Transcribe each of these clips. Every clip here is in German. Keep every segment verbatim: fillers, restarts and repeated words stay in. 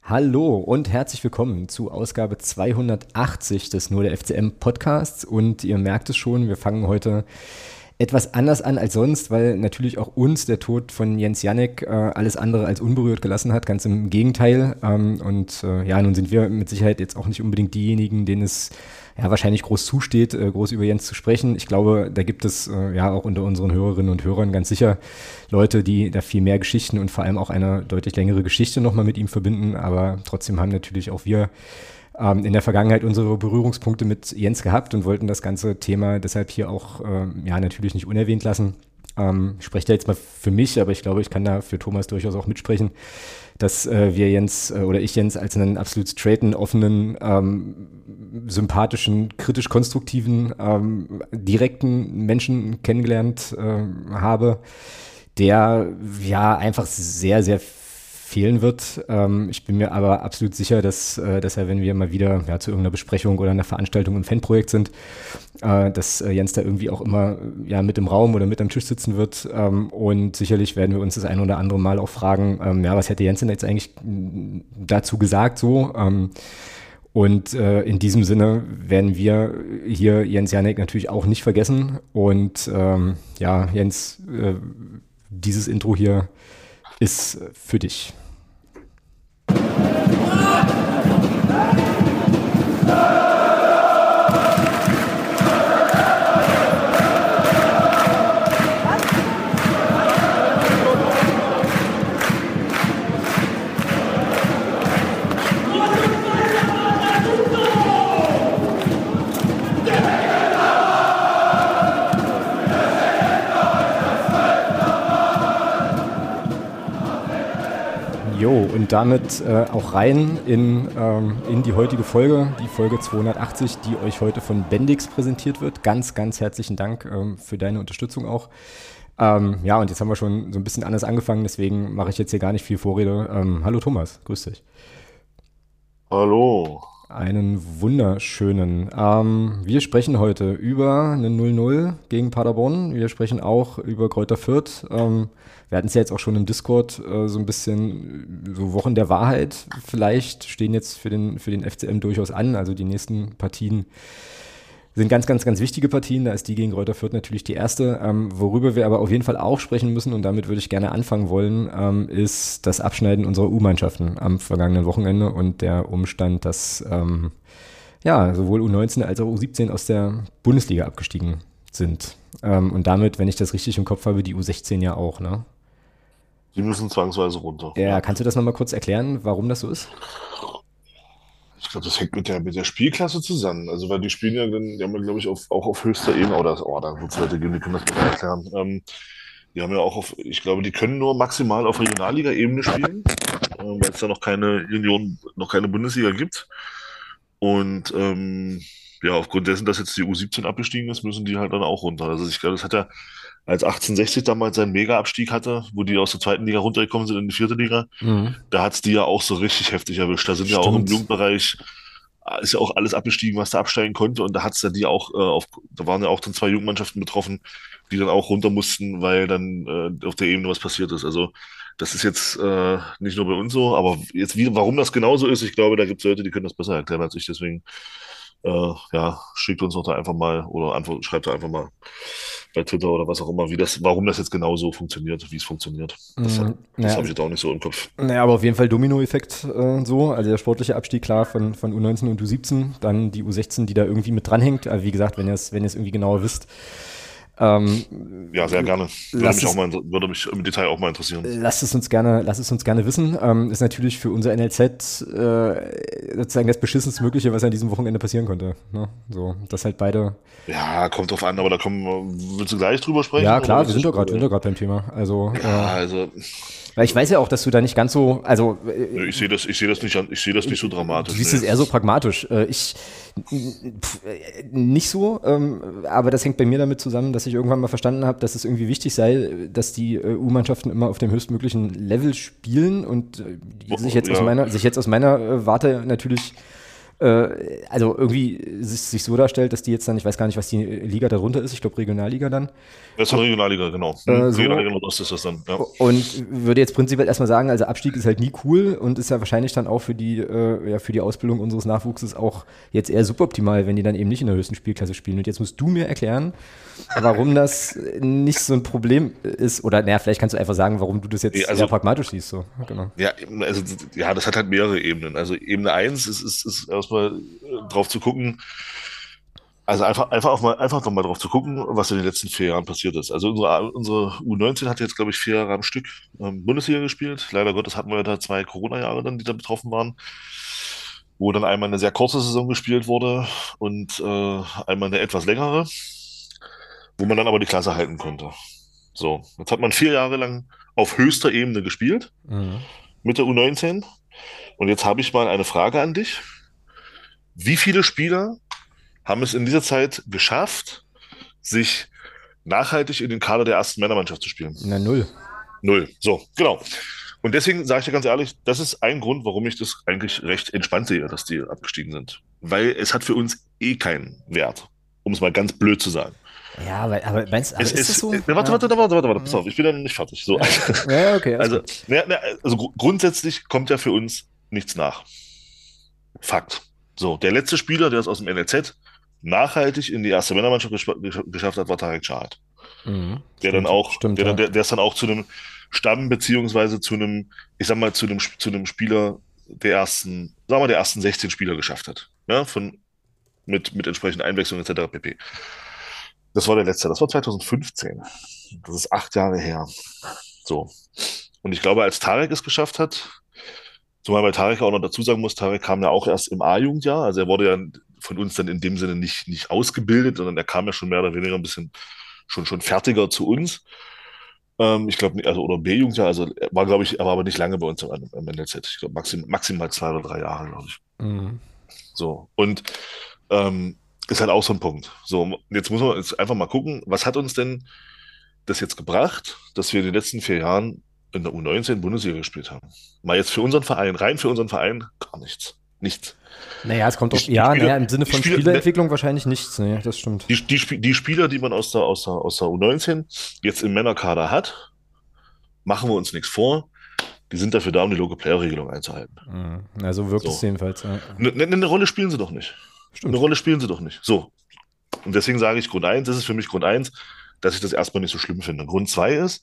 Hallo und herzlich willkommen zu Ausgabe zweihundertachtzig des Nur der F C M Podcasts. Und ihr merkt es schon, wir fangen heute etwas anders an als sonst, weil natürlich auch uns der Tod von Jens Janek äh, alles andere als unberührt gelassen hat, ganz im Gegenteil. Ähm, und äh, ja, nun sind wir mit Sicherheit jetzt auch nicht unbedingt diejenigen, denen es ja wahrscheinlich groß zusteht, äh, groß über Jens zu sprechen. Ich glaube, da gibt es äh, ja auch unter unseren Hörerinnen und Hörern ganz sicher Leute, die da viel mehr Geschichten und vor allem auch eine deutlich längere Geschichte nochmal mit ihm verbinden. Aber trotzdem haben natürlich auch wir ähm, in der Vergangenheit unsere Berührungspunkte mit Jens gehabt und wollten das ganze Thema deshalb hier auch ähm, ja natürlich nicht unerwähnt lassen. Ähm, ich spreche da jetzt mal für mich, aber ich glaube, ich kann da für Thomas durchaus auch mitsprechen, dass äh, wir Jens äh, oder ich Jens als einen absolut straighten, offenen, ähm, sympathischen, kritisch-konstruktiven, ähm, direkten Menschen kennengelernt äh, habe, der ja einfach sehr, sehr fehlen wird. Ähm, ich bin mir aber absolut sicher, dass, äh, dass er, wenn wir mal wieder ja, zu irgendeiner Besprechung oder einer Veranstaltung im Fanprojekt sind, äh, dass äh, Jens da irgendwie auch immer ja, mit im Raum oder mit am Tisch sitzen wird. Ähm, und sicherlich werden wir uns das ein oder andere Mal auch fragen, ähm, ja, was hätte Jens denn jetzt eigentlich dazu gesagt so? Ähm, und äh, in diesem Sinne werden wir hier Jens Janek natürlich auch nicht vergessen. Und ähm, ja, Jens, äh, dieses Intro hier ist für dich. Jo, und damit äh, auch rein in, ähm, in die heutige Folge, die Folge zweihundertachtzig, die euch heute von Bendix präsentiert wird. Ganz, ganz herzlichen Dank ähm, für deine Unterstützung auch. Ähm, ja, und jetzt haben wir schon so ein bisschen anders angefangen, deswegen mache ich jetzt hier gar nicht viel Vorrede. Ähm, hallo Thomas, grüß dich. Hallo. Einen wunderschönen. Ähm, wir sprechen heute über eine null null gegen Paderborn. Wir sprechen auch über Greuther Fürth. Ähm, wir hatten es ja jetzt auch schon im Discord äh, so ein bisschen, äh, so Wochen der Wahrheit vielleicht stehen jetzt für den, für den F C M durchaus an. Also die nächsten Partien sind ganz, ganz, ganz wichtige Partien. Da ist die gegen Greuther Fürth natürlich die erste. Ähm, worüber wir aber auf jeden Fall auch sprechen müssen, und damit würde ich gerne anfangen wollen, ähm, ist das Abschneiden unserer U-Mannschaften am vergangenen Wochenende und der Umstand, dass ähm, ja, sowohl U neunzehn als auch U siebzehn aus der Bundesliga abgestiegen sind. Ähm, und damit, wenn ich das richtig im Kopf habe, die U sechzehn ja auch, ne? Die müssen zwangsweise runter. Ja, Ja. kannst du das nochmal kurz erklären, warum das so ist? Ich glaube, das hängt mit der, mit der Spielklasse zusammen. Also, weil die spielen ja dann, die haben ja, glaube ich, auf, auch auf höchster Ebene, oder, oh, da wird es Leute geben, die können das besser erklären. Ähm, die haben ja auch auf, ich glaube, die können nur maximal auf Regionalliga-Ebene spielen, äh, weil es da noch keine Union, noch keine Bundesliga gibt. Und ähm, ja, aufgrund dessen, dass jetzt die U siebzehn abgestiegen ist, müssen die halt dann auch runter. Also ich glaube, das hat ja, als achtzehnhundertsechzig damals seinen Mega-Abstieg hatte, wo die aus der zweiten Liga runtergekommen sind in die vierte Liga, Mhm. da hat's die ja auch so richtig heftig erwischt. Da sind ja auch im Stimmt. Jugendbereich, äh, ist ja auch alles abgestiegen, was da absteigen konnte. Und da hat's ja die auch, äh, auf, da waren ja auch dann zwei Jugendmannschaften betroffen, die dann auch runter mussten, weil dann äh, auf der Ebene was passiert ist. Also das ist jetzt äh, nicht nur bei uns so, aber jetzt wie, warum das genauso ist, ich glaube, da gibt's Leute, die können das besser erklären als ich. Deswegen äh, ja, schickt uns doch da einfach mal oder einfach, schreibt da einfach mal bei Twitter oder was auch immer, wie das, warum das jetzt genau so funktioniert, wie es funktioniert. Das, Mhm. das Naja, habe ich also, jetzt auch nicht so im Kopf. naja, aber auf jeden Fall Dominoeffekt äh, so. Also der sportliche Abstieg klar von, von U neunzehn und U siebzehn, dann die U sechzehn, die da irgendwie mit dranhängt. Aber wie gesagt, wenn ihr es wenn ihr es irgendwie genauer wisst, ähm, Ja, sehr gerne. Würde lasst mich auch es, mal, würde mich im Detail auch mal interessieren. lasst es uns gerne, lasst es uns gerne wissen. Ähm, ist natürlich für unser N L Z äh, sozusagen das beschissenst Mögliche, was an diesem Wochenende passieren konnte. Ne? So, dass halt beide. Ja, kommt drauf an, aber da kommen, wir- willst du gleich drüber Ja, sprechen oder klar, wir willst sind doch du, gerade, wir sind äh, doch gerade beim Thema. Also, äh, ja, also, weil ich weiß ja auch, dass du da nicht ganz so, also nö, äh, ich sehe das, ich sehe das nicht, an- ich sehe das nicht so du dramatisch, siehst nee. es eher so pragmatisch. Äh, Ich pf, äh, nicht so, ähm, aber das hängt bei mir damit zusammen, dass ich irgendwann mal verstanden habe, dass es irgendwie wichtig sei, dass die äh, U-Mannschaften immer auf dem höchstmöglichen Level spielen und äh, die sich Wo- jetzt aus Ja, meiner, sich jetzt aus meiner äh, Warte natürlich äh, also irgendwie sich, sich so darstellt, dass die jetzt dann, ich weiß gar nicht, was die Liga darunter ist, ich glaube Regionalliga dann, Das ist dann Regionalliga, genau. Hm? äh, Regionalliga so. Nordost ist das dann, ja. Und würde jetzt prinzipiell erstmal sagen, also Abstieg ist halt nie cool und ist ja wahrscheinlich dann auch für die, äh, ja, für die Ausbildung unseres Nachwuchses auch jetzt eher suboptimal, wenn die dann eben nicht in der höchsten Spielklasse spielen. Und jetzt musst du mir erklären, warum das nicht so ein Problem ist. Oder naja, vielleicht kannst du einfach sagen, warum du das Nee, jetzt eher also, pragmatisch siehst. So. Genau. ja, also, ja, das hat halt mehrere Ebenen. Also Ebene eins ist, ist, ist erstmal äh, drauf zu gucken, also einfach, einfach auch mal, einfach noch mal drauf zu gucken, was in den letzten vier Jahren passiert ist. Also unsere, unsere U neunzehn hat jetzt, glaube ich, vier Jahre am Stück ähm, Bundesliga gespielt. Leider Gottes hatten wir da zwei Corona-Jahre dann, die da betroffen waren, wo dann einmal eine sehr kurze Saison gespielt wurde und äh, einmal eine etwas längere, wo man dann aber die Klasse halten konnte. So, jetzt hat man vier Jahre lang auf höchster Ebene gespielt Mhm. mit der U neunzehn. Und jetzt habe ich mal eine Frage an dich. Wie viele Spieler haben es in dieser Zeit geschafft, sich nachhaltig in den Kader der ersten Männermannschaft zu spielen? Na, null. Null. So, genau. Und deswegen sage ich dir ganz ehrlich, das ist ein Grund, warum ich das eigentlich recht entspannt sehe, dass die abgestiegen sind. Weil es hat für uns eh keinen Wert, um es mal ganz blöd zu sagen. Ja, aber, aber meinst aber Es ist das ist, so? äh, warte, Ja. warte, warte, warte, warte, pass auf, ich bin ja noch nicht fertig. So. Ja, okay. Ja, okay, alles Also, gut. ne, ne, also gru- grundsätzlich kommt ja für uns nichts nach. Fakt. So, der letzte Spieler, der es aus dem N L Z nachhaltig in die erste Männermannschaft gesch- gesch- geschafft hat, war Tarek Schad. Mhm. Der dann Stimmt, auch, stimmt, der dann, ja. der, der ist dann auch zu einem Stamm beziehungsweise zu einem, ich sag mal, zu einem, zu einem Spieler der ersten, sagen wir, der ersten sechzehn Spieler geschafft hat. Ja, von, mit, mit entsprechenden Einwechslungen et cetera pp. Das war der letzte, das war zwanzig fünfzehn. Das ist acht Jahre her. So. Und ich glaube, als Tarek es geschafft hat, zumal bei Tarek auch noch dazu sagen muss, Tarek kam ja auch erst im A-Jugendjahr, also er wurde ja von uns dann in dem Sinne nicht, nicht ausgebildet, sondern er kam ja schon mehr oder weniger ein bisschen schon, schon fertiger zu uns. Ähm, ich glaube, also, oder B-Jugendjahr, also er war, glaube ich, er war aber nicht lange bei uns im, im N L Z. Ich glaube, maxim, maximal zwei oder drei Jahre, glaube ich. Mhm. So. Und ähm, ist halt auch so ein Punkt. So, jetzt muss man jetzt einfach mal gucken, was hat uns denn das jetzt gebracht, dass wir in den letzten vier Jahren in der U neunzehn Bundesliga gespielt haben? Mal jetzt für unseren Verein, rein für unseren Verein, gar nichts. Nichts. Naja, es kommt Die, drauf, die ja, Spieler, naja, im Sinne die von Spieler, ne, Spielerentwicklung wahrscheinlich nichts, ne, das stimmt. die, die, Sp- die Spieler, die man aus der, aus der, aus der U neunzehn jetzt im Männerkader hat, machen wir uns nichts vor, die sind dafür da, um die Local-Player-Regelung einzuhalten. Mhm. Na, so wirkt es So. jedenfalls, ja. Eine ne, ne Rolle spielen sie doch nicht. Eine Stimmt. Rolle spielen sie doch nicht. So. Und deswegen sage ich Grund eins, das ist für mich Grund eins, dass ich das erstmal nicht so schlimm finde. Grund zwei ist,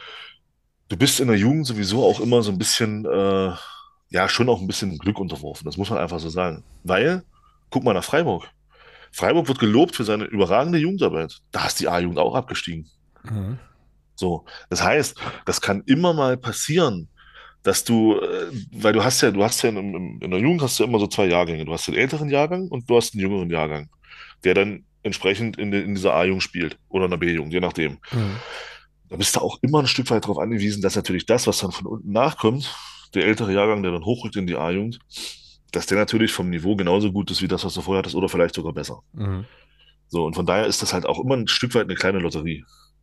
du bist in der Jugend sowieso auch immer so ein bisschen, äh, ja, schon auch ein bisschen Glück unterworfen. Das muss man einfach so sagen. Weil, guck mal nach Freiburg. Freiburg wird gelobt für seine überragende Jugendarbeit. Da ist die A-Jugend auch abgestiegen. Mhm. So. Das heißt, das kann immer mal passieren, dass du, äh, weil du hast ja, du hast ja in, in, in der Jugend hast du immer so zwei Jahrgänge. Du hast den älteren Jahrgang und du hast einen jüngeren Jahrgang, der dann entsprechend in, in dieser A-Jugend spielt oder in der B-Jugend, je nachdem. Mhm. Da bist du auch immer ein Stück weit darauf angewiesen, dass natürlich das, was dann von unten nachkommt, der ältere Jahrgang, der dann hochrückt in die A-Jugend, dass der natürlich vom Niveau genauso gut ist wie das, was du vorher hattest, oder vielleicht sogar besser. Mhm. So, und von daher ist das halt auch immer ein Stück weit eine kleine Lotterie.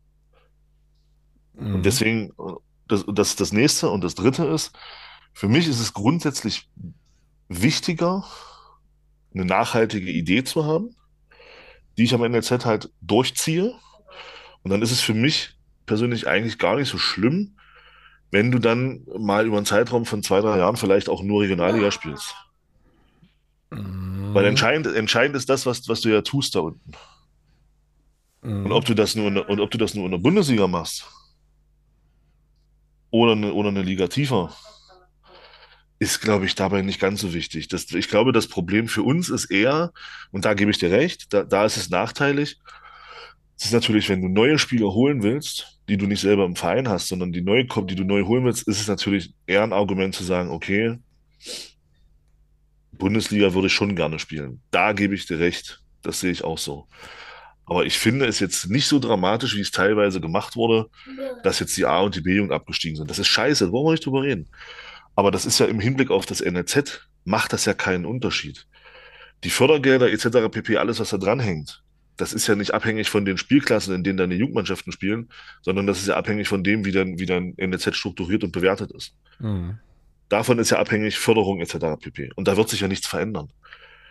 Und Mhm. deswegen, das, das, das nächste und das dritte ist, für mich ist es grundsätzlich wichtiger, eine nachhaltige Idee zu haben, die ich am N L Z halt durchziehe. Und dann ist es für mich persönlich eigentlich gar nicht so schlimm, wenn du dann mal über einen Zeitraum von zwei, drei Jahren vielleicht auch nur Regionalliga spielst. Weil Mhm. entscheidend, entscheidend ist das, was, was du ja tust da unten. Und ob Mhm. du das nur in, der- und ob du das nur in der Bundesliga machst oder eine, oder eine Liga tiefer, ist, glaube ich, dabei nicht ganz so wichtig. Das, ich glaube, das Problem für uns ist eher, und da gebe ich dir recht, da, da ist es nachteilig. Es ist natürlich, wenn du neue Spieler holen willst, die du nicht selber im Verein hast, sondern die neu kommen, die du neu holen willst, ist es natürlich eher ein Argument zu sagen, okay, Bundesliga würde ich schon gerne spielen. Da gebe ich dir recht. Das sehe ich auch so. Aber ich finde es jetzt nicht so dramatisch, wie es teilweise gemacht wurde, dass jetzt die A- und die B-Jugend abgestiegen sind. Das ist scheiße, da wollen wir nicht drüber reden. Aber das ist ja im Hinblick auf das N L Z, macht das ja keinen Unterschied. Die Fördergelder et cetera pp., alles, was da dranhängt, das ist ja nicht abhängig von den Spielklassen, in denen deine Jugendmannschaften spielen, sondern das ist ja abhängig von dem, wie dein, wie dein N L Z strukturiert und bewertet ist. Mhm. Davon ist ja abhängig Förderung et cetera pp. Und da wird sich ja nichts verändern.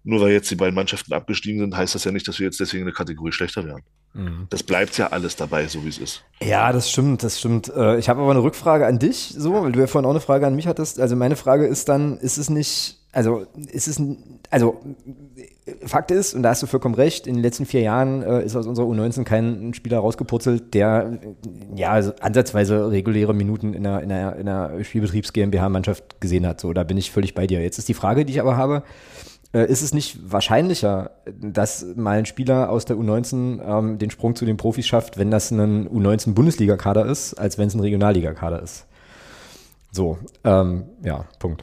Nur weil jetzt die beiden Mannschaften abgestiegen sind, heißt das ja nicht, dass wir jetzt deswegen eine Kategorie schlechter werden. Mhm. Das bleibt ja alles dabei, so wie es ist. Ja, das stimmt, das stimmt. Äh, Ich habe aber eine Rückfrage an dich, so, weil du ja vorhin auch eine Frage an mich hattest. Also meine Frage ist dann, ist es nicht, also ist es, n- also äh, Fakt ist, und da hast du vollkommen recht, in den letzten vier Jahren äh, ist aus unserer U neunzehn kein Spieler rausgepurzelt, der äh, ja also ansatzweise reguläre Minuten in einer, in einer, in einer Spielbetriebs GmbH-Mannschaft gesehen hat. So, da bin ich völlig bei dir. Jetzt ist die Frage, die ich aber habe, äh, ist es nicht wahrscheinlicher, dass mal ein Spieler aus der U neunzehn ähm, den Sprung zu den Profis schafft, wenn das ein U neunzehn-Bundesliga-Kader ist, als wenn es ein Regionalliga-Kader ist? So, ähm, ja, Punkt.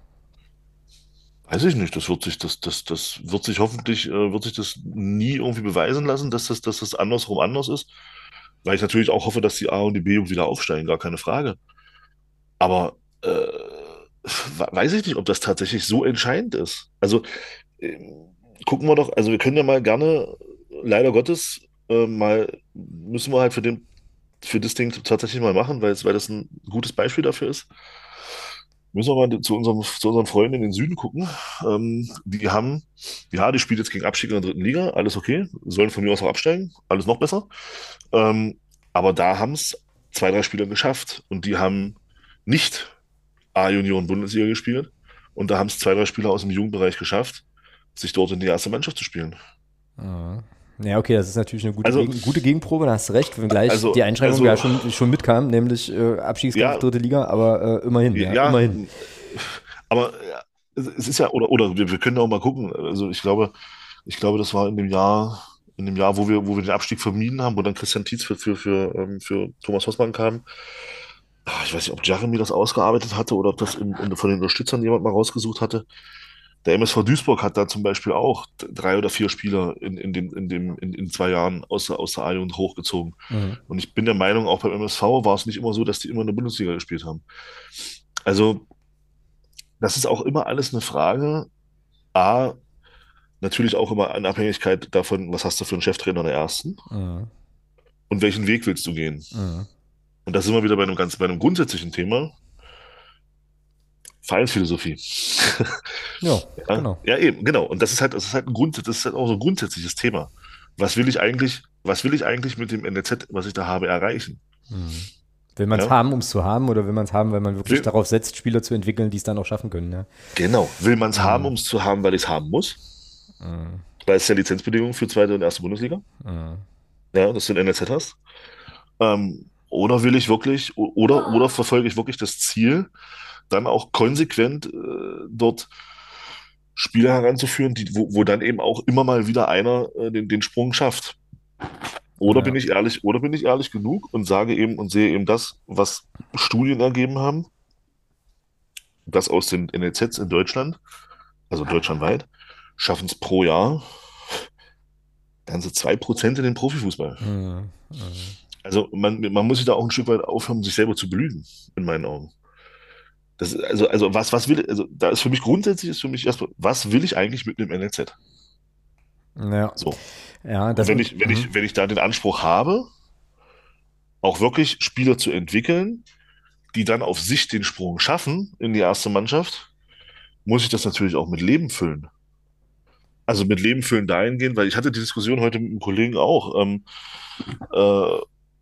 Weiß ich nicht, das wird sich, das, das, das wird sich hoffentlich, äh, wird sich das nie irgendwie beweisen lassen, dass das, dass das andersrum anders ist. Weil ich natürlich auch hoffe, dass die A und die B-Jugend wieder aufsteigen, gar keine Frage. Aber äh, weiß ich nicht, ob das tatsächlich so entscheidend ist. Also ähm, gucken wir doch, also wir können ja mal gerne, leider Gottes, äh, mal, müssen wir halt für den, für das Ding tatsächlich mal machen, weil es, weil das ein gutes Beispiel dafür ist. Müssen wir mal zu unserem, zu unseren Freunden in den Süden gucken. Ähm, die haben, ja, die spielt jetzt gegen Abstieg in der dritten Liga, alles okay, sollen von mir aus auch absteigen, alles noch besser. Ähm, aber da haben es zwei, drei Spieler geschafft und die haben nicht A-Junioren Bundesliga gespielt und da haben es zwei, drei Spieler aus dem Jugendbereich geschafft, sich dort in die erste Mannschaft zu spielen. Ah. Ja, okay, das ist natürlich eine gute, Also, Gegen gute Gegenprobe, da hast du recht, wenngleich die also, Einschränkung ja also, schon, schon mitkam, nämlich äh, Abstiegskampf ja, dritte Liga, aber äh, immerhin, ja, ja, immerhin. aber ja, es es ist ja, oder, oder wir, wir können auch mal gucken. Also ich glaube, ich glaube, das war in dem Jahr, in dem Jahr, wo wir, wo wir den Abstieg vermieden haben, wo dann Christian Tietz für, für, für, ähm, für Thomas Hossmann kam. Ah, ich weiß nicht, ob Jeremy das ausgearbeitet hatte oder ob das in, in, von den Unterstützern jemand mal rausgesucht hatte. Der M S V Duisburg hat da zum Beispiel auch d- drei oder vier Spieler in, in, den, in, dem, in, in zwei Jahren aus der, aus der A-Jugend hochgezogen. Mhm. Und ich bin der Meinung, auch beim M S V war es nicht immer so, dass die immer in der Bundesliga gespielt haben. Also, das ist auch immer alles eine Frage. A, natürlich auch immer in Abhängigkeit davon, was hast du für einen Cheftrainer in der ersten Mhm. und welchen Weg willst du gehen. Mhm. Und da sind wir wieder bei einem ganz, bei einem grundsätzlichen Thema, Verhaltensphilosophie. Ja, Ja, genau. ja, eben, genau. Und das ist halt, das ist halt ein Grund, das ist halt auch so ein grundsätzliches Thema. Was will ich eigentlich, was will ich eigentlich mit dem N L Z, was ich da habe, erreichen? Mhm. Will man es Ja, haben, um es zu haben, oder will man es haben, weil man wirklich will, darauf setzt, Spieler zu entwickeln, die es dann auch schaffen können, ja? genau. Will man es haben, Mhm. um es zu haben, weil ich es haben muss? Mhm. Weil es ja Lizenzbedingungen für zweite und erste Bundesliga. Mhm. Ja, dass du ein N L Z hast. Ähm, oder will ich wirklich, o- oder, oder verfolge ich wirklich das Ziel, dann auch konsequent äh, dort Spieler heranzuführen, die, wo, wo dann eben auch immer mal wieder einer äh, den, den Sprung schafft. Oder bin Ja. ich ehrlich, oder bin ich ehrlich genug und sage eben und sehe eben das, was Studien ergeben haben, dass aus den N L Zs in Deutschland, also deutschlandweit, schaffen es pro Jahr ganze zwei Prozent in den Profifußball. Mhm. Mhm. Also man, man muss sich da auch ein Stück weit aufhören, sich selber zu belügen, in meinen Augen. Das, ist- also, also was, was will, also da ist für mich grundsätzlich ist für mich erstmal, was will ich eigentlich mit einem N L Z? Ja. So. Ja, Und das wenn und ich, wenn mhm. ich, wenn ich da den Anspruch habe, auch wirklich Spieler zu entwickeln, die dann auf sich den Sprung schaffen in die erste Mannschaft, muss ich das natürlich auch mit Leben füllen. Also mit Leben füllen dahingehend, weil ich hatte die Diskussion heute mit einem Kollegen auch. Ähm, äh,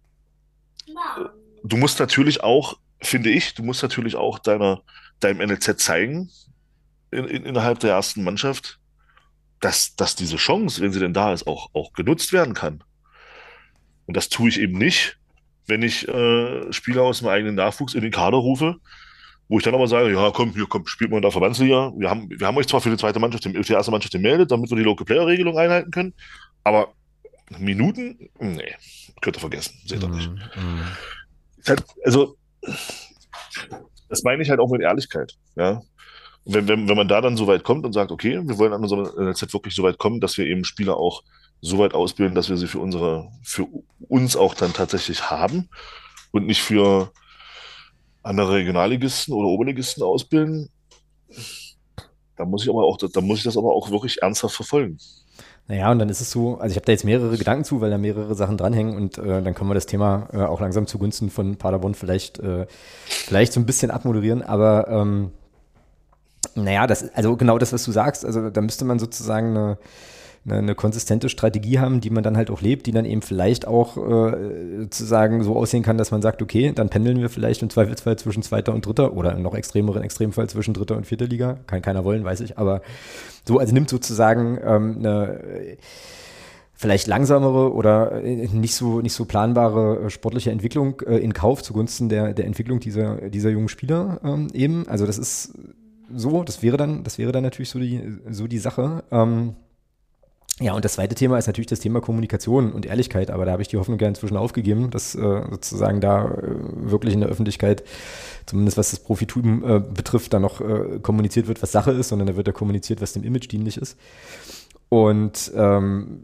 du musst natürlich auch, finde ich, du musst natürlich auch deiner, deinem N L Z zeigen, in, in, innerhalb der ersten Mannschaft, dass, dass diese Chance, wenn sie denn da ist, auch, auch genutzt werden kann. Und das tue ich eben nicht, wenn ich äh, Spieler aus dem eigenen Nachwuchs in den Kader rufe, wo ich dann aber sage, ja, komm, hier kommt, spielt mal in der Verbandsliga. Wir haben, wir haben euch zwar für die zweite Mannschaft, für die erste Mannschaft gemeldet, damit wir die Local Player Regelung einhalten können, aber Minuten, nee, könnt ihr vergessen, seht ihr nicht. Mhm. Mhm. Ist halt, also, das meine ich halt auch mit Ehrlichkeit, ja. Und wenn, wenn, wenn man da dann so weit kommt und sagt, okay, wir wollen an unserem N L Z wirklich so weit kommen, dass wir eben Spieler auch so weit ausbilden, dass wir sie für unsere, für uns auch dann tatsächlich haben und nicht für andere Regionalligisten oder Oberligisten ausbilden, da muss ich aber auch, da muss ich das aber auch wirklich ernsthaft verfolgen. Naja, und dann ist es so, also ich habe da jetzt mehrere Gedanken zu, weil da mehrere Sachen dranhängen und äh, dann können wir das Thema äh, auch langsam zugunsten von Paderborn vielleicht, äh, vielleicht so ein bisschen abmoderieren, aber ähm, Naja, das, also genau das, was du sagst, also da müsste man sozusagen eine, eine, eine konsistente Strategie haben, die man dann halt auch lebt, die dann eben vielleicht auch äh, sozusagen so aussehen kann, dass man sagt, okay, dann pendeln wir vielleicht im Zweifelsfall zwischen zweiter und dritter oder im noch extremeren Extremfall zwischen dritter und vierter Liga. Kann keiner wollen, weiß ich, aber so, also nimmt sozusagen ähm, eine vielleicht langsamere oder nicht so, nicht so planbare sportliche Entwicklung äh, in Kauf zugunsten der, der Entwicklung dieser, dieser jungen Spieler ähm, eben. Also das ist so, das wäre dann, das wäre dann natürlich so die, so die Sache. Ähm, ja, und das zweite Thema ist natürlich das Thema Kommunikation und Ehrlichkeit, aber da habe ich die Hoffnung ja inzwischen aufgegeben, dass äh, sozusagen da äh, wirklich in der Öffentlichkeit, zumindest was das Profitum äh, betrifft, da noch äh, kommuniziert wird, was Sache ist, sondern da wird ja kommuniziert, was dem Image dienlich ist. Und ähm,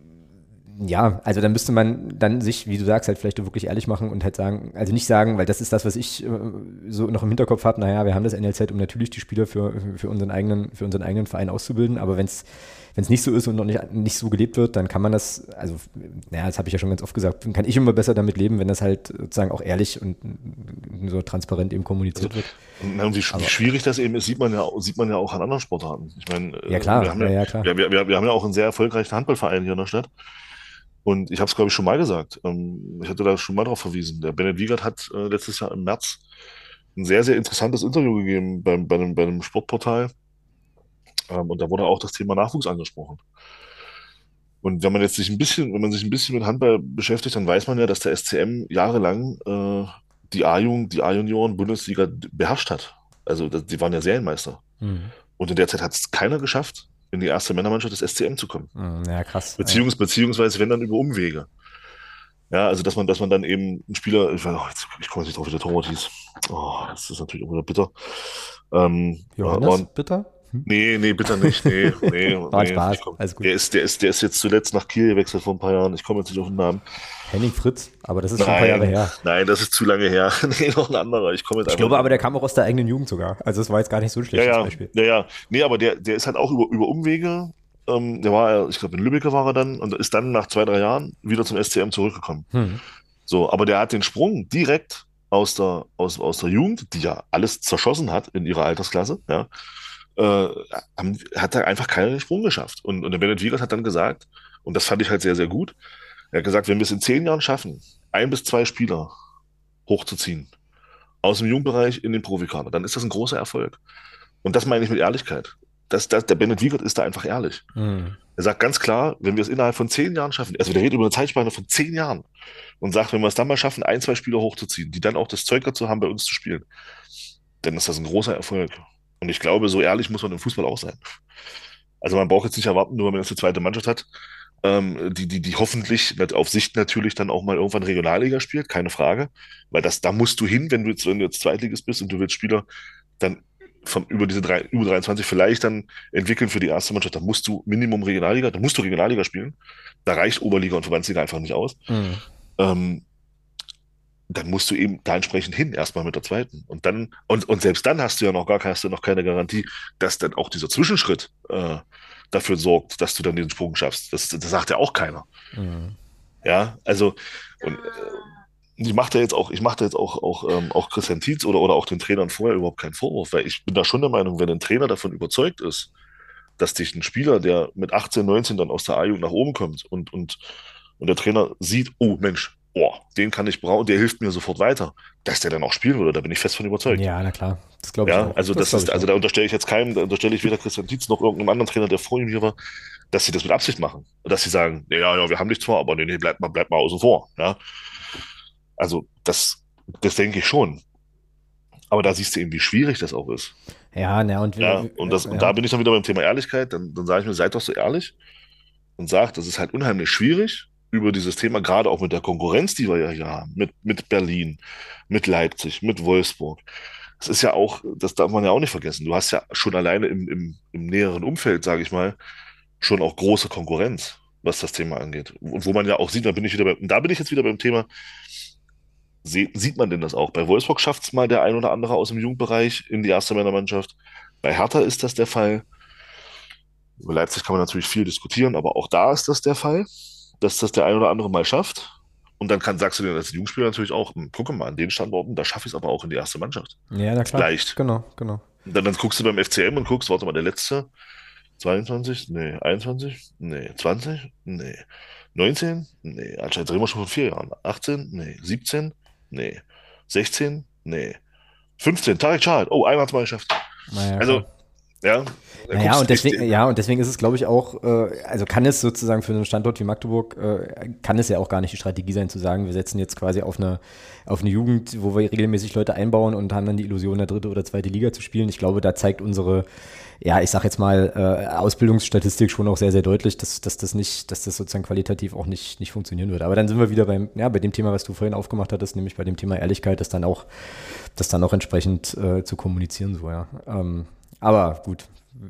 ja, also dann müsste man dann sich, wie du sagst, halt vielleicht wirklich ehrlich machen und halt sagen, also nicht sagen, weil das ist das, was ich äh, so noch im Hinterkopf habe, naja, wir haben das N L Z, um natürlich die Spieler für, für, unseren, eigenen, für unseren eigenen Verein auszubilden, aber wenn es wenn es nicht so ist und noch nicht, nicht so gelebt wird, dann kann man das, also, naja, das habe ich ja schon ganz oft gesagt, dann kann ich immer besser damit leben, wenn das halt sozusagen auch ehrlich und so transparent eben kommuniziert wird. Und wie, wie schwierig das eben ist, sieht man ja, sieht man ja auch an anderen Sportarten. Ich meine, ja, klar, wir haben ja, ja, ja, klar. Wir, wir, wir haben ja auch einen sehr erfolgreichen Handballverein hier in der Stadt. Und ich habe es, glaube ich, schon mal gesagt. Ähm, ich hatte da schon mal darauf verwiesen. Der Bennett Wiegert hat äh, letztes Jahr im März ein sehr, sehr interessantes Interview gegeben beim, bei, einem, bei einem Sportportal. Ähm, und da wurde auch das Thema Nachwuchs angesprochen. Und wenn man jetzt sich ein bisschen, wenn man sich ein bisschen mit Handball beschäftigt, dann weiß man ja, dass der S C M jahrelang äh, die A-Jugend, die A-Junioren-Bundesliga beherrscht hat. Also das, die waren ja Serienmeister. Mhm. Und in der Zeit hat es keiner geschafft, in die erste Männermannschaft des S C M zu kommen. Mhm, ja, krass. Beziehungs, beziehungsweise wenn dann über Umwege. Ja, also dass man, dass man dann eben einen Spieler, ich, weiß, oh, jetzt, ich komme jetzt nicht drauf, wie der Torwart hieß. Oh, das ist natürlich auch wieder bitter. Ähm, Johannes, und, bitte? nee, nee, bitte nicht. Nee, nee, War ein nee. Spaß, Ich komm, alles gut. der ist, der ist, der ist jetzt zuletzt nach Kiel gewechselt vor ein paar Jahren. Ich komme jetzt nicht auf den Namen. Henning Fritz, aber das ist schon ein paar Jahre Nein, her. nein, das ist zu lange her. Nee, noch ein anderer. Ich komme jetzt Ich einfach glaube nicht aber, auf der den kam Namen. auch aus der eigenen Jugend sogar. Also es war jetzt gar nicht so ein Ja, schlechtes ja, Beispiel. ja, ja. Nee, aber der, der ist halt auch über, über Umwege. Ähm, der war, ich glaube, in Lübeck war er dann und ist dann nach zwei, drei Jahren wieder zum S C M zurückgekommen. Hm. So, aber der hat den Sprung direkt aus der, aus, aus der Jugend, die ja alles zerschossen hat in ihrer Altersklasse, ja, äh, haben, hat da einfach keiner den Sprung geschafft. Und, und der Bennett Wiegert hat dann gesagt, und das fand ich halt sehr, sehr gut, er hat gesagt, wenn wir es in zehn Jahren schaffen, ein bis zwei Spieler hochzuziehen, aus dem Jugendbereich in den Profikader, dann ist das ein großer Erfolg. Und das meine ich mit Ehrlichkeit. Das, das, der Bennett Wiegert ist da einfach ehrlich. Hm. Er sagt ganz klar, wenn wir es innerhalb von zehn Jahren schaffen, also der redet über eine Zeitspanne von zehn Jahren und sagt, wenn wir es dann mal schaffen, ein, zwei Spieler hochzuziehen, die dann auch das Zeug dazu haben, bei uns zu spielen, dann ist das ein großer Erfolg. Und ich glaube, so ehrlich muss man im Fußball auch sein. Also man braucht jetzt nicht erwarten, nur wenn man jetzt eine zweite Mannschaft hat, ähm, die, die, die hoffentlich auf Sicht natürlich dann auch mal irgendwann Regionalliga spielt, keine Frage. Weil das, da musst du hin, wenn du jetzt, wenn du jetzt Zweitligist bist und du willst Spieler dann von über diese drei, über dreiundzwanzig vielleicht dann entwickeln für die erste Mannschaft, da musst du Minimum Regionalliga, da musst du Regionalliga spielen. Da reicht Oberliga und Verbandsliga einfach nicht aus. Hm. Ähm, dann musst du eben da entsprechend hin, erstmal mit der zweiten. Und dann, und, und selbst dann hast du ja noch gar hast du noch keine Garantie, dass dann auch dieser Zwischenschritt äh, dafür sorgt, dass du dann den Sprung schaffst. Das, das sagt ja auch keiner. Hm. Ja, also, und äh, ich mache da jetzt auch, ich mache da jetzt auch, auch, ähm, auch Christian Tietz oder, oder auch den Trainern vorher überhaupt keinen Vorwurf, weil ich bin da schon der Meinung, wenn ein Trainer davon überzeugt ist, dass dich ein Spieler, der mit achtzehn, neunzehn dann aus der A-Jugend nach oben kommt und, und, und der Trainer sieht, oh Mensch, oh, den kann ich brauchen, der hilft mir sofort weiter, dass der dann auch spielen würde, da bin ich fest von überzeugt. Ja, na klar. Das glaube ich Ja, auch. also Das das glaube ist, ich also auch. da unterstelle ich jetzt keinem, da unterstelle ich weder Christian Tietz noch irgendeinem anderen Trainer, der vor ihm hier war, dass sie das mit Absicht machen. Und dass sie sagen, ja, ja, wir haben dich zwar, aber nee, nee, bleib mal, bleib mal außen vor. Ja, also das, das denke ich schon. Aber da siehst du eben, wie schwierig das auch ist. Ja, na und Ja, wir, und das, und ja. da bin ich dann wieder beim Thema Ehrlichkeit. Dann, dann sage ich mir, seid doch so ehrlich und sagt, das ist halt unheimlich schwierig, über dieses Thema, gerade auch mit der Konkurrenz, die wir ja hier haben, mit, mit Berlin, mit Leipzig, mit Wolfsburg. Das ist ja auch, das darf man ja auch nicht vergessen. Du hast ja schon alleine im, im, im näheren Umfeld, sage ich mal, schon auch große Konkurrenz, was das Thema angeht. Und wo man ja auch sieht, da bin ich wieder bei, da bin ich jetzt wieder beim Thema, se- sieht man denn das auch? Bei Wolfsburg schafft es mal der ein oder andere aus dem Jugendbereich in die erste Männermannschaft. Bei Hertha ist das der Fall. Über Leipzig kann man natürlich viel diskutieren, aber auch da ist das der Fall, dass das der ein oder andere mal schafft. Und dann kann, sagst du dir als Jugendspieler natürlich auch, hm, gucke mal, an den Standorten, da schaffe ich es aber auch in die erste Mannschaft. Ja, na klar. Vielleicht. Genau, genau. Dann, dann guckst du beim F C M und guckst, warte mal, der letzte, zweiundzwanzig? Nee. einundzwanzig? Nee. zwanzig? Nee. neunzehn? Nee. Anscheinend reden wir schon von vier Jahren. achtzehn? Nee. siebzehn? Nee. sechzehn? Nee. fünfzehn? Tarek Charles. Oh, Einheitsmeisterschaft. Naja, Also, klar. ja, da Naja, guckst und du echt. deswegen, ja, und deswegen ist es, glaube ich, auch, äh, also kann es sozusagen für einen Standort wie Magdeburg, äh, kann es ja auch gar nicht die Strategie sein, zu sagen, wir setzen jetzt quasi auf eine, auf eine Jugend, wo wir regelmäßig Leute einbauen und haben dann die Illusion, eine dritte oder zweite Liga zu spielen. Ich glaube, da zeigt unsere, ja, ich sag jetzt mal, äh, Ausbildungsstatistik schon auch sehr, sehr deutlich, dass, dass das nicht, dass das sozusagen qualitativ auch nicht, nicht funktionieren wird. Aber dann sind wir wieder beim, ja, bei dem Thema, was du vorhin aufgemacht hattest, nämlich bei dem Thema Ehrlichkeit, das dann auch, das dann auch entsprechend äh, zu kommunizieren, so, ja. Ähm, aber gut.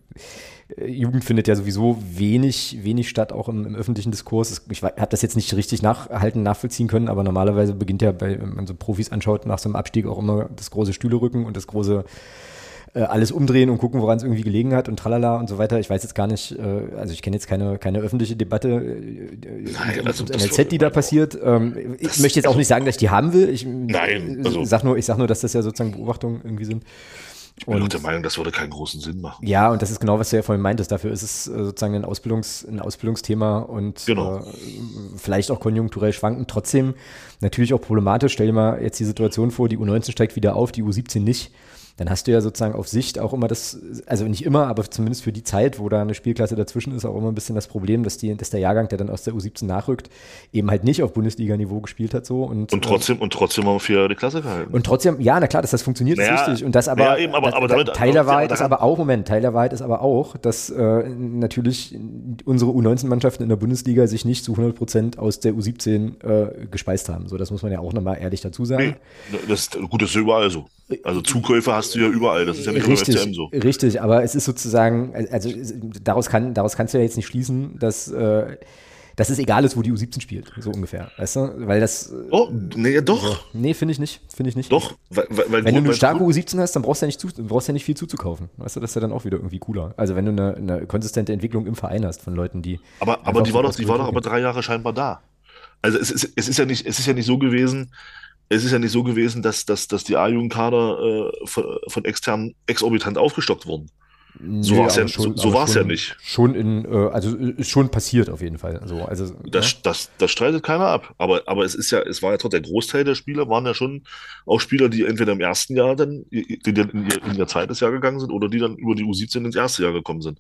Jugend findet ja sowieso wenig, wenig statt, auch im, im öffentlichen Diskurs. Ich habe das jetzt nicht richtig nachhalten, nachvollziehen können, aber normalerweise beginnt ja, bei, wenn man so Profis anschaut, nach so einem Abstieg auch immer das große Stühlerücken und das große äh, alles umdrehen und gucken, woran es irgendwie gelegen hat und tralala und so weiter. Ich weiß jetzt gar nicht, äh, also ich kenne jetzt keine, keine öffentliche Debatte äh, Nein, also im das N L Z, die da passiert. Ähm, ich das, möchte jetzt auch also, nicht sagen, dass ich die haben will. Ich nein, äh, also sag nur, ich sag nur, dass das ja sozusagen Beobachtungen irgendwie sind. ich bin auch der Und Meinung, das würde keinen großen Sinn machen. ja, und das ist genau, was du ja vorhin meintest. Dafür ist es äh, sozusagen ein, Ausbildungs-, ein Ausbildungsthema und Genau. äh, vielleicht auch konjunkturell schwanken. Trotzdem natürlich auch problematisch. Stell dir mal jetzt die Situation vor, die U neunzehn steigt wieder auf, die U siebzehn nicht. Dann hast du ja sozusagen auf Sicht auch immer das, also nicht immer, aber zumindest für die Zeit, wo da eine Spielklasse dazwischen ist, auch immer ein bisschen das Problem, dass, die, dass der Jahrgang, der dann aus der U siebzehn nachrückt, eben halt nicht auf Bundesliga-Niveau gespielt hat so. Und, Und äh, trotzdem, und trotzdem haben wir vier Jahre die Klasse gehalten. und trotzdem, ja, na klar, dass das funktioniert, ist Naja, richtig. Und das naja, aber, eben, aber, da, aber da, damit, Teil der ja, Wahrheit ist daran, aber auch, Moment, Teil der Wahrheit ist aber auch, dass äh, natürlich unsere U neunzehn-Mannschaften in der Bundesliga sich nicht zu hundert Prozent aus der U siebzehn äh, gespeist haben. So, das muss man ja auch nochmal ehrlich dazu sagen. nee, das, gut, das ist ja überall so. Also Zukäufe hast du ja überall, das ist ja nicht nur beim F C M Richtig, so. richtig, aber es ist sozusagen, also daraus, kann, daraus kannst du ja jetzt nicht schließen, dass, äh, dass es egal ist, wo die U siebzehn spielt, so ungefähr, weißt du? Weil das, äh, Oh, nee, ja, so. doch, Nee, finde ich nicht, finde ich nicht. doch, weil, weil, weil, Wenn du Grund, eine weil starke Grund, U siebzehn hast, dann brauchst du ja nicht, zu, brauchst ja nicht viel zuzukaufen. Weißt du, das ist ja dann auch wieder irgendwie cooler. Also wenn du eine, eine konsistente Entwicklung im Verein hast von Leuten, die aber, aber einfach die war gut doch, die war ausgebildet doch aber wirken. drei Jahre scheinbar da. Also es ist, es ist ja nicht, es ist ja nicht so gewesen, es ist ja nicht so gewesen, dass, dass, dass die A-Jugendkader äh, von, von extern exorbitant aufgestockt wurden. So war Nö, es ja, aber so, schon, so aber war es ja schon, nicht. schon in, äh, also ist schon passiert auf jeden Fall. So, also, ne? Das, das, das streitet keiner ab. Aber, aber es ist ja, es war ja trotzdem, der Großteil der Spieler waren ja schon auch Spieler, die entweder im ersten Jahr dann, die dann in ihr, in ihr zweites Jahr gegangen sind oder die dann über die U siebzehn ins erste Jahr gekommen sind.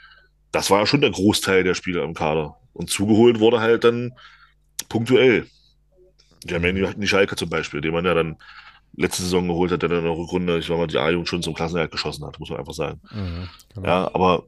Das war ja schon der Großteil der Spieler im Kader. Und zugeholt wurde halt dann punktuell. Die haben ja Mhm. die die Schalke zum Beispiel, den man ja dann letzte Saison geholt hat, der dann in der Rückrunde, ich sag mal, die A-Jugend schon zum Klassenerhalt geschossen hat, muss man einfach sagen. Mhm, genau. Ja, aber,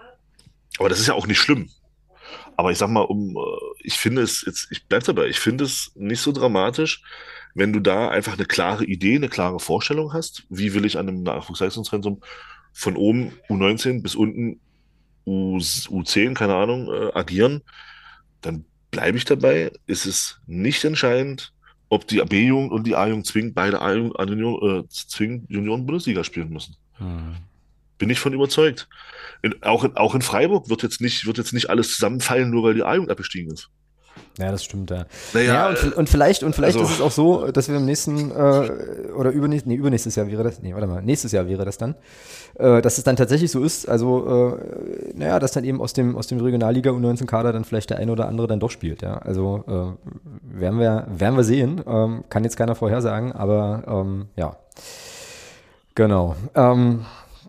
aber das ist ja auch nicht schlimm. Aber ich sag mal, um, äh, ich finde es jetzt, ich bleib dabei, ich finde es nicht so dramatisch, wenn du da einfach eine klare Idee, eine klare Vorstellung hast, wie will ich an einem Nachwuchsleistungszentrum von oben U neunzehn bis unten U, U10, keine Ahnung, äh, agieren, dann bleibe ich dabei. Es ist nicht entscheidend, ob die B-Jugend und die A-Jugend zwingend beide A-Jugend, äh, zwingend Junioren-Bundesliga spielen müssen. Mhm. Bin ich von überzeugt. In, auch, in, auch in Freiburg wird jetzt nicht, wird jetzt nicht alles zusammenfallen, nur weil die A-Jugend abgestiegen ist. Ja, das stimmt, ja. Naja, Naja, und, und vielleicht, und vielleicht also, ist es auch so, dass wir im nächsten, äh, oder übernächstes, nee, übernächstes Jahr wäre das, nee, warte mal, nächstes Jahr wäre das dann, äh, dass es dann tatsächlich so ist, also, äh, naja, dass dann eben aus dem, aus dem Regionalliga U neunzehn-Kader dann vielleicht der eine oder andere dann doch spielt, ja. Also, äh, werden wir, werden wir sehen, ähm, kann jetzt keiner vorhersagen, aber, ähm, ja. Genau. Ähm,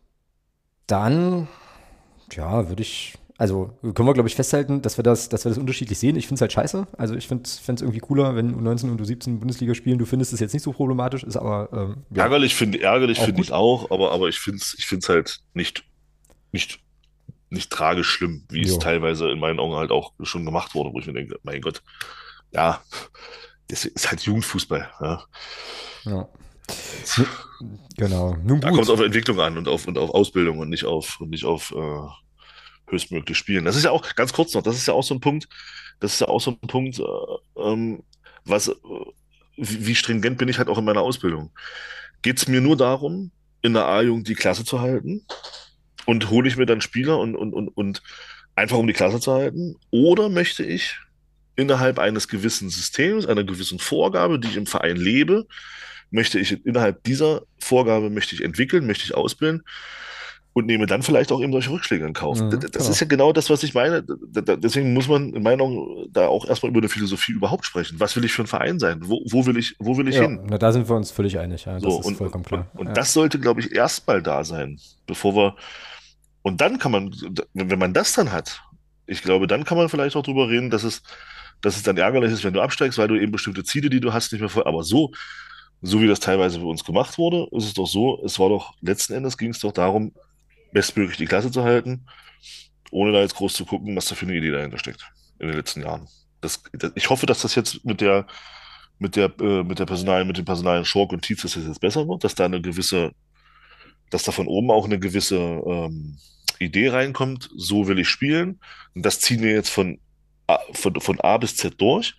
dann, ja, würde ich, also können wir, glaube ich, festhalten, dass wir das, dass wir das unterschiedlich sehen. Ich finde es halt scheiße. Also ich finde es irgendwie cooler, wenn U neunzehn und U siebzehn Bundesliga spielen. Du findest es jetzt nicht so problematisch, ist aber, ähm, ja, ärgerlich finde ärgerlich auch finde ich gut. auch, aber, aber ich finde es ich find's halt nicht, nicht, nicht tragisch schlimm, wie es Jo. teilweise in meinen Augen halt auch schon gemacht wurde, wo ich mir denke, mein Gott, ja, das ist halt Jugendfußball. Ja. Ja. Nu, genau. Nun Da kommt es gut. auf Entwicklung an und auf, und auf Ausbildung und nicht auf, und nicht auf äh, höchstmöglich Spielen. Das ist ja auch, ganz kurz noch, das ist ja auch so ein Punkt, das ist ja auch so ein Punkt, äh, ähm, was, äh, wie, wie stringent bin ich halt auch in meiner Ausbildung. Geht es mir nur darum, in der A-Jugend die Klasse zu halten und hole ich mir dann Spieler und, und, und, und einfach um die Klasse zu halten? Oder möchte ich innerhalb eines gewissen Systems, einer gewissen Vorgabe, die ich im Verein lebe, möchte ich innerhalb dieser Vorgabe möchte ich entwickeln, möchte ich ausbilden und nehme dann vielleicht auch eben solche Rückschläge in Kauf. D- Mhm, d- Das ist genau. ja genau das, was ich meine. D- d- Deswegen muss man in meiner Meinung da auch erstmal über eine Philosophie überhaupt sprechen. Was will ich für ein Verein sein? Wo, wo will ich, wo will ich Ja, hin? na, da sind wir uns völlig einig, ja, So, das ist und, und, vollkommen und, klar. und Ja. das sollte, glaube ich, erstmal da sein, bevor wir, und dann kann man, wenn wenn man das dann hat, ich glaube, dann kann man vielleicht auch drüber reden, dass es, dass es dann ärgerlich ist, wenn du absteigst, weil du eben bestimmte Ziele, die du hast, nicht mehr voll, aber so, so wie das teilweise bei uns gemacht wurde, ist es doch so, es war doch, letzten Endes ging es doch darum, bestmöglich die Klasse zu halten, ohne da jetzt groß zu gucken, was da für eine Idee dahinter steckt in den letzten Jahren. Das, das, ich hoffe, dass das jetzt mit der, mit der, äh, mit der Personal, mit den Personalien Schork und Tietz, dass das jetzt besser wird, dass da eine gewisse, dass da von oben auch eine gewisse ähm, Idee reinkommt, so will ich spielen. Und das ziehen wir jetzt von A, von, von A bis Z durch.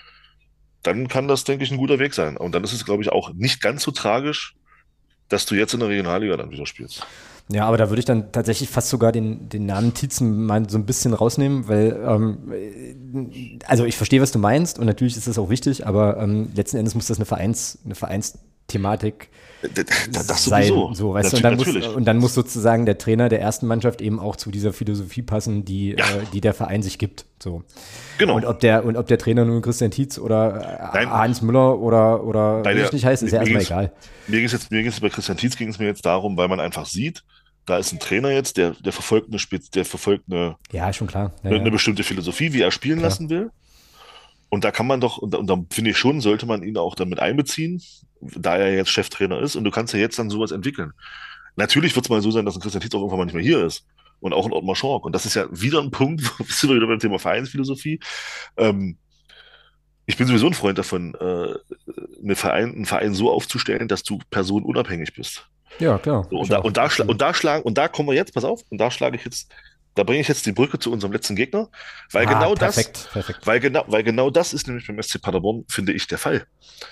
Dann kann das, denke ich, ein guter Weg sein. Und dann ist es, glaube ich, auch nicht ganz so tragisch, dass du jetzt in der Regionalliga dann wieder spielst. Ja, aber da würde ich dann tatsächlich fast sogar den, den Namen Tietzen mal so ein bisschen rausnehmen, weil, ähm, äh, also ich verstehe, was du meinst und natürlich ist das auch wichtig, aber ähm, letzten Endes muss das eine Vereins, eine Vereinsthematik D- d- Das sein, sowieso. so, weißt du, und Natu dann muss, natürlich. und dann muss sozusagen der Trainer der ersten Mannschaft eben auch zu dieser Philosophie passen, die, Ja, äh, die der Verein sich gibt, so. genau. Und ob der, und ob der Trainer nun Christian Tietz oder äh, Nein, Hans Müller oder, oder bei wie ich der, nicht heißt, ist mir, ja mir erstmal ging's, egal. mir ging's jetzt, mir ging's bei Christian Tietz ging es mir jetzt darum, weil man einfach sieht, da ist ein Trainer jetzt, der, der verfolgt eine Spitz, der verfolgt eine, Ja, schon klar. Ja, eine, eine ja, bestimmte Philosophie, wie er spielen klar. lassen will. Und da kann man doch, und, da- und da finde ich schon, sollte man ihn auch damit einbeziehen, da er jetzt Cheftrainer ist. Und du kannst ja jetzt dann sowas entwickeln. Natürlich wird es mal so sein, dass ein Christian Tietz auch irgendwann mal nicht mehr hier ist. Und auch ein Ottmar Schork. Und das ist ja wieder ein Punkt, wo sind wir wieder beim Thema Vereinsphilosophie. Ähm, ich bin sowieso ein Freund davon, äh, eine Verein, einen Verein so aufzustellen, dass du personenunabhängig bist. Ja, klar. So, Ich und da, auch, und da, schla- absolut. und da schlagen, und da kommen wir jetzt, pass auf, und da schlage ich jetzt, da bringe ich jetzt die Brücke zu unserem letzten Gegner, weil Ah, genau das, perfekt, perfekt. weil genau, weil genau das ist nämlich beim S C Paderborn, finde ich, der Fall.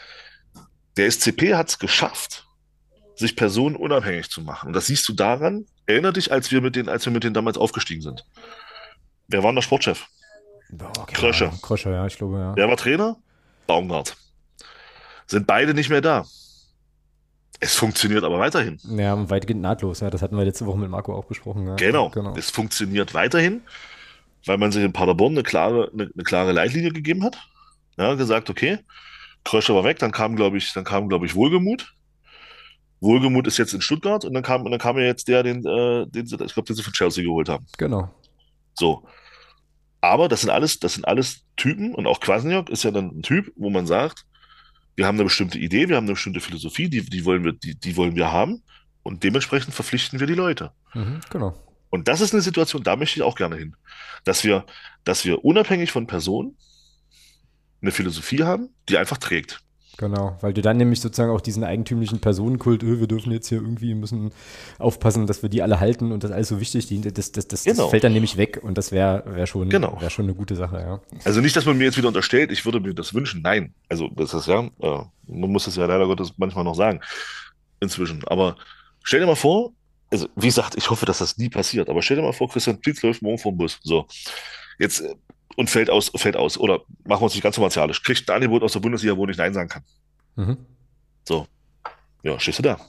Der S C P hat es geschafft, sich personenunabhängig zu machen. Und das siehst du daran, erinnere dich, als wir mit denen, als wir mit denen damals aufgestiegen sind. Wer war denn der Sportchef? Boah, keine Krösche. Ahnung. Kroscher, ja, ich glaube, ja. Wer war Trainer? Baumgart. Sind beide nicht mehr da. Es funktioniert aber weiterhin. Ja, weitgehend nahtlos, ja. Das hatten wir letzte Woche mit Marco auch besprochen, ja. Genau. Genau. Es funktioniert weiterhin, weil man sich in Paderborn eine klare, eine, eine klare Leitlinie gegeben hat. Ja, gesagt, okay, Krösche war weg, dann kam, glaube ich, dann kam, glaube ich, Wohlgemuth. Wohlgemuth ist jetzt in Stuttgart und dann kam, und dann kam ja jetzt der, den, äh, den sie, ich glaube, den sie von Chelsea geholt haben. Genau. So. Aber das sind alles, das sind alles Typen und auch Kwasniok ist ja dann ein Typ, wo man sagt, wir haben eine bestimmte Idee, wir haben eine bestimmte Philosophie, die, die wollen wir, die, die wollen wir haben und dementsprechend verpflichten wir die Leute. Mhm, genau. Und das ist eine Situation, da möchte ich auch gerne hin, dass wir, dass wir unabhängig von Personen eine Philosophie haben, die einfach trägt. Genau, weil du dann nämlich sozusagen auch diesen eigentümlichen Personenkult, öh, wir dürfen jetzt hier irgendwie, müssen aufpassen, dass wir die alle halten und das ist alles so wichtig, die, das, das, das, das Genau, fällt dann nämlich weg und das wäre wär schon, genau. wär schon eine gute Sache, ja. Also nicht, dass man mir jetzt wieder unterstellt, ich würde mir das wünschen. Nein, also das ist ja, äh, man muss es ja leider Gottes manchmal noch sagen, inzwischen. Aber stell dir mal vor, also wie gesagt, ich hoffe, dass das nie passiert, aber stell dir mal vor, Christian Plietz läuft morgen vom Bus. So, jetzt äh, und fällt aus, fällt aus. Oder machen wir uns nicht ganz so martialisch, kriegt ein Angebot aus der Bundesliga, wo er nicht Nein sagen kann. Mhm. So, ja, stehst du da.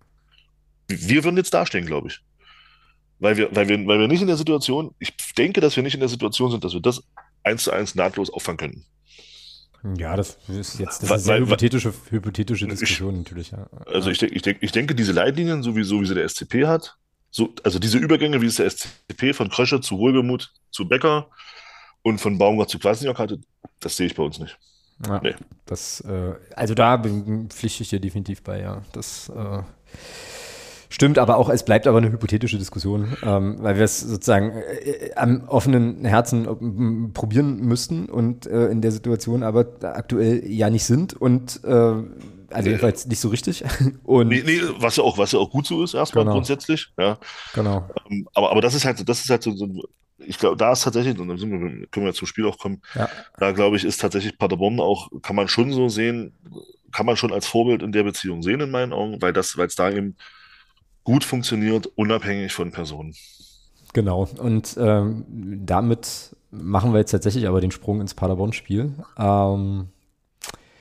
Wir würden jetzt dastehen, glaube ich. Weil wir, weil wir, weil wir nicht in der Situation, ich denke, dass wir nicht in der Situation sind, dass wir das eins zu eins nahtlos auffangen können. Ja, das ist jetzt, das ist Weil, eine sehr weil, weil hypothetische, hypothetische ich, Diskussion natürlich, ja. also Ja. ich denke, ich denke, ich denke, diese Leitlinien, so wie, so wie sie der S C P hat, so, also diese Übergänge, wie es der S C P von Krösche zu Wohlgemuth zu Becker und von Baumgart zu Kwasniok hatte, das sehe ich bei uns nicht. Ja, Nee. das, äh, also da bin, pflichte ich dir definitiv bei, ja. Das äh, stimmt, aber auch, es bleibt aber eine hypothetische Diskussion, ähm, weil wir es sozusagen äh, am offenen Herzen äh, probieren müssten und äh, in der Situation aber aktuell ja nicht sind und äh, also Nee, jedenfalls nicht so richtig. nee, Und nee, was ja auch, was ja auch gut so ist, erstmal genau, grundsätzlich. Ja. genau. Ähm, Aber, aber das ist halt, das ist halt so, so ein- ich glaube, da ist tatsächlich, und dann sind wir, können wir zum Spiel auch kommen, Ja, da glaube ich, ist tatsächlich Paderborn auch, kann man schon so sehen, kann man schon als Vorbild in der Beziehung sehen, in meinen Augen, weil das, weil es da eben gut funktioniert, unabhängig von Personen. genau. Und ähm, damit machen wir jetzt tatsächlich aber den Sprung ins Paderborn-Spiel. Ähm,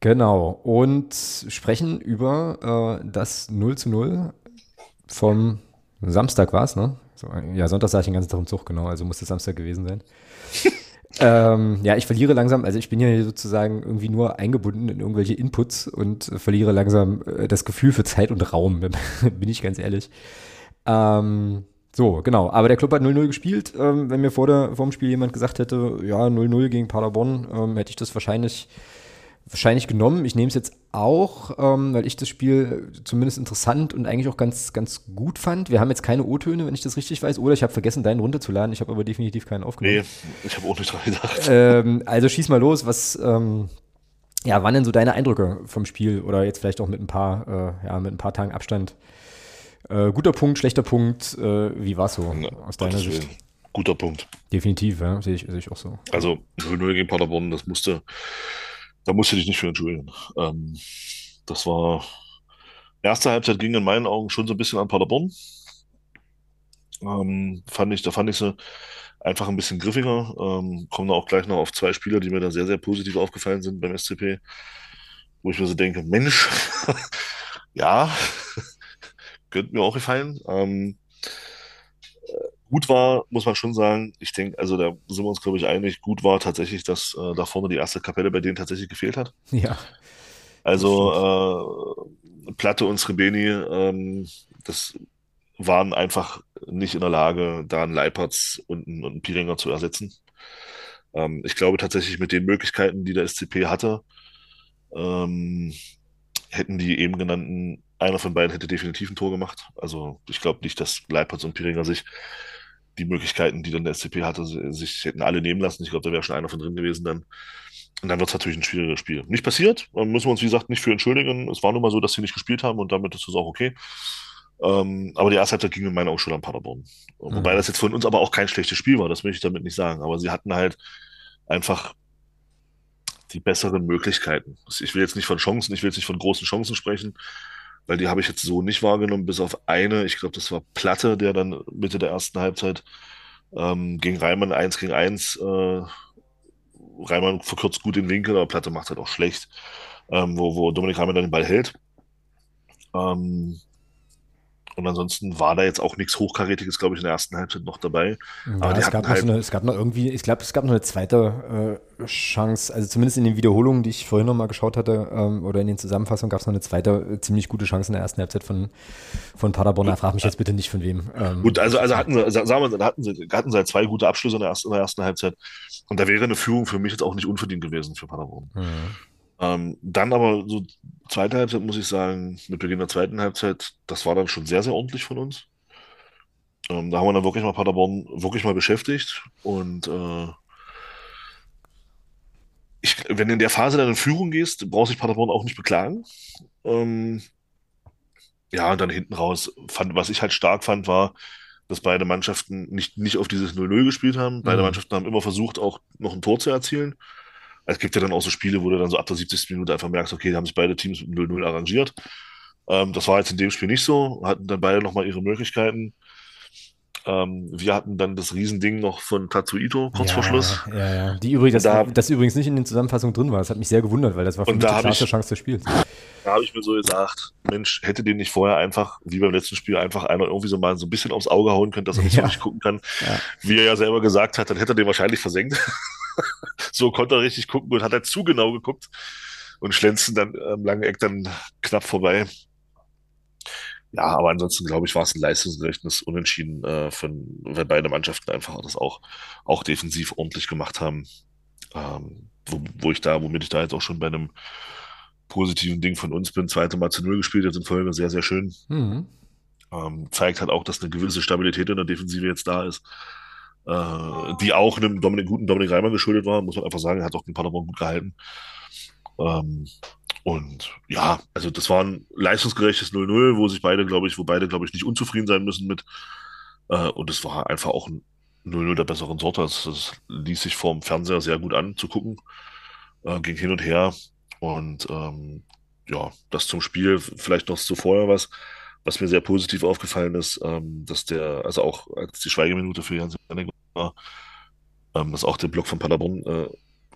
Genau. Und sprechen über äh, das null zu null vom Samstag war es, ne? So, ja, Sonntag saß ich den ganzen Tag im Zug, genau, also muss es Samstag gewesen sein. Ähm, ja, ich verliere langsam, also ich bin ja sozusagen irgendwie nur eingebunden in irgendwelche Inputs und äh, verliere langsam äh, das Gefühl für Zeit und Raum, bin ich ganz ehrlich. Ähm, so, genau, aber der Club hat null null gespielt. Ähm, wenn mir vor, der, vor dem Spiel jemand gesagt hätte, ja, null null gegen Paderborn, ähm, hätte ich das wahrscheinlich wahrscheinlich genommen. Ich nehme es jetzt auch, ähm, weil ich das Spiel zumindest interessant und eigentlich auch ganz, ganz gut fand. Wir haben jetzt keine O-Töne, wenn ich das richtig weiß, oder ich habe vergessen, deinen runterzuladen. Ich habe aber definitiv keinen aufgenommen. Nee, ich habe auch nicht dran gedacht. Ähm, also schieß mal los. Was, ähm, ja, waren denn so deine Eindrücke vom Spiel oder jetzt vielleicht auch mit ein paar, äh, ja, mit ein paar Tagen Abstand? Äh, guter Punkt, schlechter Punkt. Äh, wie war es so Na, aus deiner Gottes Sicht? Willen. Guter Punkt. Definitiv, ja, sehe ich, sehe ich auch so. Also null null gegen Paderborn, das musste, da musst du dich nicht für entschuldigen. Ähm, das war, erste Halbzeit ging in meinen Augen schon so ein bisschen an Paderborn. Ähm, fand ich, da fand ich sie einfach ein bisschen griffiger. Ähm, kommen da auch gleich noch auf zwei Spieler, die mir da sehr, sehr positiv aufgefallen sind beim S C P, wo ich mir so denke, Mensch, ja, könnte mir auch gefallen. Ähm, gut war, muss man schon sagen, ich denke, also da sind wir uns, glaube ich, einig, gut war tatsächlich, dass äh, da vorne die erste Kapelle bei denen tatsächlich gefehlt hat. Ja, das stimmt. Also äh, Platte und Srebeni, ähm, das waren einfach nicht in der Lage, da einen Leipertz und einen, und einen Piringer zu ersetzen. Ähm, ich glaube tatsächlich mit den Möglichkeiten, die der S C P hatte, ähm, hätten die eben genannten, einer von beiden hätte definitiv ein Tor gemacht. Also ich glaube nicht, dass Leipertz und Piringer sich die Möglichkeiten, die dann der S C P hatte, sich hätten alle nehmen lassen. Ich glaube, da wäre schon einer von drin gewesen dann. Und dann wird es natürlich ein schwieriges Spiel. Nicht passiert, ähm, müssen wir uns, wie gesagt, nicht für entschuldigen. Es war nun mal so, dass sie nicht gespielt haben und damit ist es auch okay. Ähm, aber die erste Halbzeit ging in meinen Augen schon an Paderborn. Wobei Mhm. das jetzt von uns aber auch kein schlechtes Spiel war, das möchte ich damit nicht sagen. Aber sie hatten halt einfach die besseren Möglichkeiten. Ich will jetzt nicht von Chancen, ich will jetzt nicht von großen Chancen sprechen, weil die habe ich jetzt so nicht wahrgenommen, bis auf eine. Ich glaube, das war Platte, der dann Mitte der ersten Halbzeit ähm, gegen Reimann eins gegen eins. Äh, Reimann verkürzt gut den Winkel, aber Platte macht halt auch schlecht, ähm, wo, wo Dominik Reimann dann den Ball hält. Ähm, und ansonsten war da jetzt auch nichts Hochkarätiges, glaube ich, in der ersten Halbzeit noch dabei. Aber Ja, die es gab hatten noch so halt, eine, es gab noch irgendwie, ich glaube, es gab noch eine zweite äh, Chance, also zumindest in den Wiederholungen, die ich vorhin noch mal geschaut hatte, ähm, oder in den Zusammenfassungen gab es noch eine zweite äh, ziemlich gute Chance in der ersten Halbzeit von, von Paderborn. Da frag mich jetzt bitte nicht von wem. Ähm, gut, muss ich also, jetzt also sagen. hatten sie, sa- sagen wir, da hatten sie, hatten sie halt zwei gute Abschlüsse in der ersten, in der ersten Halbzeit. Und da wäre eine Führung für mich jetzt auch nicht unverdient gewesen für Paderborn. Mhm. Ähm, dann aber so zweite Halbzeit, muss ich sagen, mit Beginn der zweiten Halbzeit, das war dann schon sehr, sehr ordentlich von uns. Ähm, da haben wir dann wirklich mal Paderborn wirklich mal beschäftigt. Und äh, ich, wenn du in der Phase dann in Führung gehst, braucht sich Paderborn auch nicht beklagen. Ähm, ja, und dann hinten raus, fand, was ich halt stark fand, war, dass beide Mannschaften nicht, nicht auf dieses null null gespielt haben. Beide Mhm. Mannschaften haben immer versucht, auch noch ein Tor zu erzielen. Es gibt ja dann auch so Spiele, wo du dann so ab der siebzigsten Minute einfach merkst, okay, da haben sich beide Teams mit null null arrangiert. Ähm, das war jetzt in dem Spiel nicht so, hatten dann beide nochmal ihre Möglichkeiten. Ähm, wir hatten dann das Riesending noch von Tatsuito kurz vor Ja, Schluss. ja, ja. Die übrigens, Und das, da, das übrigens nicht in den Zusammenfassungen drin war. Das hat mich sehr gewundert, weil das war für und mich da die habe klarste ich, Chance des Spiels. da habe ich mir so gesagt, Mensch, hätte den nicht vorher einfach, wie beim letzten Spiel, einfach einer irgendwie so mal so ein bisschen aufs Auge hauen können, dass er nicht so Ja, richtig gucken kann, ja. wie er ja selber gesagt hat, dann hätte er den wahrscheinlich versenkt. So konnte er richtig gucken und hat er zu genau geguckt und schlänzen dann am langen Eck dann knapp vorbei. Ja, aber ansonsten glaube ich, war es ein leistungsgerechtes Unentschieden, äh, von, weil beide Mannschaften einfach das auch, auch defensiv ordentlich gemacht haben. Ähm, wo, wo ich da, womit ich da jetzt auch schon bei einem positiven Ding von uns bin, zweite Mal zu Null gespielt jetzt in Folge, sehr, sehr schön. Mhm. Ähm, zeigt halt auch, dass eine gewisse Stabilität in der Defensive jetzt da ist, äh, die auch einem Dominik, guten Dominik Reimer geschuldet war, muss man einfach sagen, er hat auch den Paderborn gut gehalten. Ähm, und ja, also das war ein leistungsgerechtes null null, wo sich beide, glaube ich, wo beide, glaube ich, nicht unzufrieden sein müssen mit. Äh, und es war einfach auch ein null null der besseren Sorte. Das, das ließ sich vorm Fernseher sehr gut an zu gucken. Äh, ging hin und her. Und ähm, ja, das zum Spiel, vielleicht noch so vorher was, was mir sehr positiv aufgefallen ist, ähm, dass der, also auch als die Schweigeminute für Jan Senek war, ähm, dass auch der Block von Paderborn äh,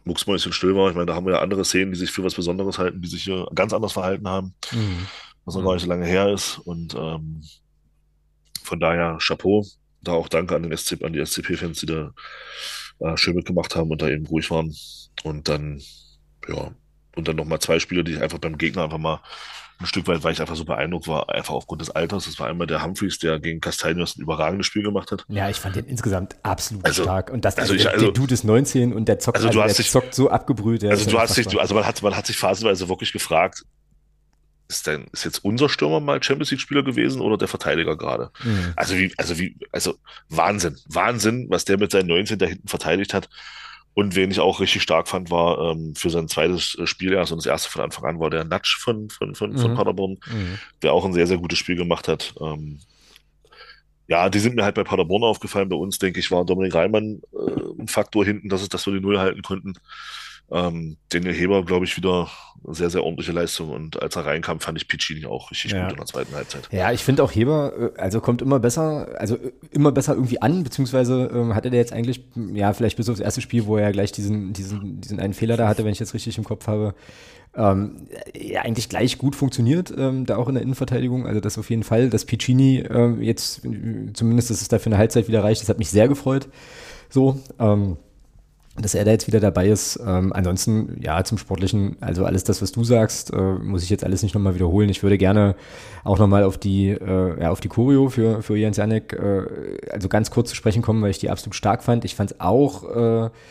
mucksmäuschenstill war. Ich meine, da haben wir ja andere Szenen, die sich für was Besonderes halten, die sich hier ganz anders verhalten haben, Mhm. was noch gar Mhm. nicht so lange her ist. Und ähm, von daher Chapeau. Da auch danke an den S C, an die S C P-Fans, die da äh, schön mitgemacht haben und da eben ruhig waren. Und dann, ja, und dann nochmal zwei Spiele, die ich einfach beim Gegner einfach mal ein Stück weit, weil ich einfach so beeindruckt war, einfach aufgrund des Alters. Das war einmal der Humphreys, der gegen Castaños ein überragendes Spiel gemacht hat. Ja, ich fand den insgesamt absolut Also, stark. Und das, also also ich, der, der also, Dude ist neunzehn und der zockt, also also du der hast dich, zockt so abgebrüht, der ist also ja du hast dich, unfassbar. du, also man hat, man hat sich phasenweise wirklich gefragt, ist denn, ist jetzt unser Stürmer mal Champions League-Spieler gewesen oder der Verteidiger gerade? Mhm. Also wie, also wie, also Wahnsinn, Wahnsinn, was der mit seinen neunzehn da hinten verteidigt hat. Und wen ich auch richtig stark fand, war ähm, für sein zweites äh, Spiel erst und das erste von Anfang an war der Natsch von, von, von, von Mhm. Paderborn, Mhm. der auch ein sehr, sehr gutes Spiel gemacht hat. Ähm, ja, die sind mir halt bei Paderborn aufgefallen. Bei uns, denke ich, war Dominik Reimann äh, ein Faktor hinten, dass, es, dass wir die Null halten konnten. Ähm, Daniel Heber, glaube ich, wieder eine sehr, sehr ordentliche Leistung. Und als er reinkam, fand ich Piccini auch richtig gut Ja. in der zweiten Halbzeit. Ja, ich finde auch Heber, äh, also kommt immer besser, also äh, immer besser irgendwie an, beziehungsweise ähm, hatte der jetzt eigentlich, ja, vielleicht bis aufs erste Spiel, wo er ja gleich diesen, diesen, diesen einen Fehler da hatte, wenn ich jetzt richtig im Kopf habe, ähm, ja, eigentlich gleich gut funktioniert, ähm, da auch in der Innenverteidigung, also das auf jeden Fall, dass Piccini ähm, jetzt, äh, zumindest, dass es da für eine Halbzeit wieder reicht, das hat mich sehr gefreut, so, ähm, dass er da jetzt wieder dabei ist. Ähm, ansonsten, ja, zum Sportlichen, also alles das, was du sagst, äh, muss ich jetzt alles nicht nochmal wiederholen. Ich würde gerne auch nochmal auf die, äh, ja, auf die Choreo für, für Jens Janek, äh, also ganz kurz zu sprechen kommen, weil ich die absolut stark fand. Ich fand es auch äh,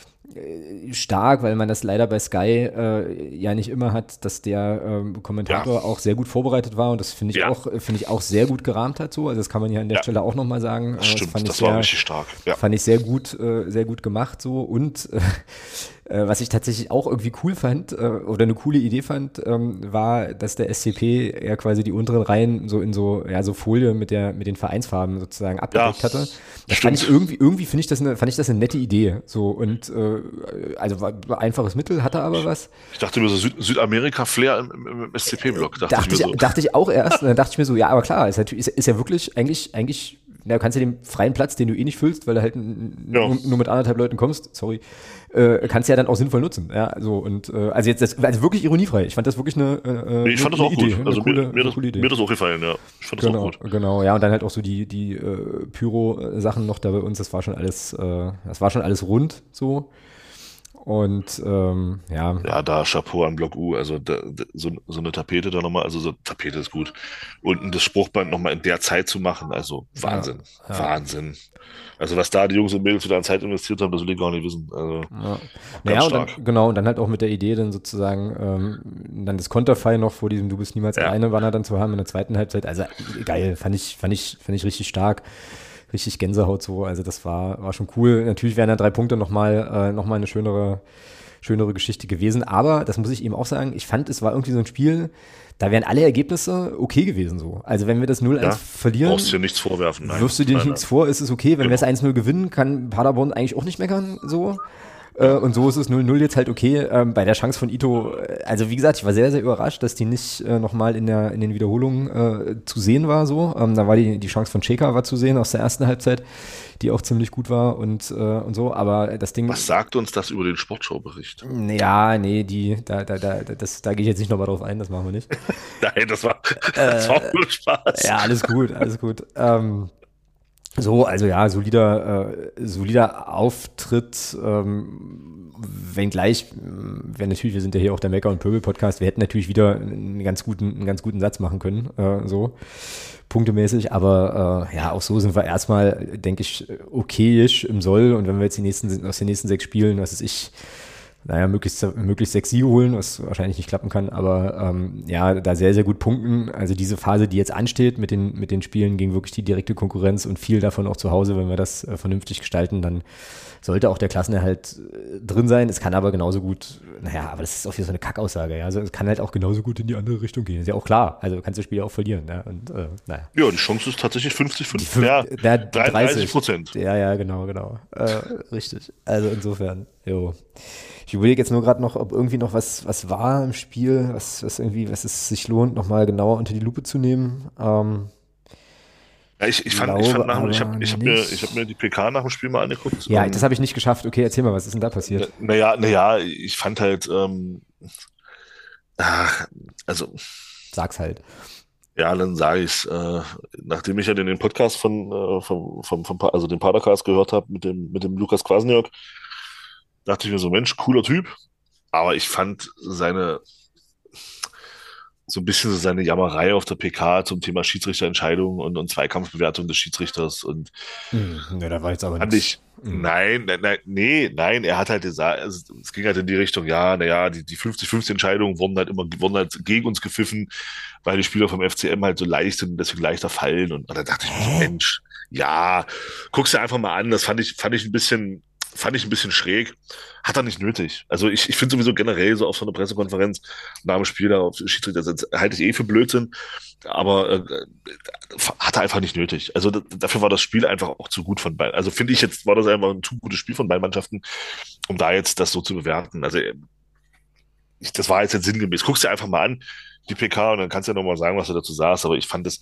stark, weil man das leider bei Sky äh, ja nicht immer hat, dass der ähm, Ja, Kommentator auch sehr gut vorbereitet war und das finde ich ja, auch, finde ich auch sehr gut gerahmt hat so. Also das kann man ja an der ja, Stelle auch nochmal sagen. das Äh, das fand stimmt. ich Das war sehr, richtig stark. Ja, fand ich sehr gut, äh, sehr gut gemacht so und äh, äh, was ich tatsächlich auch irgendwie cool fand äh, oder eine coole Idee fand, ähm, war, dass der S C P ja quasi die unteren Reihen so in so ja so Folie mit der mit den Vereinsfarben sozusagen ja, abgedeckt hatte. Das fand ich stimmt. irgendwie irgendwie finde ich das eine fand ich das eine nette Idee so und äh, also war war einfaches Mittel, hatte aber was. Ich dachte mir so Süd Südamerika-Flair im, im, im S C P-Block, dachte ich Dachte mir ich, so. dachte ich auch erst. Und dann dachte ich mir so, ja, aber klar, ist, natürlich, ist, ist ja wirklich eigentlich, eigentlich, na, du kannst ja den freien Platz, den du eh nicht füllst, weil du halt n- Ja, nur, nur mit anderthalb Leuten kommst, sorry, äh, kannst du ja dann auch sinnvoll nutzen. Ja, so und äh, also jetzt das, also wirklich ironiefrei. Ich fand das wirklich eine, äh, nee, ich fand das eine auch Idee, gut. eine Also mir, coole, mir, eine das, coole Idee. mir das auch gefallen, ja. Ich fand das auch Genau, gut. genau, ja, und dann halt auch so die, die äh, Pyro-Sachen noch da bei uns, das war schon alles, äh, das war schon alles rund so. Und ähm, ja, Ja, da Chapeau an Block U. Also da, da, so, so eine Tapete da nochmal, also so Tapete ist gut. Und das Spruchband nochmal in der Zeit zu machen, also ja, Wahnsinn. ja. Wieder Also was da die Jungs und Mädels wieder an Zeit investiert haben, das will ich gar nicht wissen. Also Ja. ganz Naja, und dann, stark. genau, und dann halt auch mit der Idee, dann sozusagen, ähm, dann das Konterfei noch vor diesem Du bist niemals Ja, alleine Banner dann zu haben in der zweiten Halbzeit. Also geil, fand ich, fand ich, fand ich richtig stark. Richtig Gänsehaut so. Also das war, war schon cool. Natürlich wären da drei Punkte nochmal, äh, noch mal eine schönere, schönere Geschichte gewesen. Aber, das muss ich eben auch sagen, ich fand, es war irgendwie so ein Spiel, da wären alle Ergebnisse okay gewesen so. Also wenn wir das null eins ja. verlieren, Brauchst dir nichts vorwerfen. Nein. wirfst du dir Nein, nichts nein. vor, ist es okay. Wenn wir es Genau. eins null gewinnen, kann Paderborn eigentlich auch nicht meckern, so. Äh, Ja. und so ist es null null jetzt halt okay. Ähm, bei der Chance von Ito, äh, also wie gesagt, ich war sehr, sehr überrascht, dass die nicht äh, nochmal in, der, in den Wiederholungen äh, zu sehen war, so. Ähm, da war die, die Chance von Cheka war zu sehen aus der ersten Halbzeit, die auch ziemlich gut war und, äh, und so. Aber das Ding. Was sagt uns das über den Sportschau-Bericht? Ja, nee, die, da, da, da, das, da gehe ich jetzt nicht nochmal drauf ein, das machen wir nicht. Nein, das war, das war nur Spaß. Ja, alles gut, alles gut. Ähm, So, also ja, solider, äh, solider Auftritt, ähm, wenngleich, äh, wir natürlich, wir sind ja hier auch der Mecker- und Pöbel-Podcast, wir hätten natürlich wieder einen ganz guten, einen ganz guten Satz machen können, äh, so, punktemäßig, aber äh, ja, auch so sind wir erstmal, denke ich, okayisch im Soll und wenn wir jetzt die nächsten, aus den nächsten sechs Spielen, was ist ich, naja, möglichst, möglichst sechs Siege holen, was wahrscheinlich nicht klappen kann, aber ähm, ja, da sehr, sehr gut punkten. Also diese Phase, die jetzt ansteht mit den, mit den Spielen gegen wirklich die direkte Konkurrenz und viel davon auch zu Hause, wenn wir das äh, vernünftig gestalten, dann sollte auch der Klassenerhalt äh, drin sein. Es kann aber genauso gut, naja, aber das ist auch wieder so eine Kackaussage, ja. Also es kann halt auch genauso gut in die andere Richtung gehen. Ist ja auch klar. Also du kannst das Spiel ja auch verlieren, ja. Und äh, naja. Ja, die Chance ist tatsächlich fünfzig fünfzig. Fünf- Ja, ja, dreiunddreißig Prozent. Ja, ja, genau, genau. Äh, richtig. Also insofern, jo. Ich überlege jetzt nur gerade noch, ob irgendwie noch was, was war im Spiel, was, was irgendwie, was es sich lohnt, nochmal genauer unter die Lupe zu nehmen. Ähm, Ja, ich, ich fand, ich fand glaube nach, dem- ich habe aber ich hab mir, ich hab nicht. mir die P K nach dem Spiel mal angeguckt. Ja, das Ähm, habe ich nicht geschafft. Okay, erzähl mal, was ist denn da passiert? naja, naja, ich fand halt, ähm, ach, also, Sag's halt. ja, dann sage ich's. Äh, nachdem ich ja den, den Podcast von, äh, vom, vom, vom, Pa- also den Padercast gehört habe mit dem, mit dem Lukas Kwasniok, dachte ich mir so, Mensch, cooler Typ. Aber ich fand seine, so ein bisschen so seine Jammerei auf der P K zum Thema Schiedsrichterentscheidungen und, und Zweikampfbewertung des Schiedsrichters und Hm, ne, da war jetzt aber fand nichts. ich, Hm. nein, nein, nein, nee, nein, er hat halt gesagt, es, es ging halt in die Richtung, ja, naja, die, die fünfzig fünfzig Entscheidungen wurden halt immer, wurden halt gegen uns gepfiffen, weil die Spieler vom F C M halt so leicht sind und deswegen leichter fallen und, und da dachte ich mir so, Hä? Mensch, ja, guck's dir einfach mal an, das fand ich, fand ich ein bisschen, fand ich ein bisschen schräg, hat er nicht nötig. Also ich, ich finde sowieso generell so auf so einer Pressekonferenz nach dem Spiel da auf Schiedsrichter, das halte ich eh für Blödsinn, aber äh, hat er einfach nicht nötig. Also d- dafür war das Spiel einfach auch zu gut von beiden. Also finde ich jetzt, war das einfach ein zu gutes Spiel von beiden Mannschaften, um da jetzt das so zu bewerten. Also äh, ich, das war jetzt nicht sinngemäß. Guck's dir einfach mal an, die P K, und dann kannst du ja nochmal sagen, was du dazu sagst. Aber ich fand, das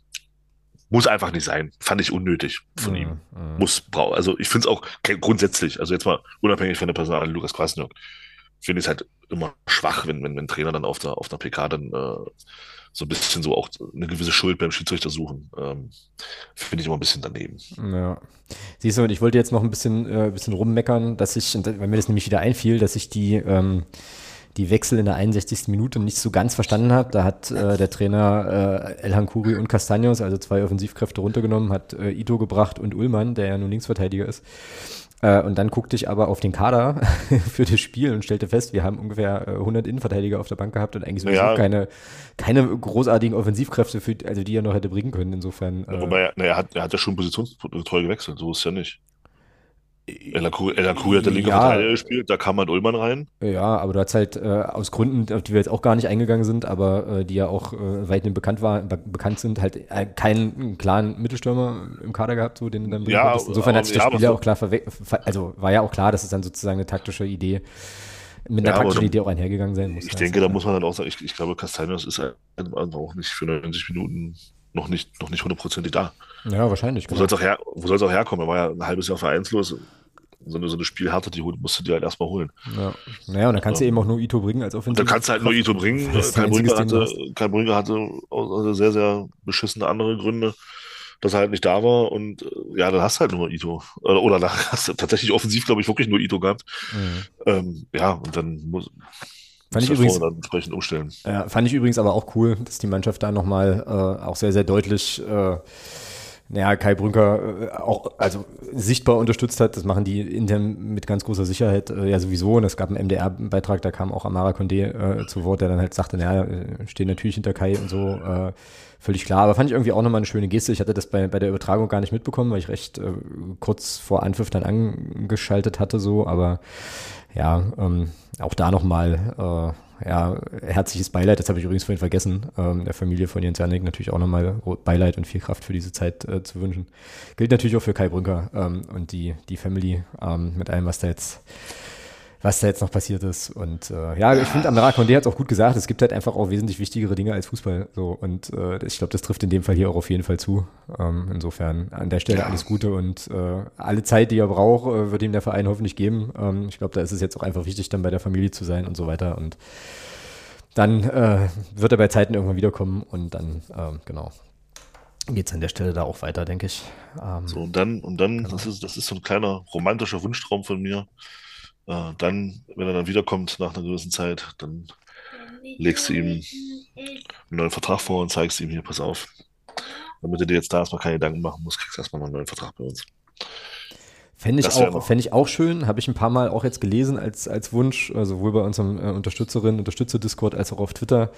muss einfach nicht sein. Fand ich unnötig von Hm, ihm. hm. Muss, brau. Also ich finde es auch ke- grundsätzlich, also jetzt mal unabhängig von der Personalie Lukas Kwasniok, finde ich es halt immer schwach, wenn, wenn, wenn Trainer dann auf der, auf der P K dann äh, so ein bisschen so auch eine gewisse Schuld beim Schiedsrichter suchen. Ähm, finde ich immer ein bisschen daneben. Ja. Siehst du, und ich wollte jetzt noch ein bisschen, äh, bisschen rummeckern, dass ich, und da- weil mir das nämlich wieder einfiel, dass ich die, ähm, die Wechsel in der einundsechzigsten Minute nicht so ganz verstanden habe. Da hat äh, der Trainer äh, El Hankuri und Castaños, also zwei Offensivkräfte, runtergenommen, hat äh, Ito gebracht und Ullmann, der ja nun Linksverteidiger ist. Äh, und dann guckte ich aber auf den Kader für das Spiel und stellte fest, wir haben ungefähr äh, hundert Innenverteidiger auf der Bank gehabt und eigentlich sowieso Naja, keine, keine großartigen Offensivkräfte, für, also die er noch hätte bringen können. Insofern, äh, wobei, er, na, er hat, er hat ja schon positionstreu gewechselt, so ist es ja nicht. El Hakoui El Hakoui hat der linke ja, Verteidiger gespielt, da kam halt Ullmann rein. ja, aber du hast halt äh, aus Gründen, auf die wir jetzt auch gar nicht eingegangen sind, aber äh, die ja auch äh, weithin bekannt war, be bekannt sind, halt äh, keinen klaren Mittelstürmer im Kader gehabt, so den du dann bringen Ja, konntest. Insofern hat aber, sich das ja, Spiel aber, ja auch klar verwe ver also war ja auch klar, dass es dann sozusagen eine taktische Idee, mit einer ja, aber taktischen dann, Idee auch einhergegangen sein muss. ich Ja, ist denke, ja da klar. muss man dann auch sagen, ich, ich glaube, Castellanos ist halt einfach auch nicht für neunzig Minuten noch nicht, noch nicht hundertprozentig da. Ja, wahrscheinlich, Wo soll genau. es auch, her, wo soll's auch herkommen? Er war ja ein halbes Jahr vereinslos. So eine, so eine Spielhärte, die hol- musst du dir halt erstmal holen. Ja. Naja, und dann kannst du eben auch Ähm, nur Ito bringen als und dann kannst du halt nur Offensivkraft, Ito bringen. weil das der Kai einzige ist, Brünker den du hatte, hast. Kai Brünker hatte auch also sehr, sehr beschissene andere Gründe, dass er halt nicht da war. Und äh, ja, dann hast du halt nur Ito. Oder, oder dann hast du tatsächlich offensiv, glaube ich, wirklich nur Ito gehabt. Mhm. Ähm, ja, und dann muss, Fand muss ich der vorne übrigens, dann entsprechend umstellen. ja, fand ich übrigens aber auch cool, dass die Mannschaft da nochmal äh, auch sehr, sehr deutlich äh, naja, Kai Brünker äh, auch also sichtbar unterstützt hat. Das machen die intern mit ganz großer Sicherheit äh, ja sowieso. Und es gab einen M D R-Beitrag, da kam auch Amara Condé äh, zu Wort, der dann halt sagte, naja, äh, stehen natürlich hinter Kai und so. Äh, völlig klar. Aber fand ich irgendwie auch nochmal eine schöne Geste. Ich hatte das bei, bei der Übertragung gar nicht mitbekommen, weil ich recht äh, kurz vor Anpfiff dann angeschaltet hatte so. Aber ja, ähm, auch da nochmal äh, ja, herzliches Beileid, das habe ich übrigens vorhin vergessen, ähm, der Familie von Jens Janik natürlich auch nochmal Beileid und viel Kraft für diese Zeit äh, zu wünschen. Gilt natürlich auch für Kai Brünker ähm, und die, die Family ähm, mit allem, was da jetzt was da jetzt noch passiert ist. Und äh, ja, ich finde, Amara Condé hat es auch gut gesagt, es gibt halt einfach auch wesentlich wichtigere Dinge als Fußball. So. Und äh, ich glaube, das trifft in dem Fall hier auch auf jeden Fall zu. Ähm, insofern an der Stelle Ja, alles Gute und äh, alle Zeit, die er braucht, äh, wird ihm der Verein hoffentlich geben. Ähm, ich glaube, da ist es jetzt auch einfach wichtig, dann bei der Familie zu sein und so weiter. Und dann äh, wird er bei Zeiten irgendwann wiederkommen und dann, ähm, genau, geht es an der Stelle da auch weiter, denke ich. Ähm, so und dann, und dann, genau. das ist, das ist so ein kleiner romantischer Wunschtraum von mir. Äh, dann, wenn er dann wiederkommt nach einer gewissen Zeit, dann legst du ihm einen neuen Vertrag vor und zeigst ihm hier, pass auf, damit du dir jetzt da erstmal keine Gedanken machen musst, kriegst du erstmal noch einen neuen Vertrag bei uns. Fände ich Das wäre auch, noch. fände ich auch schön, habe ich ein paar Mal auch jetzt gelesen als, als Wunsch, äh, sowohl bei unserem äh, Unterstützerinnen, Unterstützer-Discord als auch auf Twitter.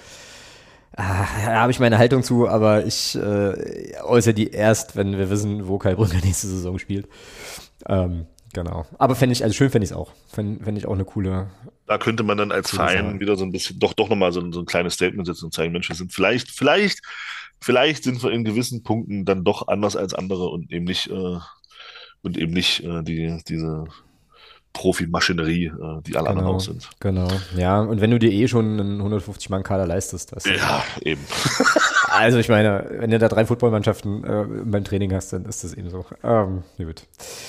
Ah, da habe ich meine Haltung zu, aber ich äh, äußere die erst, wenn wir wissen, wo Kai Brünker nächste Saison spielt. Ähm, genau. Aber fände ich, also schön fände ich es auch. Fände fänd ich auch eine coole, Da könnte man dann als coole Verein Sache. wieder so ein bisschen, doch, doch nochmal so, ein- so ein kleines Statement setzen und zeigen, Mensch, wir sind vielleicht, vielleicht, vielleicht sind wir in gewissen Punkten dann doch anders als andere und eben nicht, äh, und eben nicht äh, die, diese Profimaschinerie, äh, die alle anderen auch Genau, sind. genau. Ja, und wenn du dir eh schon einen hundertfünfzig-Mann-Kader leistest, das Ja, eben. also ich meine, wenn du da drei Footballmannschaften äh, beim Training hast, dann ist das eben so. Ähm, gut.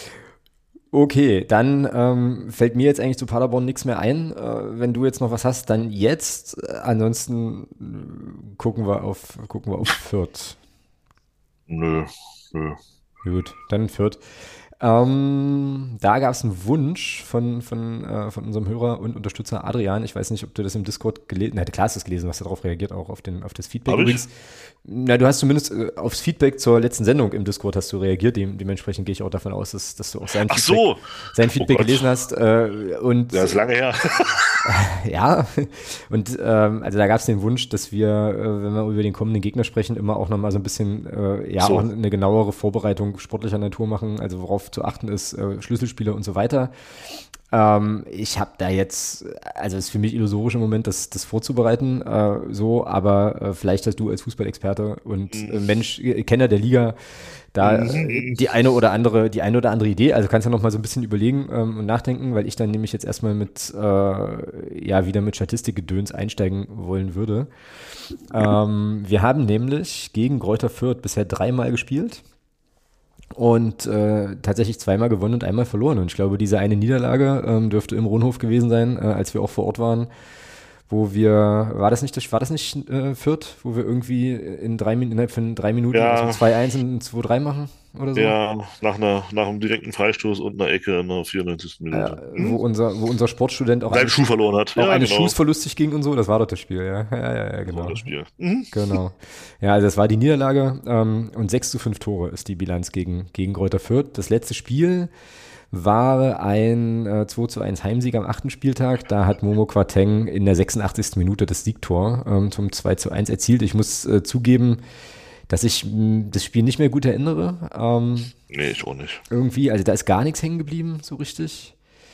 Okay, dann ähm, fällt mir jetzt eigentlich zu Paderborn nichts mehr ein. Äh, wenn du jetzt noch was hast, dann jetzt. Äh, ansonsten äh, gucken wir auf, gucken wir auf Fürth. Nö, nö. Gut, dann Fürth. Ähm, da gab es einen Wunsch von, von, äh, von unserem Hörer und Unterstützer Adrian. Ich weiß nicht, ob du das im Discord gelesen hast. Klar hast du es gelesen, hast darauf reagiert, auch auf, den, auf das Feedback. Hab ich? Übrigens, na, du hast zumindest äh, aufs Feedback zur letzten Sendung im Discord hast du reagiert. Dem, dementsprechend gehe ich auch davon aus, dass, dass du auch sein Ach Feedback, so. sein Feedback Oh Gott. gelesen hast. Äh, und Ja, ist lange her. ja, und ähm, also da gab es den Wunsch, dass wir, äh, wenn wir über den kommenden Gegner sprechen, immer auch nochmal so ein bisschen, äh, ja, So. auch eine genauere Vorbereitung sportlicher Natur machen, also worauf zu achten ist, äh, Schlüsselspieler und so weiter. Ähm, ich habe da jetzt, also es ist für mich illusorisch im Moment, das, das vorzubereiten, äh, so, aber äh, vielleicht hast du als Fußballexperte und äh, Mensch, äh, Kenner der Liga, da äh, die eine oder andere, die eine oder andere Idee, also kannst du noch mal so ein bisschen überlegen ähm, und nachdenken, weil ich dann nämlich jetzt erstmal mit, äh, ja, wieder mit Statistikgedöns einsteigen wollen würde. Ähm, wir haben nämlich gegen Greuther Fürth bisher dreimal gespielt und äh, tatsächlich zweimal gewonnen und einmal verloren. Und ich glaube, diese eine Niederlage ähm, dürfte im Rohnhof gewesen sein, äh, als wir auch vor Ort waren, wo wir, war das nicht, war das nicht äh, Fürth, wo wir irgendwie in drei, Min- innerhalb von drei Minuten Ja. also zwei eins und zwei drei machen oder so? Ja, nach, einer, nach einem direkten Freistoß und einer Ecke in der vierundneunzigsten Minute. Äh, wo, unser, wo unser Sportstudent auch, Seinen eines, Schuh verloren hat. auch Ja, eines genau. Schuhs verlustig ging und so, das war doch das Spiel, ja. Ja, ja, ja, Das genau. war das Spiel. Mhm. Genau. Ja, also das war die Niederlage ähm, und sechs zu fünf Tore ist die Bilanz gegen, gegen Greuther Fürth. Das letzte Spiel war ein äh, zwei zu eins Heimsieg am achten Spieltag. Da hat Momo Quateng in der sechsundachtzigsten Minute das Siegtor ähm, zum zwei zu eins erzielt. Ich muss äh, zugeben, dass ich mh, das Spiel nicht mehr gut erinnere. Ähm, Nee, ich auch nicht. irgendwie, also da ist gar nichts hängen geblieben, so richtig.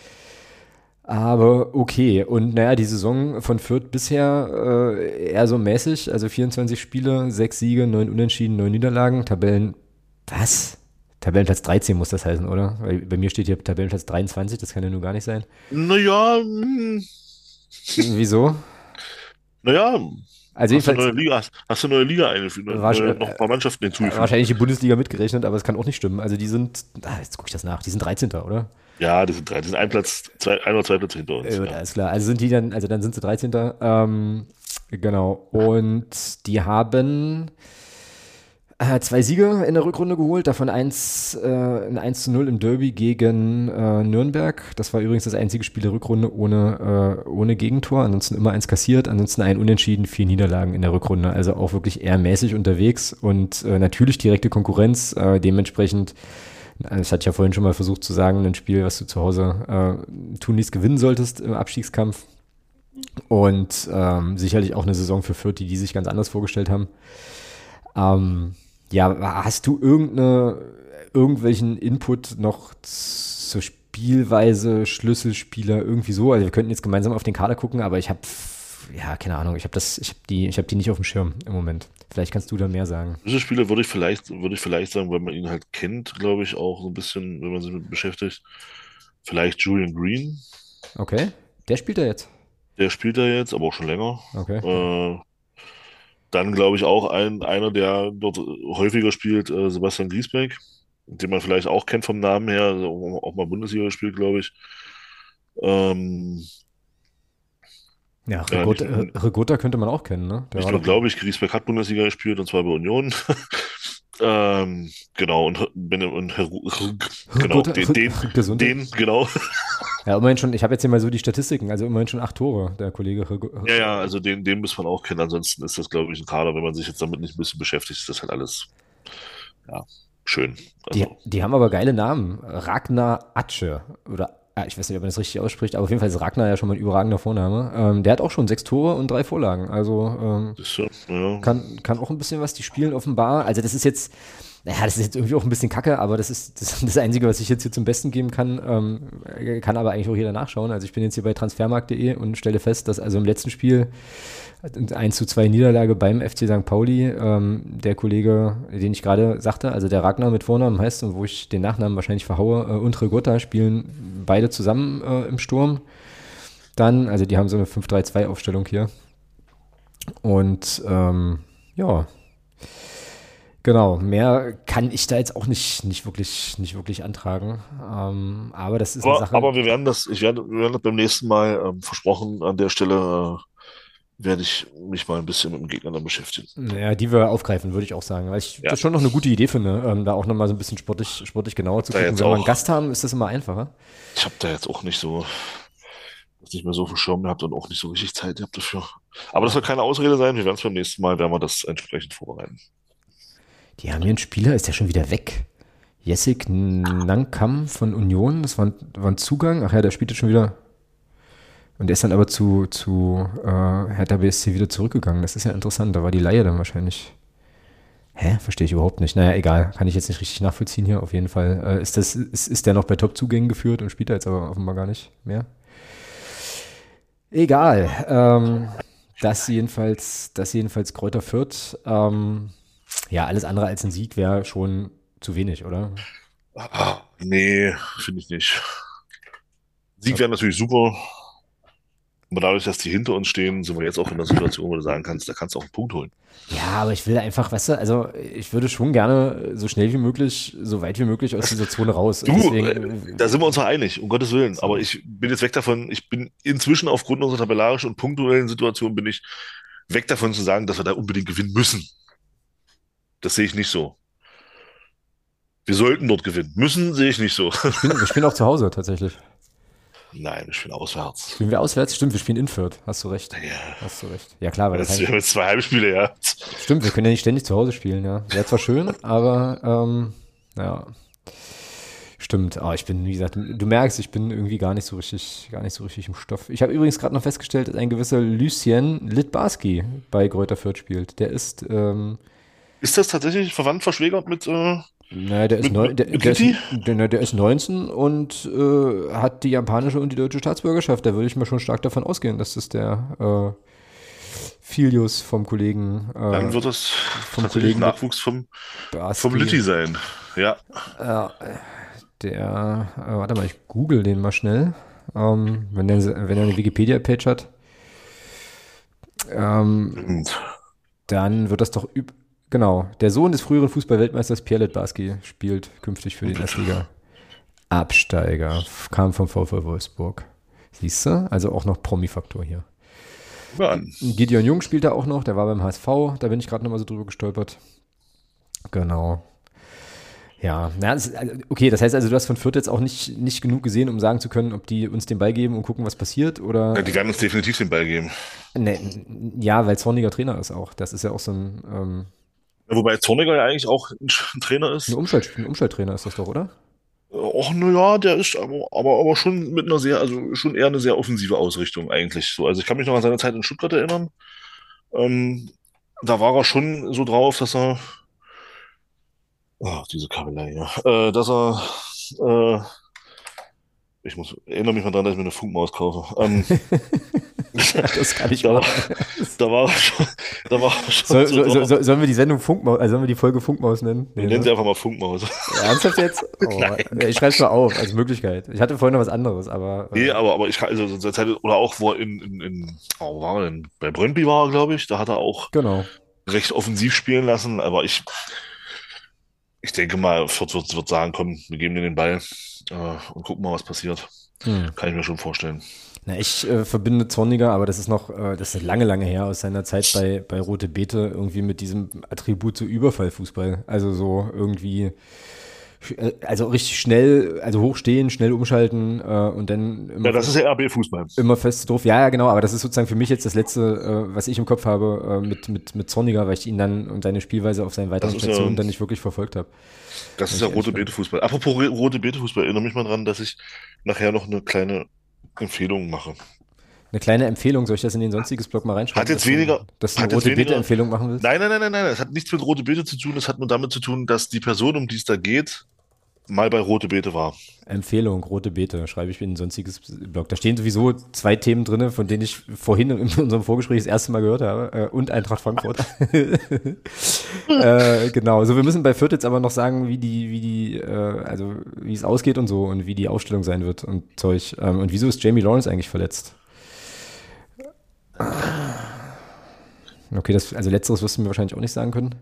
Aber okay, und naja, die Saison von Fürth bisher äh, eher so mäßig, also vierundzwanzig Spiele, sechs Siege, neun Unentschieden, neun Niederlagen, Tabellen, was? Tabellenplatz dreizehn muss das heißen, oder? Weil bei mir steht hier Tabellenplatz dreiundzwanzig, das kann ja nur gar nicht sein. Naja, hm, Wieso? naja, Also hast du jedenfalls neue Liga, hast, hast du neue Liga eingeführt, War schon- neue, noch ein paar Mannschaften hinzugefügt. wahrscheinlich die Bundesliga mitgerechnet, aber es kann auch nicht stimmen. Also die sind, ah, jetzt gucke ich das nach, die sind dreizehnter, oder? Ja, das sind drei, das sind ein Platz, zwei, ein oder zwei Plätze hinter uns. Ja, gut, Ja. alles klar. Also sind die dann, also dann sind sie dreizehnter. Ähm, genau. Und die haben äh, zwei Siege in der Rückrunde geholt, davon eins, äh, ein eins zu null im Derby gegen äh, Nürnberg. Das war übrigens das einzige Spiel der Rückrunde ohne, äh, ohne Gegentor. Ansonsten immer eins kassiert, ansonsten ein Unentschieden, vier Niederlagen in der Rückrunde. Also auch wirklich eher mäßig unterwegs und äh, natürlich direkte Konkurrenz. Äh, dementsprechend, das hatte ich ja vorhin schon mal versucht zu sagen, ein Spiel, was du zu Hause äh, tunlichst gewinnen solltest im Abstiegskampf. Und ähm, sicherlich auch eine Saison für Fürth, die die sich ganz anders vorgestellt haben. Ähm, ja, hast du irgendeine, irgendwelchen Input noch zur Spielweise, Schlüsselspieler, irgendwie so? Also wir könnten jetzt gemeinsam auf den Kader gucken, aber ich habe, ja, keine Ahnung, ich habe das, ich habe die, ich habe die nicht auf dem Schirm im Moment. Vielleicht kannst du da mehr sagen. Diese Spieler würde ich vielleicht, würde ich vielleicht sagen, weil man ihn halt kennt, glaube ich, auch so ein bisschen, wenn man sich mit beschäftigt. Vielleicht Julian Green, Okay, der spielt da jetzt. der spielt da jetzt, aber auch schon länger. Okay. Äh, dann glaube ich auch ein, einer, der dort häufiger spielt, äh, Sebastian Griesbeck, den man vielleicht auch kennt vom Namen her, also auch auch mal Bundesliga gespielt, glaube ich. Ähm, Ja, ja, Rigotta, nicht, Rigotta könnte man auch kennen, ne? Der nicht war nur doch, glaube ich, Griesbeck hat Bundesliga gespielt, und zwar bei Union. ähm, genau, und, Ben- und Herr Ru- genau, Rigotta- den, den, Gesundheit. den, genau. Ja, immerhin schon, ich habe jetzt hier mal so die Statistiken, also immerhin schon acht Tore, der Kollege Rigo- Ja, ja, also den, den muss man auch kennen. Ansonsten ist das, glaube ich, ein Kader, wenn man sich jetzt damit nicht ein bisschen beschäftigt, ist das halt alles, ja, schön. Die, Also, die haben aber geile Namen. Ragnar Atsche oder ah, ich weiß nicht, ob man das richtig ausspricht, aber auf jeden Fall ist Ragnar ja schon mal ein überragender Vorname. Ähm, der hat auch schon sechs Tore und drei Vorlagen. Also ähm, das ist ja, ja. kann, kann auch ein bisschen was. Die spielen offenbar. Also das ist jetzt, Naja, das ist jetzt irgendwie auch ein bisschen kacke, aber das ist das, das Einzige, was ich jetzt hier zum Besten geben kann. Ähm, kann aber eigentlich auch jeder nachschauen. Also ich bin jetzt hier bei transfermarkt punkt de und stelle fest, dass also im letzten Spiel eins zu zwei Niederlage beim F C Sankt Pauli, ähm, der Kollege, den ich gerade sagte, also der Ragnar mit Vornamen heißt und wo ich den Nachnamen wahrscheinlich verhaue, äh, und Rigotta spielen beide zusammen äh, im Sturm. Dann, also die haben so eine fünf drei zwei Aufstellung hier. Und ähm, ja, genau, mehr kann ich da jetzt auch nicht, nicht, wirklich, nicht wirklich antragen. Ähm, aber das ist eine Aber, Sache. aber wir werden das, ich werde, wir werden das beim nächsten Mal ähm, versprochen, an der Stelle äh, werde ich mich mal ein bisschen mit dem Gegner dann beschäftigen. Naja, die wir aufgreifen, würde ich auch sagen. Weil ich Ja, das schon noch eine gute Idee finde, ähm, da auch nochmal so ein bisschen sportlich, sportlich genauer zu da gucken. jetzt Wenn wir einen auch, Gast haben, ist das immer einfacher. ich habe da jetzt auch nicht so, das nicht mehr so auf dem Schirm gehabt und auch nicht so richtig Zeit gehabt dafür. Aber das Ja. soll keine Ausrede sein, wir werden es beim nächsten Mal, werden wir das entsprechend vorbereiten. Die haben hier einen Spieler, ist der schon wieder weg? Jessic Nankam von Union, das war ein, war ein Zugang. Ach ja, der spielt jetzt schon wieder. Und der ist dann aber zu, zu äh, Hertha B S C wieder zurückgegangen. Das ist ja interessant, da war die Leihe dann wahrscheinlich. Hä? Verstehe ich überhaupt nicht. Naja, egal, kann ich jetzt nicht richtig nachvollziehen hier. Auf jeden Fall äh, ist, das, ist, ist der noch bei Top-Zugängen geführt und spielt da jetzt aber offenbar gar nicht mehr. Egal. Ähm, das jedenfalls, das jedenfalls Kräuter Fürth. Ähm, ja, alles andere als ein Sieg wäre schon zu wenig, oder? Ah, nee, finde ich nicht. Sieg wäre natürlich super, aber dadurch, dass die hinter uns stehen, sind wir jetzt auch in der Situation, wo du sagen kannst, da kannst du auch einen Punkt holen. Ja, aber ich will einfach, weißt du, also ich würde schon gerne so schnell wie möglich, so weit wie möglich aus dieser Zone raus. Und Du, deswegen, äh, da sind wir uns ja einig, um Gottes Willen. Aber ich bin jetzt weg davon, ich bin inzwischen aufgrund unserer tabellarischen und punktuellen Situation bin ich weg davon zu sagen, dass wir da unbedingt gewinnen müssen. Das sehe ich nicht so. Wir sollten dort gewinnen. Müssen sehe ich nicht so. wir spielen, wir spielen auch zu Hause tatsächlich. Nein, ich bin auswärts. Spielen wir auswärts? Stimmt, wir spielen in Fürth. Hast du recht. Ja, Hast du recht. Ja klar, weil das das heißt, wir haben jetzt zwei Heimspiele, ja. stimmt, wir können ja nicht ständig zu Hause spielen, ja. Wäre zwar schön, aber ähm, ja. Stimmt, aber ich bin, wie gesagt, du, du merkst, ich bin irgendwie gar nicht so richtig, gar nicht so richtig im Stoff. Ich habe übrigens gerade noch festgestellt, dass ein gewisser Lucien Litbarski bei Greuther Fürth spielt. Der ist, ähm, Ist das tatsächlich verwandt, verschwägert mit, äh, naja, der ist, mit, neu, mit, der, mit der, ist, Litti? der, der ist neunzehn und äh, hat die japanische und die deutsche Staatsbürgerschaft. Da würde ich mir schon stark davon ausgehen, dass das der äh, Filius vom Kollegen, Dann äh, wird das vom tatsächlich Kollegen Nachwuchs vom, vom Barski. Litti sein. Ja. Ja, der, äh, warte mal, ich google den mal schnell. Ähm, wenn, der, wenn er eine Wikipedia-Page hat, ähm, Und dann wird das doch üb genau. Der Sohn des früheren Fußball-Weltmeisters Pierre Litbarski spielt künftig für den Erstliga-Absteiger. Kam vom VfL Wolfsburg. Siehst du? Also auch noch Promi-Faktor hier. guck an. Gideon Jung spielt da auch noch, der war beim H S V, da bin ich gerade nochmal so drüber gestolpert. Genau. Ja, na, das ist, also, okay, das heißt also, du hast von Fürth jetzt auch nicht, nicht genug gesehen, um sagen zu können, ob die uns den Ball geben und gucken, was passiert, oder? Ja, die werden uns definitiv den Ball geben. Ne, ja, weil Zorniger Trainer ist auch. Das ist ja auch so ein, ähm, Ja, wobei Zorniger ja eigentlich auch ein, ein Trainer ein, ist. Umschalt, ein Umschalttrainer ist das doch, oder? Och, naja, der ist aber, aber, aber schon mit einer sehr, also schon eher eine sehr offensive Ausrichtung eigentlich so. Also ich kann mich noch an seine Zeit in Stuttgart erinnern. Ähm, da war er schon so drauf, dass er, ah, diese Kabelei, ja, äh, dass er, äh, ich muss, erinnere mich mal dran, dass ich mir eine Funkmaus kaufe. Ähm, Das kann ich da, mal. war- da war er schon, da war er schon Soll, so so, so, drauf. so, sollen wir die Sendung Funkmaus, also sollen wir die Folge Funkmaus nennen? Wir Nee, nennen ne? sie einfach mal Funkmaus. Ernsthaft jetzt? Oh, Nein. ja, ich schreibe es mal auf, als Möglichkeit. Ich hatte vorhin noch was anderes, aber. Nee, Äh, aber, aber ich kann, also so seit Zeit, oder auch wo er in, in, in oh, wo war er denn? Bei Brøndby war er, glaube ich. Da hat er auch genau. recht offensiv spielen lassen. Aber ich, ich denke mal, Fürth wird, wird sagen, komm, wir geben dir den Ball äh, und gucken mal, was passiert. Hm. Kann ich mir schon vorstellen. Na, ich äh, verbinde Zorniger, aber das ist noch, äh, das ist lange, lange her aus seiner Zeit bei, bei Rote Beete irgendwie mit diesem Attribut zu Überfallfußball. Also so irgendwie, äh, also richtig schnell, also hochstehen, schnell umschalten äh, und dann immer, Ja, das ist ja R B-Fußball. immer fest drauf. Ja, ja, genau, aber das ist sozusagen für mich jetzt das Letzte, äh, was ich im Kopf habe äh, mit, mit, mit Zorniger, weil ich ihn dann und seine Spielweise auf seinen weiteren Das ist ja- Stationen dann nicht wirklich verfolgt habe. Das ist Wenn ja ich rote ehrlich bin. Beete-Fußball. Apropos Re- rote Beete-Fußball, erinnere mich mal dran, dass ich nachher noch eine kleine Empfehlung mache. Eine kleine Empfehlung, soll ich das in den sonstiges Blog mal reinschreiben? Hat jetzt dass weniger, du, dass du hat eine jetzt rote weniger, Beete-Empfehlung machen willst? nein, nein, nein, nein, nein, es hat nichts mit Rote Beete zu tun, es hat nur damit zu tun, dass die Person, um die es da geht, mal bei Rote Beete war. Empfehlung, rote Beete, schreibe ich in ein sonstiges Blog. Da stehen sowieso zwei Themen drin, von denen ich vorhin in unserem Vorgespräch das erste Mal gehört habe. Äh, und Eintracht Frankfurt. äh, genau, so wir müssen bei Fürth jetzt aber noch sagen, wie die, wie die, äh, also wie es ausgeht und so und wie die Ausstellung sein wird und Zeug. Ähm, und wieso ist Jamie Lawrence eigentlich verletzt? Okay, das, also letzteres wirst du mir wahrscheinlich auch nicht sagen können.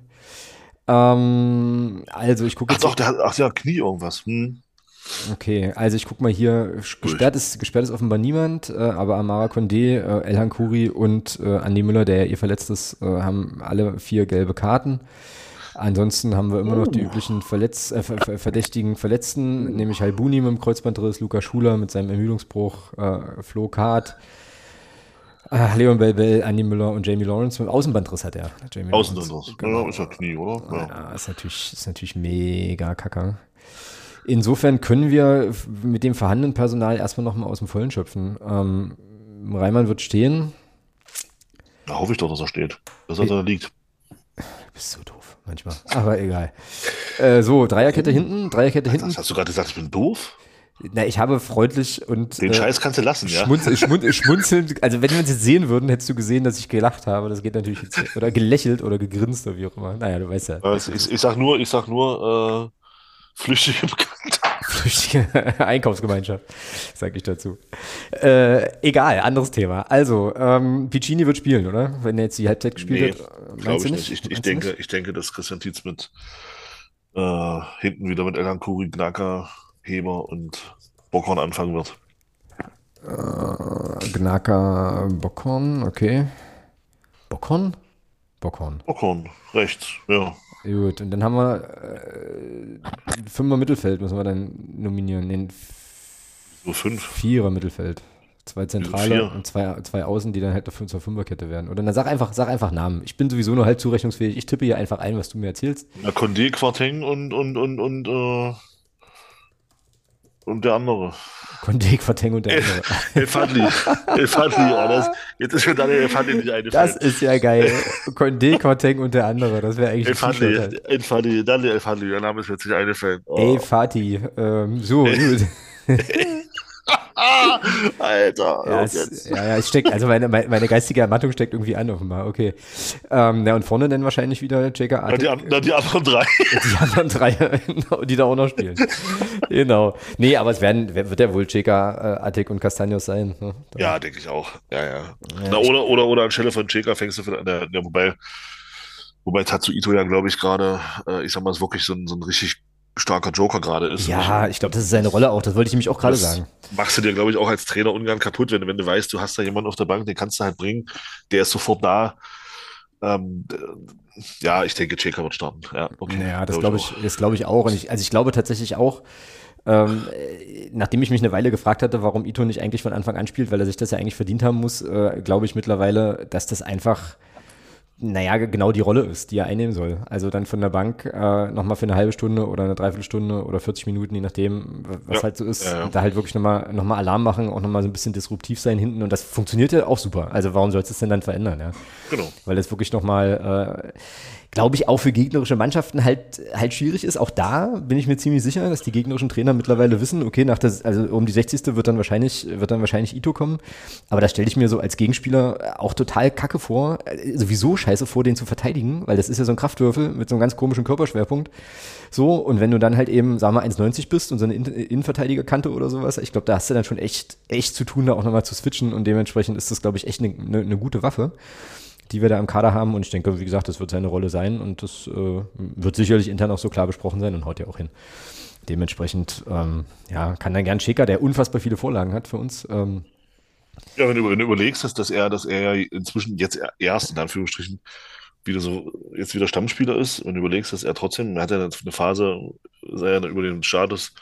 Ähm, also ich gucke Ach jetzt. doch, der hat, ach ja, Knie irgendwas. Hm. Okay, also ich guck mal hier, gesperrt ist, gesperrt ist offenbar niemand, äh, aber Amara Condé, äh, Elhan Khoury und äh, Andi Müller, der ja eh verletzt ist, äh, haben alle vier gelbe Karten. Ansonsten haben wir immer noch die üblichen Verletz äh, ver ver verdächtigen Verletzten, nämlich Halbuni mit dem Kreuzbandriss, Luca Schuler mit seinem Ermüdungsbruch, äh, Flo Kart, äh, Leon Bell-Bell, Andi Müller und Jamie Lawrence mit Außenbandriss hat er. Jamie Außenbandriss. Genau. Ja, ist ja Knie, oder? Ja. Ja, ist natürlich, ist natürlich mega kacke. Insofern können wir mit dem vorhandenen Personal erstmal nochmal aus dem Vollen schöpfen. Ähm, Reimann wird stehen. Da hoffe ich doch, dass er steht. Dass er da liegt. Du bist so doof, manchmal. Aber egal. Äh, so, Dreierkette hinten, Dreierkette hinten. Hast, hast du gerade gesagt, ich bin doof? Na, ich habe freundlich und Den äh, Scheiß kannst du lassen, ja? schmunz, schmunz, schmunzelnd, also wenn wir uns jetzt sehen würden, hättest du gesehen, dass ich gelacht habe. Das geht natürlich jetzt, oder gelächelt oder gegrinst oder wie auch immer. Naja, du weißt ja. Also ich, ich sag nur, ich sag nur, äh, flüchtige Bekannte. Flüchtige Einkaufsgemeinschaft, sag ich dazu. Äh, egal, anderes Thema. Also, ähm, Piccini wird spielen, oder? Wenn er jetzt die Halbzeit gespielt Nee, hat. glaube ich nicht. Ich, ich, Meinst du denke, nicht? ich denke, dass Christian Tietz mit äh, hinten wieder mit Elhan Khoury, Gnaka, Heber und Bockhorn anfangen wird. Äh, Gnaka, Bockhorn, okay. Bockhorn? Bockhorn. Bockhorn, rechts, ja. Gut, und dann haben wir äh, Fünfer Mittelfeld, müssen wir dann nominieren. Den So fünf. Vierer Mittelfeld. Zwei Zentrale vier? und zwei, zwei Außen, die dann halt auf zur Fünferkette werden. Oder dann sag einfach, sag einfach Namen. Ich bin sowieso nur halb zurechnungsfähig. Ich tippe hier einfach ein, was du mir erzählst. Na, Condé, Quarteng und, und, und, und, äh, und der andere. Condé, Quateng und der andere. El Fadli. El Fadli, ja, das, jetzt ist mir dann El Fadli nicht eingefallen. Das ist ja geil. Condé, Quateng und der andere. Das wäre eigentlich El ein Fadli, T-Shirt halt. El Fadli, dann El Fadli, der Name ist mir jetzt nicht eingefallen. Oh. Ey, Fatih. Ähm, so, gut. Alter, Ja, auf es, jetzt. ja, ja, es steckt, also meine, meine meine geistige Ermattung steckt irgendwie an offenbar, okay. Ähm, ja, und vorne dann wahrscheinlich wieder Jaker Na, Artik, die, an- na, die anderen drei. die anderen drei, die da auch noch spielen. Genau. Nee, aber es werden, wird ja wohl Jaker, äh, Artik und Castanios sein. Ne? Da- Ja, denke ich auch. Ja, ja. Ja, Na, ich- oder, oder, oder anstelle von Cheka fängst du für, na, ja, wobei, wobei Tatsuito ja, glaube ich, gerade, äh, ich sag mal, ist wirklich so ein, so ein richtig starker Joker gerade ist. Ja, ich glaube, das ist seine Rolle auch, das wollte ich nämlich auch gerade Das sagen. machst du dir, glaube ich, auch als Trainer ungern kaputt, wenn, du- wenn du weißt, du hast da jemanden auf der Bank, den kannst du halt bringen, der ist sofort da. Ähm, d- ja, ich denke, Cheka wird starten. Ja, okay. Naja, das Glaub glaube ich, das glaube ich auch. Und ich, also ich glaube tatsächlich auch, ähm, äh, nachdem ich mich eine Weile gefragt hatte, warum Ito nicht eigentlich von Anfang an spielt, weil er sich das ja eigentlich verdient haben muss, äh, glaube ich mittlerweile, dass das einfach, naja, genau die Rolle ist, die er einnehmen soll. Also dann von der Bank äh, nochmal für eine halbe Stunde oder eine Dreiviertelstunde oder vierzig Minuten, je nachdem, was Ja, halt so ist, ja, ja. da halt wirklich nochmal noch mal Alarm machen, auch nochmal so ein bisschen disruptiv sein hinten. Und das funktioniert ja auch super. Also warum sollst du es denn dann verändern? Ja? Genau. Weil das wirklich nochmal, äh, glaube ich, auch für gegnerische Mannschaften halt, halt schwierig ist. Auch da bin ich mir ziemlich sicher, dass die gegnerischen Trainer mittlerweile wissen, okay, nach der, also um die sechzigste wird dann wahrscheinlich, wird dann wahrscheinlich Ito kommen. Aber da stelle ich mir so als Gegenspieler auch total kacke vor, äh, sowieso scheiße vor, den zu verteidigen, weil das ist ja so ein Kraftwürfel mit so einem ganz komischen Körperschwerpunkt. So, und wenn du dann halt eben, sagen wir, eins neunzig bist und so eine In- Innenverteidigerkante oder sowas, ich glaube, da hast du dann schon echt, echt zu tun, da auch nochmal zu switchen und dementsprechend ist das, glaube ich, echt eine ne, ne gute Waffe, die wir da im Kader haben. Und ich denke, wie gesagt, das wird seine Rolle sein und das äh, wird sicherlich intern auch so klar besprochen sein und haut ja auch hin. Dementsprechend, ähm, ja, kann dann gern Schäker, der unfassbar viele Vorlagen hat für uns. Ähm, Ja, wenn du, wenn du überlegst, dass, dass er, dass er ja inzwischen jetzt erst in Anführungsstrichen wieder so, jetzt wieder Stammspieler ist, wenn du überlegst, dass er trotzdem, er hat ja eine Phase, sei ja über den Status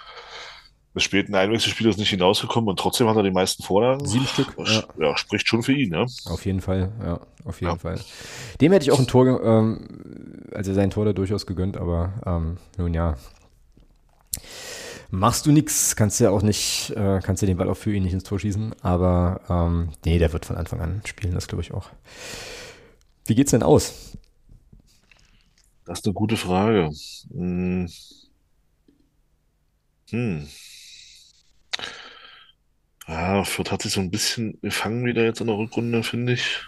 des späten Einwechselspielers nicht hinausgekommen und trotzdem hat er die meisten Vorlagen. sieben Stück, Das, ja. ja, spricht schon für ihn, ja. Auf jeden Fall, ja, auf jeden Ja. Fall. Dem hätte ich auch ein Tor, ge- ähm, also sein Tor da durchaus gegönnt, aber ähm, nun ja. Machst du nix, kannst ja auch nicht, äh, kannst ja den Ball auch für ihn nicht ins Tor schießen, aber ähm, nee, der wird von Anfang an spielen, das glaube ich auch. Wie geht's denn aus? Das ist eine gute Frage. Hm. Hm. Ja, Fürth hat sich so ein bisschen gefangen wieder jetzt in der Rückrunde, finde ich.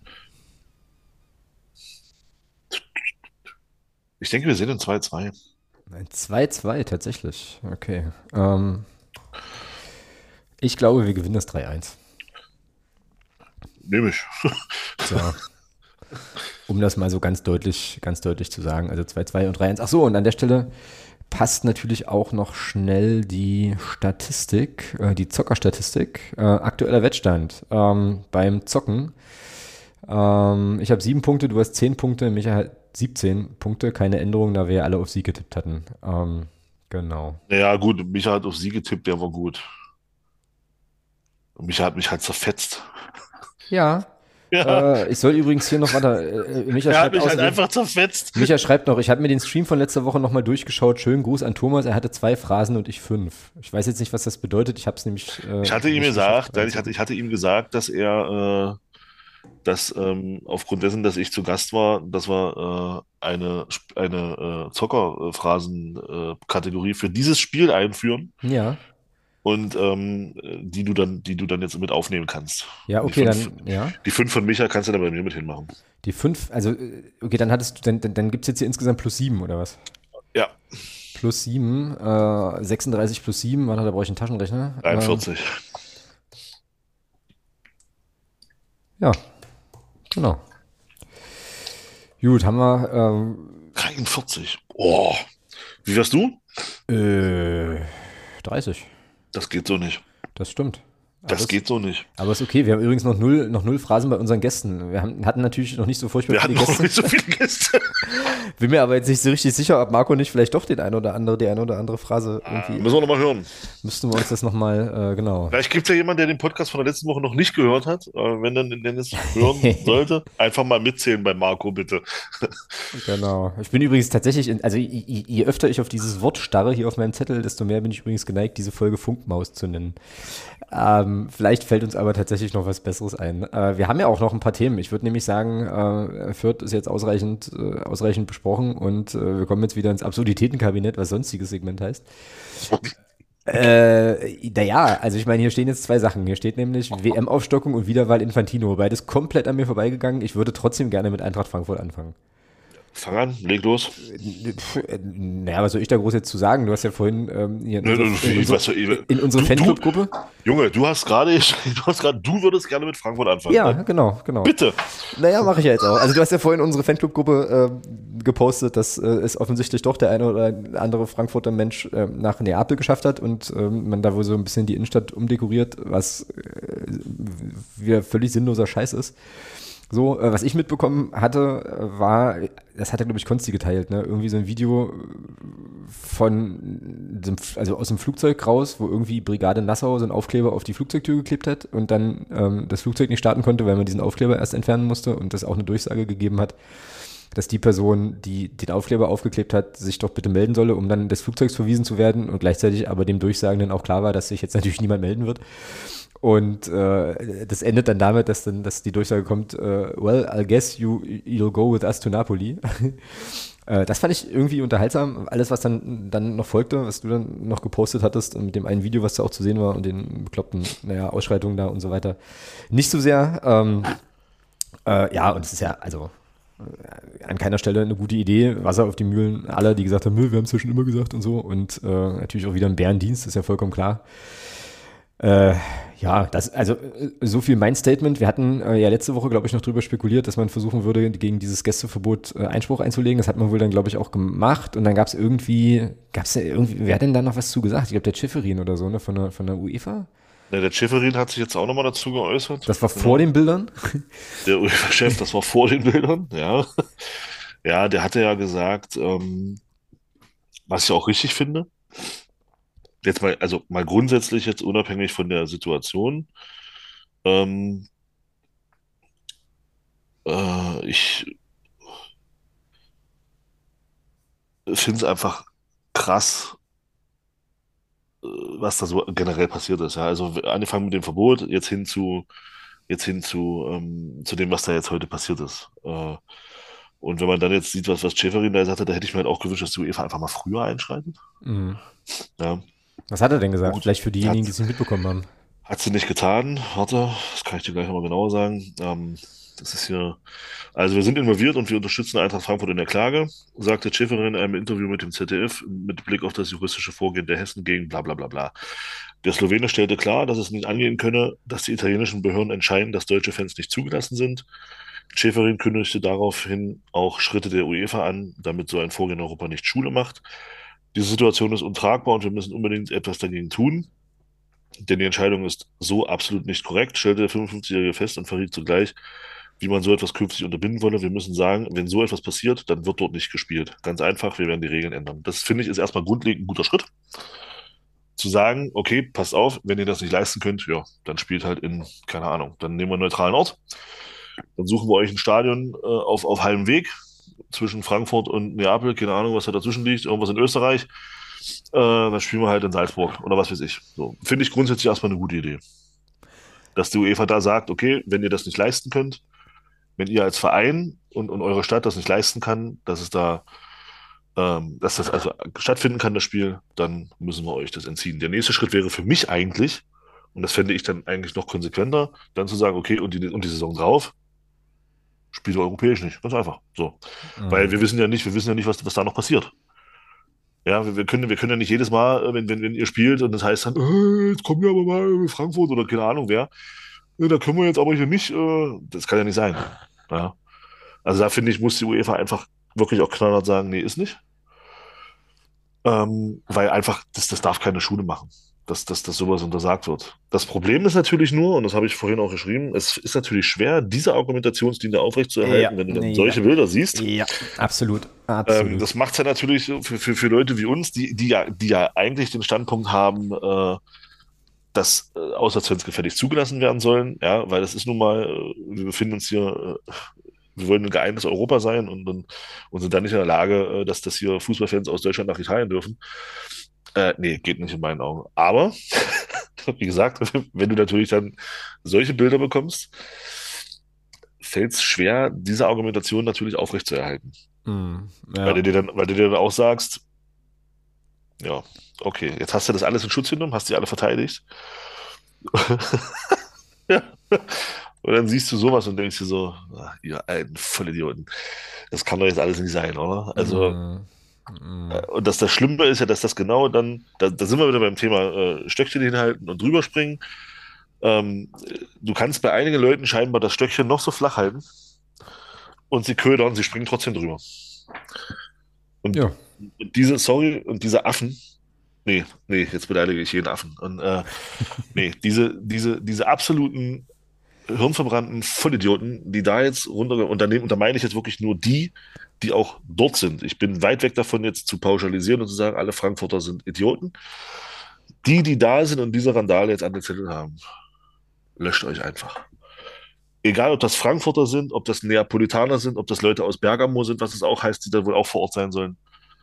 Ich denke, wir sehen ein zwei zwei. Ein zwei zwei tatsächlich, okay. Ähm, ich glaube, wir gewinnen das drei eins. Nehme ich. So, um das mal so ganz deutlich, ganz deutlich zu sagen. Also zwei zwei und drei eins. Ach so, und an der Stelle passt natürlich auch noch schnell die Statistik, äh, die Zockerstatistik. Äh, aktueller Wettstand ähm, beim Zocken. Ähm, ich habe sieben Punkte, du hast zehn Punkte, Micha hat siebzehn Punkte. Keine Änderung, da wir alle auf Sieg getippt hatten. Ähm, genau. Naja, gut, Micha hat auf sie getippt, der war gut. Und Micha hat mich halt zerfetzt. Ja. Ja, Äh, ich soll übrigens hier noch, warte, äh, Micha er hat schreibt mich halt außerdem, einfach zerfetzt. Micha schreibt noch, ich habe mir den Stream von letzter Woche nochmal durchgeschaut. Schönen Gruß an Thomas, er hatte zwei Phrasen und ich fünf. Ich weiß jetzt nicht, was das bedeutet, ich habe es nämlich äh, Ich hatte ihm nicht geschafft. gesagt, nein, ich hatte, ich hatte ihm gesagt, dass er, äh, dass ähm, aufgrund dessen, dass ich zu Gast war, dass wir äh, eine, eine äh, Zockerphrasen-Kategorie für dieses Spiel einführen Ja, und ähm, die du dann, die du dann jetzt mit aufnehmen kannst. ja, Und die okay, fünf, dann, ja. die fünf von Micha kannst du dann bei mir mit hinmachen. Die fünf, also, äh, okay, dann hattest du, dann, dann, dann gibt es jetzt hier insgesamt plus sieben oder was? Ja, Plus sieben, äh, sechsunddreißig plus sieben, warte, da brauche ich einen Taschenrechner. Ähm, dreiundvierzig. ja, genau. Gut, haben wir, dreiundvierzig. Oh, wie wärst du? ähm, äh, dreißig. Das geht so nicht. Das stimmt. Aber Das es, geht so nicht. aber ist okay. Wir haben übrigens noch null, noch null Phrasen bei unseren Gästen. Wir haben, hatten natürlich noch nicht so furchtbar Wir viele hatten noch Gäste. nicht so viele Gäste. Bin mir aber jetzt nicht so richtig sicher, ob Marco nicht vielleicht doch den ein oder andere, die eine oder andere Phrase Ah, irgendwie. müssen wir nochmal hören. Müssten wir uns das nochmal, äh, genau. Vielleicht gibt es ja jemanden, der den Podcast von der letzten Woche noch nicht gehört hat. Äh, wenn dann den jetzt hören sollte, einfach mal mitzählen bei Marco, bitte. Genau. Ich bin übrigens tatsächlich, in, also je, je je öfter ich auf dieses Wort starre hier auf meinem Zettel, desto mehr bin ich übrigens geneigt, diese Folge Funkmaus zu nennen. Ähm, vielleicht fällt uns aber tatsächlich noch was Besseres ein. Äh, wir haben ja auch noch ein paar Themen. Ich würde nämlich sagen, äh, Fürth ist jetzt ausreichend, äh, ausreichend besprochen und äh, wir kommen jetzt wieder ins Absurditätenkabinett, was sonstiges Segment heißt. Äh, naja, also ich meine, hier stehen jetzt zwei Sachen. Hier steht nämlich W M-Aufstockung und Wiederwahl Infantino. Beides komplett an mir vorbeigegangen. Ich würde trotzdem gerne mit Eintracht Frankfurt anfangen. Fang an, leg los. Pff, äh, Naja, was soll ich da groß jetzt zu sagen? Du hast ja vorhin ähm, hier in Nö, unsere, nö, in ich unsere, weiß ja, in unsere du, du, Fanclub-Gruppe. Junge, du hast gerade, du hast gerade, du würdest gerne mit Frankfurt anfangen. Ja, Ne? genau, genau. Bitte. Naja, mache ich ja jetzt auch. Also du hast ja vorhin unsere Fanclub-Gruppe äh, gepostet, dass äh, es offensichtlich doch der eine oder andere Frankfurter Mensch äh, nach Neapel geschafft hat und ähm, man da wohl so ein bisschen die Innenstadt umdekoriert, was äh, wieder völlig sinnloser Scheiß ist. So, äh, was ich mitbekommen hatte, äh, war, das hat er, glaube ich, Konsti geteilt, ne? Irgendwie so ein Video von, dem, also aus dem Flugzeug raus, wo irgendwie Brigade Nassau so einen Aufkleber auf die Flugzeugtür geklebt hat und dann ähm, das Flugzeug nicht starten konnte, weil man diesen Aufkleber erst entfernen musste und das auch eine Durchsage gegeben hat, dass die Person, die den Aufkleber aufgeklebt hat, sich doch bitte melden solle, um dann des Flugzeugs verwiesen zu werden und gleichzeitig aber dem Durchsagenden auch klar war, dass sich jetzt natürlich niemand melden wird. Und äh, das endet dann damit, dass dann dass die Durchsage kommt, äh, well, I guess you, you'll go with us to Napoli. äh, das fand ich irgendwie unterhaltsam. Alles, was dann, dann noch folgte, was du dann noch gepostet hattest, mit dem einen Video, was da auch zu sehen war und den bekloppten, naja, Ausschreitungen da und so weiter, nicht so sehr. Ähm, äh, ja, und es ist ja, also äh, an keiner Stelle eine gute Idee. Wasser auf die Mühlen aller, die gesagt haben, wir haben es ja schon immer gesagt und so. Und äh, natürlich auch wieder ein Bärendienst, ist ja vollkommen klar. Äh, ja, das, also äh, so viel mein Statement. Wir hatten äh, ja letzte Woche, glaube ich, noch drüber spekuliert, dass man versuchen würde, gegen dieses Gästeverbot äh, Einspruch einzulegen. Das hat man wohl dann, glaube ich, auch gemacht. Und dann gab es irgendwie, gab es ja irgendwie, wer hat denn da noch was zu gesagt? Ich glaube, der Schifferin oder so, ne, von der, von der UEFA. Ja, der Schäferin hat sich jetzt auch nochmal dazu geäußert. Das war vor den Bildern. Der UEFA-Chef, das war vor den Bildern, ja. Ja, der hatte ja gesagt, ähm, was ich auch richtig finde. Jetzt mal, also mal grundsätzlich jetzt unabhängig von der Situation. Ähm, äh, ich finde es einfach krass, was da so generell passiert ist. Ja. Also angefangen mit dem Verbot, jetzt hin zu, jetzt hin zu, ähm, zu dem, was da jetzt heute passiert ist. Äh, und wenn man dann jetzt sieht, was, was Schäferin da gesagt hat, da hätte ich mir halt auch gewünscht, dass die UEFA einfach mal früher einschreitet. Mhm. Ja, Was hat er denn gesagt? gut. Vielleicht für Hat, diejenigen, die es nicht mitbekommen haben. hat sie nicht getan. Warte, das kann ich dir gleich nochmal genauer sagen. Ähm, das ist hier. Also wir sind involviert und wir unterstützen Eintracht Frankfurt in der Klage, sagte Schäferin in einem Interview mit dem Z D F mit Blick auf das juristische Vorgehen der Hessen gegen bla bla bla bla. Der Slowene stellte klar, dass es nicht angehen könne, dass die italienischen Behörden entscheiden, dass deutsche Fans nicht zugelassen sind. Schäferin kündigte daraufhin auch Schritte der UEFA an, damit so ein Vorgehen in Europa nicht Schule macht. Diese Situation ist untragbar und wir müssen unbedingt etwas dagegen tun, denn die Entscheidung ist so absolut nicht korrekt, stellte der fünfundfünfzigjährige fest und verriet zugleich, wie man so etwas künftig unterbinden wolle. Wir müssen sagen, wenn so etwas passiert, dann wird dort nicht gespielt. Ganz einfach, wir werden die Regeln ändern. Das finde ich ist erstmal grundlegend ein guter Schritt. Zu sagen, okay, passt auf, wenn ihr das nicht leisten könnt, ja, dann spielt halt in, keine Ahnung, dann nehmen wir einen neutralen Ort. Dann suchen wir euch ein Stadion äh, auf, auf halbem Weg zwischen Frankfurt und Neapel, keine Ahnung, was da dazwischen liegt, irgendwas in Österreich. Äh, dann spielen wir halt in Salzburg oder was weiß ich. So, finde ich grundsätzlich erstmal eine gute Idee. Dass die UEFA da sagt, okay, wenn ihr das nicht leisten könnt, wenn ihr als Verein und, und eure Stadt das nicht leisten kann, dass es da, ähm, dass das also stattfinden kann, das Spiel, dann müssen wir euch das entziehen. Der nächste Schritt wäre für mich eigentlich, und das fände ich dann eigentlich noch konsequenter, dann zu sagen, okay, und die, und die Saison drauf, spiele europäisch nicht. Ganz einfach. So. Weil Mhm. wir wissen ja nicht, wir wissen ja nicht, was, was da noch passiert. Ja, wir, wir können, wir können ja nicht jedes Mal, äh, wenn, wenn, wenn ihr spielt und das heißt dann, äh, jetzt kommen wir aber mal Frankfurt oder keine Ahnung wer, äh, da können wir jetzt aber hier nicht, äh, das kann ja nicht sein. Ja. Also da finde ich, muss die UEFA einfach wirklich auch knallhart sagen, nee, ist nicht. Ähm, weil einfach, das, das darf keine Schule machen, dass, dass, dass sowas untersagt wird. Das Problem ist natürlich nur, und das habe ich vorhin auch geschrieben, es ist natürlich schwer, diese Argumentationslinie Ja, aufrechtzuerhalten, wenn du dann nee, ja. solche Bilder siehst. Ja, absolut, Ähm, absolut. das macht es ja natürlich so für, für, für Leute wie uns, die, die ja, die ja eigentlich den Standpunkt haben, äh, dass äh, Auswärtsfans gefälligst zugelassen werden sollen, ja, weil das ist nun mal, äh, wir befinden uns hier, äh, wir wollen ein geeintes Europa sein und, und, und sind dann nicht in der Lage, äh, dass das hier Fußballfans aus Deutschland nach Italien dürfen. Äh, nee, geht nicht in meinen Augen. Aber, wie gesagt, wenn du natürlich dann solche Bilder bekommst, fällt es schwer, diese Argumentation natürlich aufrechtzuerhalten. Mhm. Weil du Ja. dir dann, weil du dir dann auch sagst, ja, okay, jetzt hast du das alles in Schutz genommen, hast die alle verteidigt. Ja. Und dann siehst du sowas und denkst dir so, ach, ihr alten Vollidioten, das kann doch jetzt alles nicht sein, oder? Also, Mhm. äh, Mhm. und das, das Schlimme ist ja, dass das genau dann, da, da sind wir wieder beim Thema äh, Stöckchen hinhalten und drüber springen. Ähm, du kannst bei einigen Leuten scheinbar das Stöckchen noch so flach halten und sie ködern, sie springen trotzdem drüber. Und, Ja. und diese, sorry, und diese Affen, nee, nee, jetzt beleidige ich jeden Affen. Und äh, nee, diese, diese, diese absoluten hirnverbrannten Vollidioten, die da jetzt runter, und daneben, und da meine ich jetzt wirklich nur die, die auch dort sind. Ich bin weit weg davon, jetzt zu pauschalisieren und zu sagen, alle Frankfurter sind Idioten. Die, die da sind und diese Randale jetzt angezettelt haben, löscht euch einfach. Egal, ob das Frankfurter sind, ob das Neapolitaner sind, ob das Leute aus Bergamo sind, was es auch heißt, die da wohl auch vor Ort sein sollen.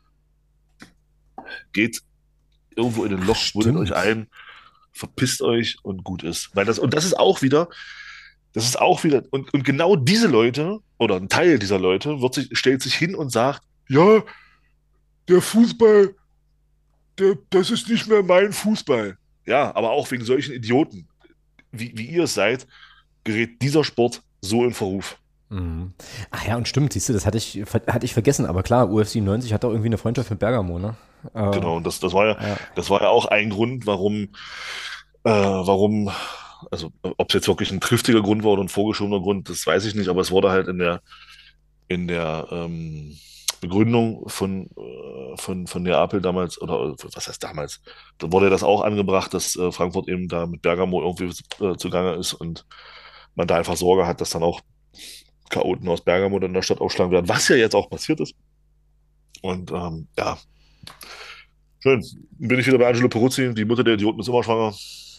Geht irgendwo in ein Ach, Loch, buddelt euch stimmt. ein, verpisst euch und gut ist. Weil das, und das ist auch wieder, das ist auch wieder, und, und genau diese Leute oder ein Teil dieser Leute wird sich, stellt sich hin und sagt, ja, der Fußball, der, das ist nicht mehr mein Fußball. Ja, aber auch wegen solchen Idioten, wie, wie ihr es seid, gerät dieser Sport so in Verruf. Mhm. Ach ja, und stimmt, siehst du, das hatte ich, ver- hatte ich vergessen, aber klar, U F siebenundneunzig hat doch irgendwie eine Freundschaft mit Bergamo, ne? Äh, Genau, und das, das war ja, ja. das war ja auch ein Grund, warum, äh, warum, also ob es jetzt wirklich ein triftiger Grund war oder ein vorgeschobener Grund, das weiß ich nicht, aber es wurde halt in der, in der ähm, Begründung von, äh, von, von Neapel damals, oder äh, was heißt damals, da wurde das auch angebracht, dass äh, Frankfurt eben da mit Bergamo irgendwie äh, zugange ist und man da einfach Sorge hat, dass dann auch Chaoten aus Bergamo dann in der Stadt aufschlagen werden, was ja jetzt auch passiert ist. Und ähm, ja, schön. Bin ich wieder bei Angelo Peruzzi, die Mutter der Idioten ist immer schwanger.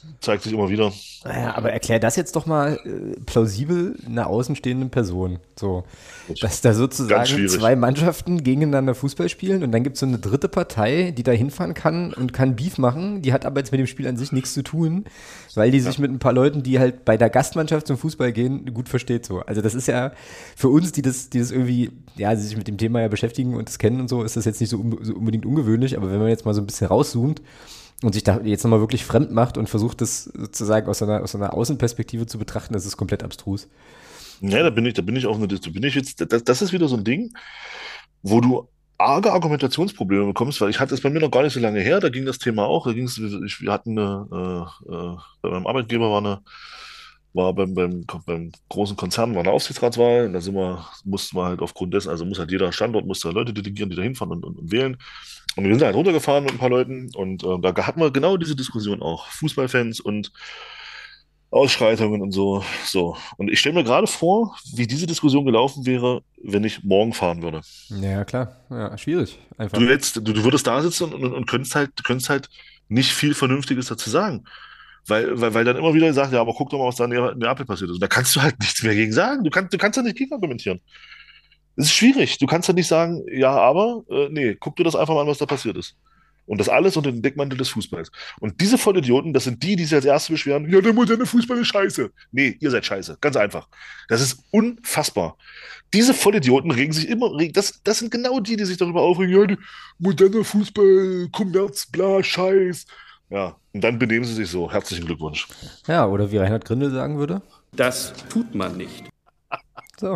zeigt sich immer wieder. Naja, aber erklär das jetzt doch mal äh, plausibel einer außenstehenden Person. So, dass da Ganz sozusagen schwierig. zwei Mannschaften gegeneinander Fußball spielen und dann gibt es so eine dritte Partei, die da hinfahren kann und kann Beef machen. Die hat aber jetzt mit dem Spiel an sich nichts zu tun, weil die sich Ja. mit ein paar Leuten, die halt bei der Gastmannschaft zum Fußball gehen, gut versteht. So. Also das ist ja für uns, die das, die das irgendwie, ja, die sich mit dem Thema ja beschäftigen und das kennen und so, ist das jetzt nicht so, un so unbedingt ungewöhnlich. Aber wenn man jetzt mal so ein bisschen rauszoomt, und sich da jetzt nochmal wirklich fremd macht und versucht, das sozusagen aus einer, aus einer Außenperspektive zu betrachten, das ist komplett abstrus. Ja, da bin ich, da bin ich auf eine, da bin ich jetzt, das, das ist wieder so ein Ding, wo du arge Argumentationsprobleme bekommst, weil ich hatte es bei mir noch gar nicht so lange her, da ging das Thema auch, da ging es, ich, wir hatten eine, äh, äh, bei meinem Arbeitgeber war eine, war beim, beim, beim großen Konzern war eine Aufsichtsratswahl und da sind wir, mussten wir halt aufgrund dessen, also muss halt jeder Standort, musste Leute delegieren, die da hinfahren und, und, und wählen. Und wir sind halt runtergefahren mit ein paar Leuten und äh, da hatten wir genau diese Diskussion auch. Fußballfans und Ausschreitungen und so. So. Und ich stelle mir gerade vor, wie diese Diskussion gelaufen wäre, wenn ich morgen fahren würde. Ja, klar. Ja, schwierig. Du Einfach. jetzt, du, du würdest da sitzen und, und, und könntest halt, du könntest halt nicht viel Vernünftiges dazu sagen. Weil, weil, weil dann immer wieder gesagt, ja, aber guck doch mal, was da in Nea- Neapel passiert ist. Und da kannst du halt nichts mehr gegen sagen. Du kannst, du kannst ja nicht gegen argumentieren. Es ist schwierig. Du kannst ja nicht sagen, ja, aber, äh, nee, guck dir das einfach mal an, was da passiert ist. Und das alles unter dem Deckmantel des Fußballs. Und diese Vollidioten, das sind die, die sich als Erste beschweren, ja, der moderne Fußball ist scheiße. Nee, ihr seid scheiße. Ganz einfach. Das ist unfassbar. Diese Vollidioten regen sich immer, reg- das, das sind genau die, die sich darüber aufregen, ja, die moderne Fußball, Kommerz, bla, Scheiß. Ja, und dann benehmen sie sich so. Herzlichen Glückwunsch. Ja, oder wie Reinhard Grindel sagen würde. Das tut man nicht. So.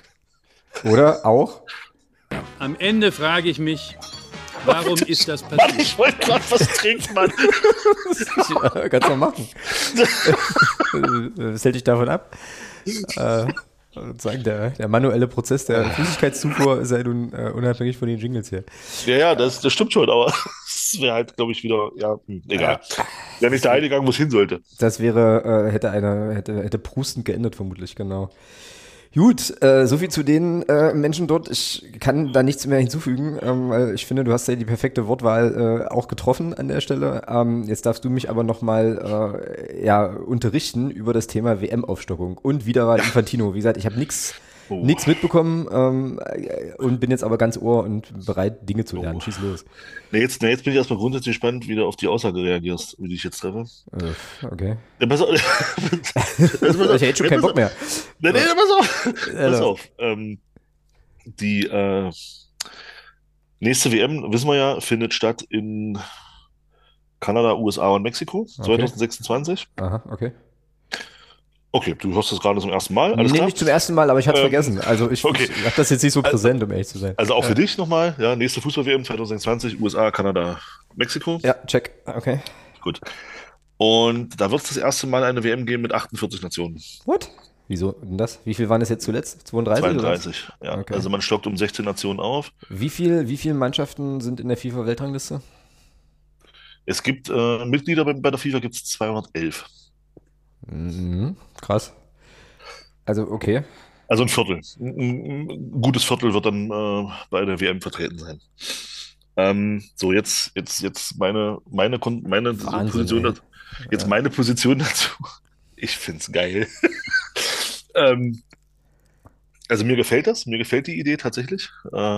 Oder auch. Am Ende frage ich mich, warum ist das Mann, passiert? ich wollte gerade was trinken, Mann. Ja, kannst du machen. Das hält dich davon ab. Äh, sozusagen der, der manuelle Prozess der Flüssigkeitszufuhr ist ja nun äh, unabhängig von den Jingles hier. Ja, ja, das, das stimmt schon, aber es wäre halt, glaube ich, wieder, ja, hm, egal. Wäre nicht der Eingang, wo es hin sollte. Das wäre, äh, hätte einer, hätte, hätte prustend geendet, vermutlich, genau. Gut, äh, soviel zu den äh, Menschen dort. Ich kann da nichts mehr hinzufügen, ähm, weil ich finde, du hast ja die perfekte Wortwahl äh, auch getroffen an der Stelle. Ähm, jetzt darfst du mich aber nochmal äh, ja, unterrichten über das Thema W M-Aufstockung und Wiederwahl Infantino. Wie gesagt, ich habe nichts Oh. nichts mitbekommen ähm, äh, und bin jetzt aber ganz ohr und bereit, Dinge zu lernen. Oh. Schieß los. Nee, jetzt, nee, jetzt bin ich erstmal grundsätzlich gespannt, wie du auf die Aussage reagierst, wie die ich jetzt treffe. Äh, okay. Ja, pass auf. Also, pass auf. Ich hätte schon Nee, keinen pass Bock mehr. auf. Nee, nee, pass auf. Ja, Pass los. auf. Ähm, die äh, nächste W M, wissen wir ja, findet statt in Kanada, U S A und Mexiko Okay. zwanzig sechsundzwanzig. Aha, okay. Okay, du hörst das gerade zum ersten Mal, alles Nee, klar. nicht zum ersten Mal, aber ich hatte es Ähm, vergessen. Also ich, okay. ich habe das jetzt nicht so präsent, um ehrlich zu sein. Also auch ja. für dich nochmal, ja, nächste Fußball-W M zwanzig sechsundzwanzig, U S A, Kanada, Mexiko. Ja, check. Okay. Gut. Und da wird es das erste Mal eine W M geben mit achtundvierzig Nationen. What? Wieso denn das? Wie viel waren es jetzt zuletzt? zweiunddreißig? zweiunddreißig, ja. Okay. Also man stockt um sechzehn Nationen auf. Oder? Wie viel, wie viele Mannschaften sind in der FIFA-Weltrangliste? Es gibt äh, Mitglieder bei, bei der FIFA, gibt es zweihundertelf. Mhm, krass. Also, okay. Also ein Viertel. Ein, ein gutes Viertel wird dann äh, bei der W M vertreten sein. Ähm, so, jetzt, jetzt, jetzt meine, meine, Kon- meine Wahnsinn, Position, ey. dazu- jetzt Ja. meine Position dazu. Ich find's geil. ähm, also mir gefällt das, mir gefällt die Idee tatsächlich. Äh,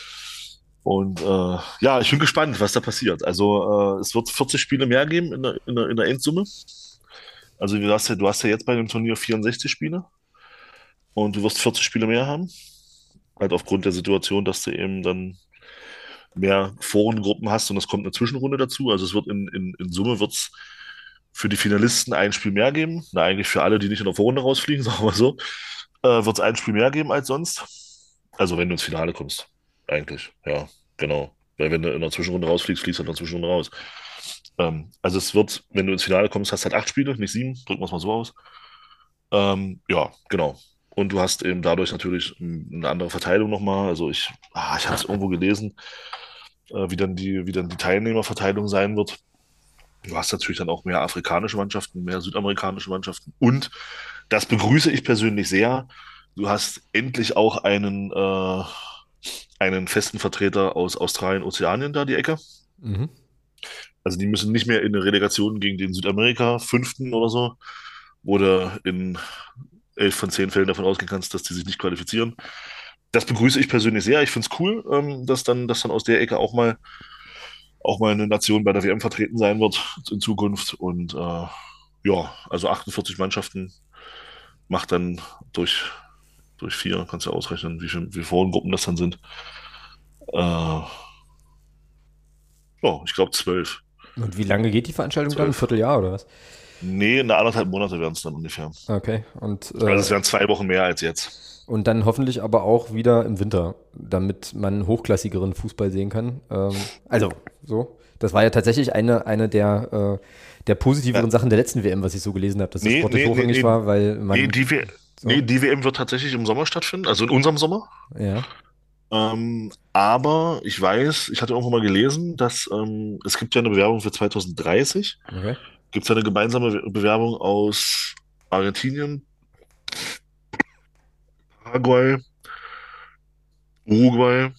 und äh, ja, ich bin gespannt, was da passiert. Also äh, es wird vierzig Spiele mehr geben in der, in der, in der Endsumme. Also du hast ja, du hast ja jetzt bei dem Turnier vierundsechzig Spiele und du wirst vierzig Spiele mehr haben. Halt aufgrund der Situation, dass du eben dann mehr Vorrundengruppen hast und es kommt eine Zwischenrunde dazu. Also es wird in, in, in Summe wird's für die Finalisten ein Spiel mehr geben. Na, eigentlich für alle, die nicht in der Vorrunde rausfliegen, sagen wir mal so, äh, wird es ein Spiel mehr geben als sonst. Also wenn du ins Finale kommst. Eigentlich, ja, genau. Weil wenn du in der Zwischenrunde rausfliegst, fliegst du in der Zwischenrunde raus. Ähm, also es wird, wenn du ins Finale kommst, hast du halt acht Spiele, nicht sieben, drücken wir es mal so aus. Ähm, ja, genau. Und du hast eben dadurch natürlich m, eine andere Verteilung nochmal. Also ich, ah, ich habe es irgendwo gelesen, äh, wie dann die, wie dann die Teilnehmerverteilung sein wird. Du hast natürlich dann auch mehr afrikanische Mannschaften, mehr südamerikanische Mannschaften. Und das begrüße ich persönlich sehr. Du hast endlich auch einen, äh, einen festen Vertreter aus Australien, Ozeanien da, die Ecke. Mhm. Also die müssen nicht mehr in eine Relegation gegen den Südamerika Fünften oder so, wo du in elf von zehn Fällen davon ausgehen kannst, dass die sich nicht qualifizieren. Das begrüße ich persönlich sehr. Ich finde es cool, ähm, dass dann, dass dann aus der Ecke auch mal, auch mal eine Nation bei der W M vertreten sein wird in Zukunft. Und äh, ja, also achtundvierzig Mannschaften macht dann durch, durch vier, kannst du ja ausrechnen, wie viele wie Vorgruppen das dann sind. Äh, ja, ich glaube zwölf. Und wie lange geht die Veranstaltung dann? Ein Zwölf. Vierteljahr oder was? Nee, eine anderthalb Monate werden es dann ungefähr. Okay. Und, Also äh, es wären zwei Wochen mehr als jetzt. und dann hoffentlich aber auch wieder im Winter, damit man hochklassigeren Fußball sehen kann. Ähm, also, so. Das war ja tatsächlich eine, eine der, äh, der positiveren Ja. Sachen der letzten W M, was ich so gelesen habe, dass es Nee, sportlich nee, nee, hochrangig nee. war, weil man. Nee, die, W- So, nee, die W M wird tatsächlich im Sommer stattfinden, also in unserem Sommer. ja, Ähm, aber ich weiß, ich hatte irgendwo mal gelesen, dass ähm, es gibt ja eine Bewerbung für zwanzig dreißig. okay. Gibt es ja eine gemeinsame Be- Bewerbung aus Argentinien, Paraguay, Uruguay,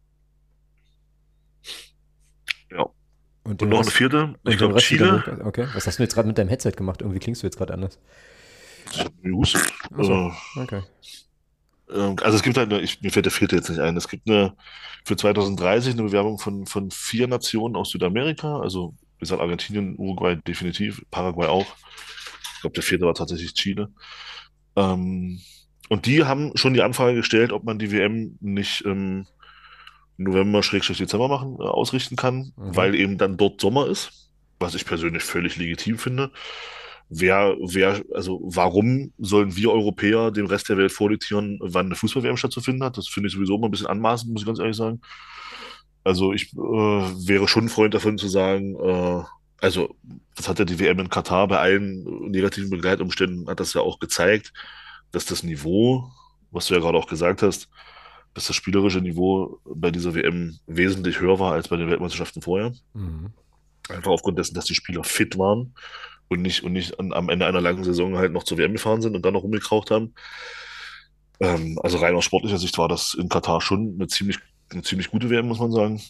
ja. Und Und den noch eine Rest, vierte, ich und den glaube Rest wieder Chile. hoch. Okay. Was hast du jetzt gerade mit deinem Headset gemacht? Irgendwie klingst du jetzt gerade anders. News. Achso, Äh, okay. ähm, also es gibt halt, eine, ich, mir fällt der vierte jetzt nicht ein. Es gibt eine für zwanzig dreißig eine Bewerbung von, von vier Nationen aus Südamerika, also wie gesagt Argentinien, Uruguay definitiv, Paraguay auch. Ich glaube, der vierte war tatsächlich Chile. Ähm, und die haben schon die Anfrage gestellt, ob man die W M nicht im November, Schrägstrich Dezember machen, äh, ausrichten kann, Okay. weil eben dann dort Sommer ist, was ich persönlich völlig legitim finde. Wer, wer, also warum sollen wir Europäer dem Rest der Welt vordiktieren, wann eine Fußball-W M stattzufinden hat? Das finde ich sowieso immer ein bisschen anmaßend, muss ich ganz ehrlich sagen. Also ich äh, wäre schon ein Freund davon zu sagen, äh, also das hat ja die W M in Katar bei allen negativen Begleitumständen, hat das ja auch gezeigt, dass das Niveau, was du ja gerade auch gesagt hast, dass das spielerische Niveau bei dieser W M wesentlich höher war als bei den Weltmeisterschaften vorher. Mhm. Einfach aufgrund dessen, dass die Spieler fit waren und nicht, und nicht an, am Ende einer langen Saison halt noch zur W M gefahren sind und dann noch rumgekraucht haben. Ähm, also rein aus sportlicher Sicht war das in Katar schon eine ziemlich, eine ziemlich gute W M, muss man sagen.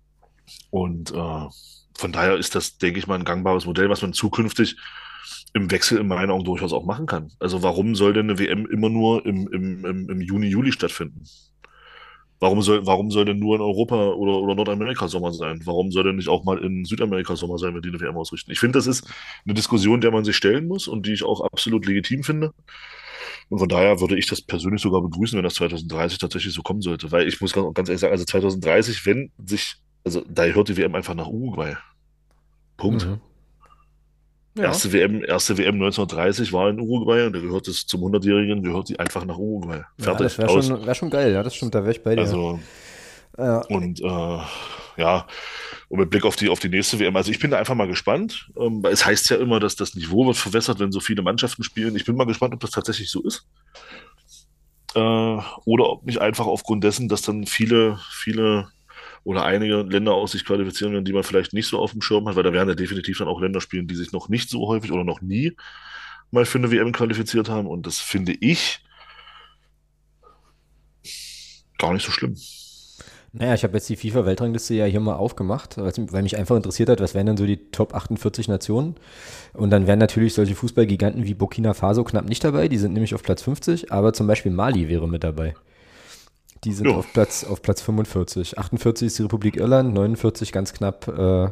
Und äh, von daher ist das, denke ich mal, ein gangbares Modell, was man zukünftig im Wechsel in meinen Augen durchaus auch machen kann. Also warum soll denn eine W M immer nur im, im, im, im Juni, Juli stattfinden? Warum soll, warum soll denn nur in Europa oder, oder Nordamerika Sommer sein? Warum soll denn nicht auch mal in Südamerika Sommer sein, wenn die eine W M ausrichten? Ich finde, das ist eine Diskussion, der man sich stellen muss und die ich auch absolut legitim finde. Und von daher würde ich das persönlich sogar begrüßen, wenn das zwanzig dreißig tatsächlich so kommen sollte. Weil ich muss ganz, ganz ehrlich sagen, also zwanzig dreißig, wenn sich, also da gehört die W M einfach nach Uruguay. Punkt. Mhm. Ja, Erste W M, erste W M neunzehnhundertdreißig war in Uruguay und da gehört es zum hundertjährigen, gehört die einfach nach Uruguay. ja, das Fertig, wäre aus. schon, wär schon geil, ja, das stimmt, da wäre ich bei dir. Also, Ja. und äh, ja, und mit Blick auf die, auf die nächste W M, also ich bin da einfach mal gespannt. Ähm, weil es heißt ja immer, dass das Niveau wird verwässert, wenn so viele Mannschaften spielen. Ich bin mal gespannt, ob das tatsächlich so ist. Äh, oder ob nicht einfach aufgrund dessen, dass dann viele, viele oder einige Länder aus sich qualifizieren werden, die man vielleicht nicht so auf dem Schirm hat, weil da werden ja definitiv dann auch Länder spielen, die sich noch nicht so häufig oder noch nie mal für eine W M qualifiziert haben. Und das finde ich gar nicht so schlimm. Naja, ich habe jetzt die FIFA-Weltrangliste ja hier mal aufgemacht, weil mich einfach interessiert hat, was wären denn so die Top achtundvierzig Nationen? Und dann wären natürlich solche Fußballgiganten wie Burkina Faso knapp nicht dabei, die sind nämlich auf Platz fünfzig, aber zum Beispiel Mali wäre mit dabei. Die sind Ja. auf Platz, auf Platz fünfundvierzig. achtundvierzig ist die Republik Irland, neunundvierzig ganz knapp, äh,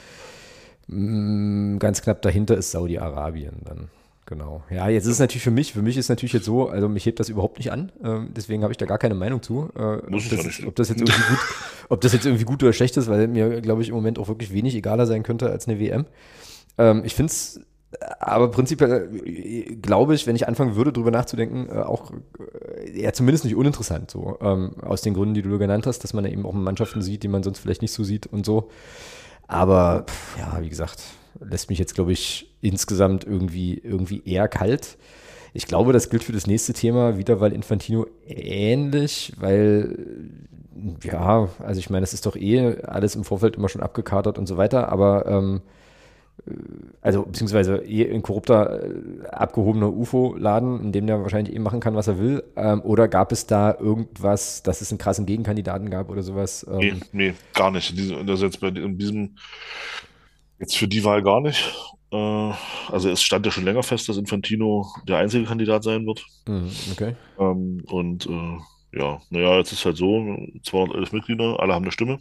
mh, ganz knapp dahinter ist Saudi-Arabien dann. Genau. Ja, jetzt ist es natürlich für mich, für mich ist natürlich jetzt so, also mich hebt das überhaupt nicht an, ähm, deswegen habe ich da gar keine Meinung zu. Äh, Muss ob, es das, ja nicht. ob das jetzt irgendwie gut, ob das jetzt irgendwie gut oder schlecht ist, weil mir, glaube ich, im Moment auch wirklich wenig egaler sein könnte als eine W M. Ähm, ich finde es aber prinzipiell, äh, glaube ich, wenn ich anfangen würde, drüber nachzudenken, äh, auch äh, ja zumindest nicht uninteressant, so ähm, aus den Gründen, die du genannt hast, dass man da eben auch Mannschaften sieht, die man sonst vielleicht nicht so sieht und so. Aber pff, ja, wie gesagt, lässt mich jetzt, glaube ich, insgesamt irgendwie, irgendwie eher kalt. Ich glaube, das gilt für das nächste Thema wieder, weil Infantino ähnlich, weil, ja, also ich meine, das ist doch eh alles im Vorfeld immer schon abgekatert und so weiter, aber ähm, also beziehungsweise eh ein korrupter, äh, abgehobener U F O-Laden, in dem der wahrscheinlich eh machen kann, was er will, ähm, oder gab es da irgendwas, dass es einen krassen Gegenkandidaten gab oder sowas? Ähm, Nee, nee, gar nicht. Diese, das jetzt bei in diesem, Jetzt für die Wahl gar nicht. Äh, also es stand ja schon länger fest, dass Infantino der einzige Kandidat sein wird. Mhm, okay. Ähm, und äh, ja, naja, jetzt ist halt so, zweihundertelf Mitglieder, alle haben eine Stimme.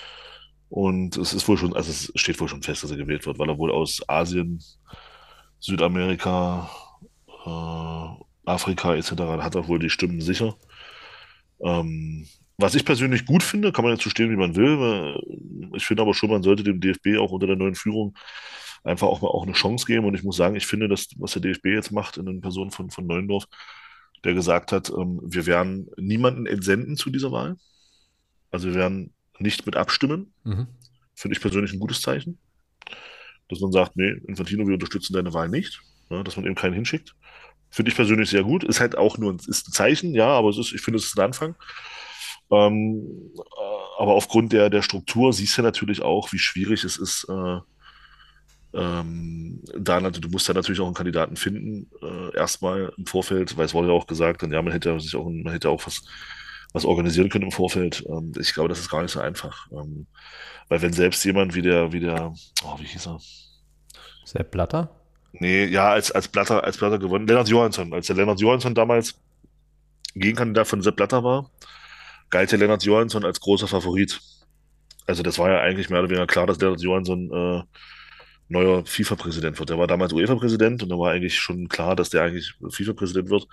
Und es ist wohl schon, also es steht wohl schon fest, dass er gewählt wird, weil er wohl aus Asien, Südamerika, äh, Afrika et cetera hat er wohl die Stimmen sicher. Ähm, was ich persönlich gut finde, kann man jetzt so stehen, wie man will. weil- Ich finde aber schon, man sollte dem D F B auch unter der neuen Führung einfach auch mal auch eine Chance geben. Und ich muss sagen, ich finde, dass was der D F B jetzt macht in den Person von, von Neuendorf, der gesagt hat, ähm, wir werden niemanden entsenden zu dieser Wahl. Also wir werden nicht mit abstimmen. Mhm. Finde ich persönlich ein gutes Zeichen. Dass man sagt, nee, Infantino, wir unterstützen deine Wahl nicht. Ja, dass man eben keinen hinschickt. Finde ich persönlich sehr gut. Ist halt auch nur ein, ist ein Zeichen, ja, aber es ist, ich finde, es ist ein Anfang. Ähm, äh, aber aufgrund der, der Struktur siehst du natürlich auch, wie schwierig es ist, äh, ähm, da, nat- du musst ja natürlich auch einen Kandidaten finden, äh, erstmal im Vorfeld, weil es wurde ja auch gesagt, dann ja, man hätte ja sich auch, man hätte auch was, was organisieren können im Vorfeld. Ähm, ich glaube, das ist gar nicht so einfach. Ähm, weil wenn selbst jemand wie der, wie der, oh, wie hieß er? Sepp Blatter? Nee, ja, als, als Blatter, als Blatter gewonnen, Lennart Johansson, als der Lennart Johansson damals Gegenkandidat von Sepp Blatter war, galt der Lennart Johansson als großer Favorit. Also das war ja eigentlich mehr oder weniger klar, dass Lennart Johansson äh, neuer FIFA-Präsident wird. Der war damals UEFA-Präsident und da war eigentlich schon klar, dass der eigentlich FIFA-Präsident wird,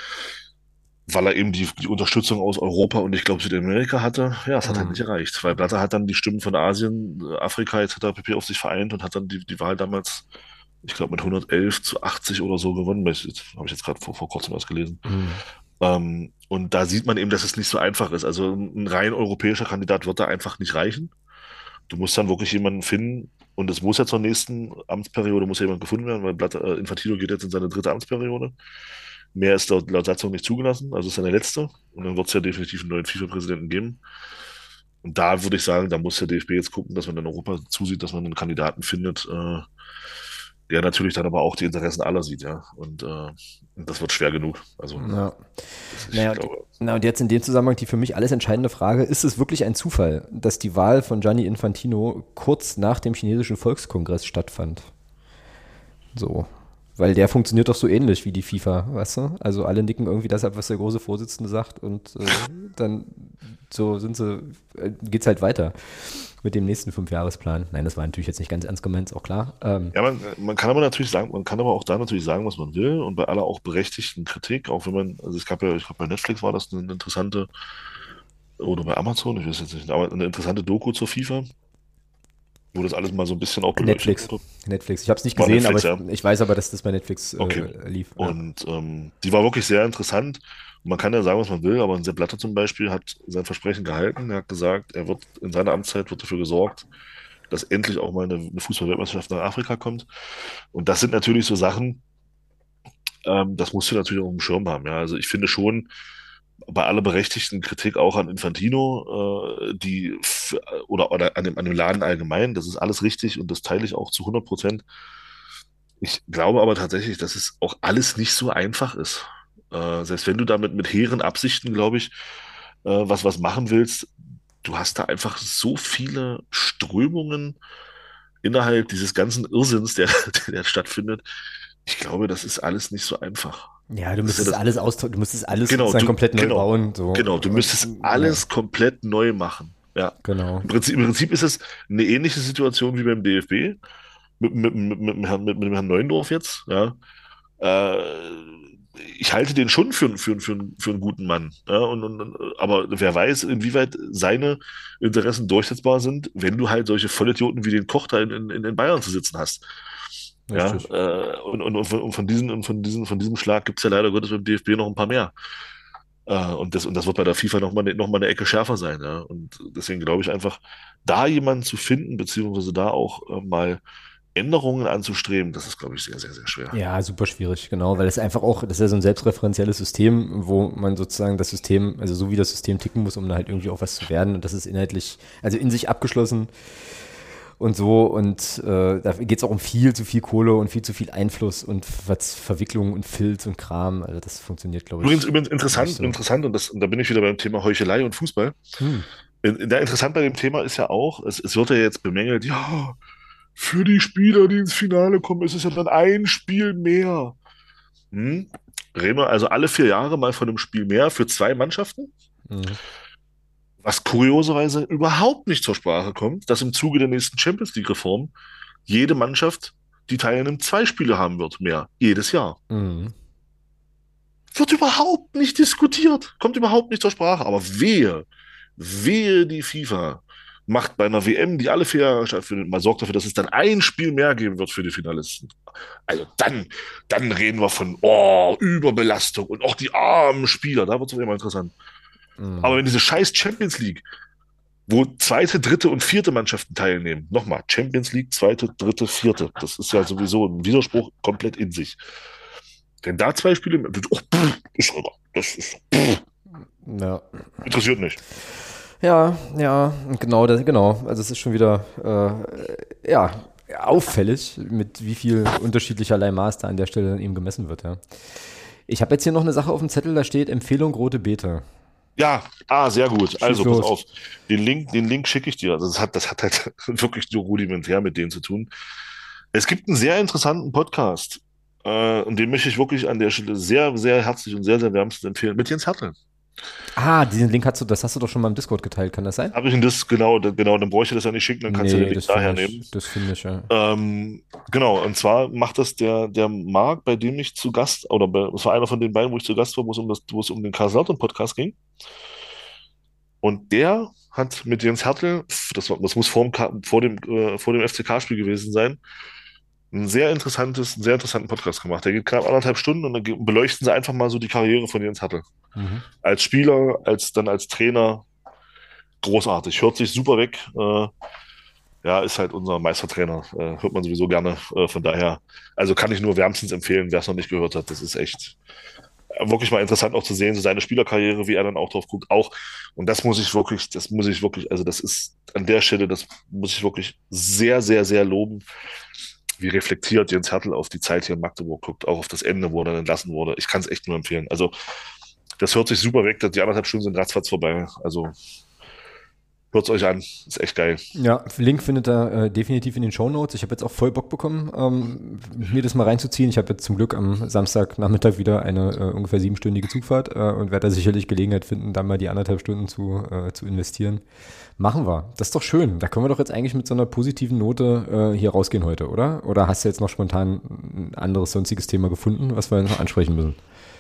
weil er eben die, die Unterstützung aus Europa und ich glaube Südamerika hatte. Ja, es hat halt nicht Mhm. erreicht, weil Blatter hat dann die Stimmen von Asien, äh, Afrika et cetera pp. Auf sich vereint und hat dann die, die Wahl damals, ich glaube, mit hundertelf zu achtzig oder so gewonnen. Das habe ich jetzt gerade vor, vor kurzem erst gelesen. Mhm. Ähm, und da sieht man eben, dass es nicht so einfach ist. Also ein rein europäischer Kandidat wird da einfach nicht reichen. Du musst dann wirklich jemanden finden und es muss ja zur nächsten Amtsperiode muss ja jemand gefunden werden, weil Blatt, äh, Infantino geht jetzt in seine dritte Amtsperiode. Mehr ist laut, laut Satzung nicht zugelassen, also ist seine letzte. Und dann wird es ja definitiv einen neuen FIFA-Präsidenten geben. Und da würde ich sagen, da muss der D F B jetzt gucken, dass man in Europa zusieht, dass man einen Kandidaten findet, äh, der natürlich dann aber auch die Interessen aller sieht, ja. Und äh, das wird schwer genug. Also, Ja. das, ich Naja, und, glaube, na, und jetzt in dem Zusammenhang die für mich alles entscheidende Frage, ist es wirklich ein Zufall, dass die Wahl von Gianni Infantino kurz nach dem chinesischen Volkskongress stattfand? So. Weil der funktioniert doch so ähnlich wie die FIFA, weißt du? Also alle nicken irgendwie das ab, was der große Vorsitzende sagt und äh, dann so sind sie, äh, geht's halt weiter mit dem nächsten Fünfjahresplan. Nein, das war natürlich jetzt nicht ganz ernst gemeint, ist auch klar. Ähm, ja, man, man kann aber natürlich sagen, man kann aber auch da natürlich sagen, was man will und bei aller auch berechtigten Kritik, auch wenn man, also es gab ja, ich glaube bei Netflix war das eine interessante, oder bei Amazon, ich weiß jetzt nicht, aber eine interessante Doku zur FIFA, wo das alles mal so ein bisschen auch beleuchtet Netflix. wurde. Netflix. Ich habe es nicht War gesehen, Netflix, aber ja. ich, ich weiß aber, dass das bei Netflix Okay. äh, lief. Ja. Und ähm, die war wirklich sehr interessant. Und man kann ja sagen, was man will, aber ein Sepp Blatter zum Beispiel hat sein Versprechen gehalten. Er hat gesagt, er wird in seiner Amtszeit wird dafür gesorgt, dass endlich auch mal eine, eine Fußball-Weltmeisterschaft nach Afrika kommt. Und das sind natürlich so Sachen, ähm, das musst du natürlich auch auf dem Schirm haben. Ja, also ich finde schon, bei aller berechtigten Kritik auch an Infantino, äh, die f- oder, oder an dem, an dem Laden allgemein, das ist alles richtig und das teile ich auch zu hundert Prozent. Ich glaube aber tatsächlich, dass es auch alles nicht so einfach ist. Äh, selbst wenn du damit mit hehren Absichten, glaube ich, äh, was was machen willst, du hast da einfach so viele Strömungen innerhalb dieses ganzen Irrsinns, der, der stattfindet. Ich glaube, das ist alles nicht so einfach. Ja, du Das ist ja müsstest das, alles austauschen, du müsstest alles genau, sozusagen du, komplett neu genau, bauen. So. genau, du Und, müsstest ja, alles komplett neu machen. Ja. genau. Im Prinzip, im Prinzip ist es eine ähnliche Situation wie beim D F B mit, mit, mit, mit, dem Herrn, mit, mit dem Herrn Neuendorf jetzt. Ja. Äh, ich halte den schon für, für, für, für einen guten Mann. Ja, und, und, aber wer weiß, inwieweit seine Interessen durchsetzbar sind, wenn du halt solche Vollidioten wie den Koch da in, in, in Bayern zu sitzen hast. Ja, Richtig. äh, und, und, und von und von diesen, und von diesen, von diesem Schlag gibt es ja leider Gottes beim D F B noch ein paar mehr. Äh, und, das, und das wird bei der FIFA nochmal ne, noch mal eine Ecke schärfer sein. Ja? Und deswegen glaube ich einfach, da jemanden zu finden, beziehungsweise da auch äh, mal Änderungen anzustreben, das ist, glaube ich, sehr, sehr, sehr schwer. Ja, super schwierig, genau, weil es einfach auch, das ist ja so ein selbstreferenzielles System, wo man sozusagen das System, also so wie das System ticken muss, um da halt irgendwie auch was zu werden und das ist inhaltlich, also in sich abgeschlossen und so und äh, da geht es auch um viel zu viel Kohle und viel zu viel Einfluss und Ver Verwicklung und Filz und Kram, also das funktioniert, glaube Übrigens, ich, übrigens nicht interessant, so. interessant, und, das, und da bin ich wieder beim Thema Heuchelei und Fußball. Hm. In, in, der interessant bei dem Thema ist ja auch, es, es wird ja jetzt bemängelt, ja, für die Spieler, die ins Finale kommen, ist es ja dann ein Spiel mehr. Hm? Reden wir also alle vier Jahre mal von einem Spiel mehr für zwei Mannschaften? Mhm. Was kurioserweise überhaupt nicht zur Sprache kommt, dass im Zuge der nächsten Champions League-Reform jede Mannschaft, die teilnimmt, zwei Spiele haben wird, mehr, jedes Jahr. Mhm. Wird überhaupt nicht diskutiert, kommt überhaupt nicht zur Sprache. Aber wehe, wehe die FIFA macht bei einer W M, die alle vier Jahre stattfindet, mal sorgt dafür, dass es dann ein Spiel mehr geben wird für die Finalisten. Also dann, dann reden wir von oh, Überbelastung und auch die armen Spieler, da wird es immer interessant. Mhm. Aber wenn diese scheiß Champions League, wo zweite, dritte und vierte Mannschaften teilnehmen, nochmal, Champions League, zweite, dritte, vierte, das ist ja sowieso ein Widerspruch komplett in sich. Wenn da zwei Spiele, oh, pff, ist rüber. Das ist, pff, Ja. interessiert nicht. Ja, ja, genau, das, genau. Also es ist schon wieder äh, ja, auffällig, mit wie viel unterschiedlicherlei Maß da an der Stelle dann eben gemessen wird, ja. Ich habe jetzt hier noch eine Sache auf dem Zettel, da steht Empfehlung rote Beete. Ja, ah, sehr gut. Also, pass los. auf. Den Link, den Link schicke ich dir. Also, das hat, das hat halt wirklich nur rudimentär mit denen zu tun. Es gibt einen sehr interessanten Podcast. Äh, und den möchte ich wirklich an der Stelle sehr, sehr herzlich und sehr, sehr wärmstens empfehlen. Mit Jens Hertel. Ah, diesen Link hast du, das hast du doch schon mal im Discord geteilt, kann das sein? Habe ich ihn das, genau, da- genau, dann bräuchte ich das ja nicht schicken, dann kannst du den Link das daher finde nehmen. ich, das finde ich, ja. Ähm, genau, und zwar macht das der, der Marc, bei dem ich zu Gast, oder bei, es war einer von den beiden, wo ich zu Gast war, wo es um das, wo es um den Karl-Salton-Podcast ging. Und der hat mit Jens Hertel, das, war, das muss vor dem, K- vor dem, äh, vor dem F C K-Spiel gewesen sein, ein sehr interessantes, einen sehr interessanten Podcast gemacht. Der geht knapp anderthalb Stunden und dann ge- beleuchten sie einfach mal so die Karriere von Jens Hertel. Mhm. Als Spieler, als dann als Trainer, großartig. Hört sich super weg. Äh, ja, ist halt unser Meistertrainer. Äh, hört man sowieso gerne. Äh, von daher, also kann ich nur wärmstens empfehlen, wer es noch nicht gehört hat. Das ist echt äh, wirklich mal interessant auch zu sehen, so seine Spielerkarriere, wie er dann auch drauf guckt. Auch, und das muss ich wirklich, das muss ich wirklich, also das ist an der Stelle, das muss ich wirklich sehr, sehr, sehr loben, wie reflektiert Jens Hertel auf die Zeit hier in Magdeburg guckt, auch auf das Ende, wo er dann entlassen wurde. Ich kann es echt nur empfehlen. Also, das hört sich super weg. Die anderthalb Stunden sind ratzfatz vorbei. Also, hört es euch an. Ist echt geil. Ja, Link findet ihr äh, definitiv in den Shownotes. Ich habe jetzt auch voll Bock bekommen, ähm, mir das mal reinzuziehen. Ich habe jetzt zum Glück am Samstagnachmittag wieder eine äh, ungefähr siebenstündige Zugfahrt äh, und werde da sicherlich Gelegenheit finden, dann mal die anderthalb Stunden zu, äh, zu investieren. Machen wir. Das ist doch schön. Da können wir doch jetzt eigentlich mit so einer positiven Note äh, hier rausgehen heute, oder? Oder hast du jetzt noch spontan ein anderes sonstiges Thema gefunden, was wir noch ansprechen müssen?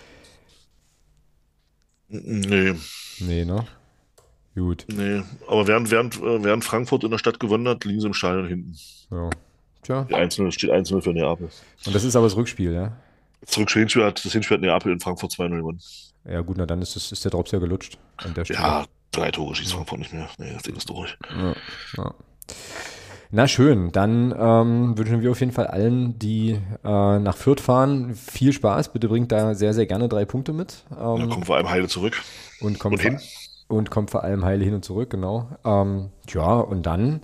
Nee, Nee, ne? Gut. nee. Aber während, während, äh, während Frankfurt in der Stadt gewonnen hat, liegen sie im Stadion hinten. Ja. Tja. Die eins null, steht eins null für Neapel. Und das ist aber das Rückspiel, ja? Das Hinspiel hat, das Hinspiel hat Neapel in Frankfurt zwei null gewonnen. Ja gut, na dann ist, das, ist der Drops ja gelutscht an der Stelle. Ja, drei Tore schießt Frankfurt nicht mehr. Nee, das Ding ist durch. Ja, ja. Na schön, dann ähm, wünschen wir auf jeden Fall allen, die äh, nach Fürth fahren, viel Spaß. Bitte bringt da sehr, sehr gerne drei Punkte mit. Ähm, Da kommt vor allem Heile zurück. und, kommt Und hin. Vor, und kommt vor allem heile hin und zurück, genau. Ähm, ja, und dann,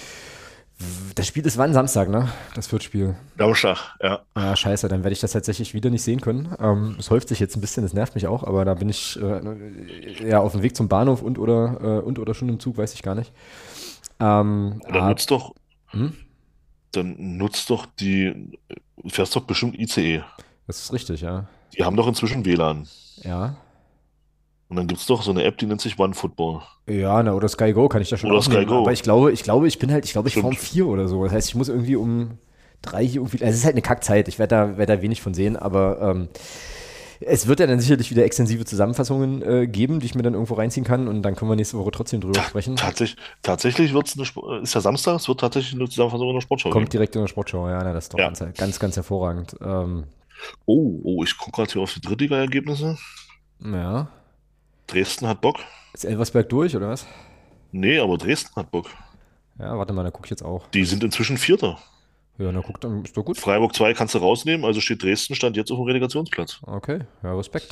das Spiel ist wann? Samstag, ne? Das Fürth-Spiel. Samstag, ja. Ah, scheiße, dann werde ich das tatsächlich wieder nicht sehen können. Ähm, es häuft sich jetzt ein bisschen, das nervt mich auch, aber da bin ich äh, ja auf dem Weg zum Bahnhof und oder, äh, und oder schon im Zug, weiß ich gar nicht. Ähm, Dann ah, nutzt doch, hm? dann nutzt doch die, du fährst doch bestimmt I C E. Das ist richtig, ja. Die haben doch inzwischen W L A N. Ja. Und dann gibt es doch so eine App, die nennt sich OneFootball. Ja, na, oder Sky Go kann ich da schon Oder aufnehmen. Sky Go. Aber ich glaube, ich glaube, ich bin halt, ich glaube, ich fahre um Stimmt. vier oder so. Das heißt, ich muss irgendwie um drei hier irgendwie, also es ist halt eine Kackzeit. Ich werde da, werd da wenig von sehen, aber ähm, es wird ja dann sicherlich wieder extensive Zusammenfassungen äh, geben, die ich mir dann irgendwo reinziehen kann und dann können wir nächste Woche trotzdem drüber sprechen. Tatsächlich, tatsächlich wird's eine, Sp- ist ja Samstag, es wird tatsächlich eine Zusammenfassung in der Sportschau Kommt geben. direkt in der Sportschau, ja, na, das ist doch Ja. ganz, ganz, ganz hervorragend. Ähm, Oh, oh, ich gucke gerade hier auf die Drittliga-Ergebnisse. ja. Dresden hat Bock. Ist Elversberg durch, oder was? Nee, aber Dresden hat Bock. Ja, warte mal, da gucke ich jetzt auch. Die sind inzwischen Vierter. Ja, na guck, dann ist doch gut. Freiburg zwei kannst du rausnehmen, also steht Dresden stand jetzt auf dem Relegationsplatz. Okay, ja, Respekt.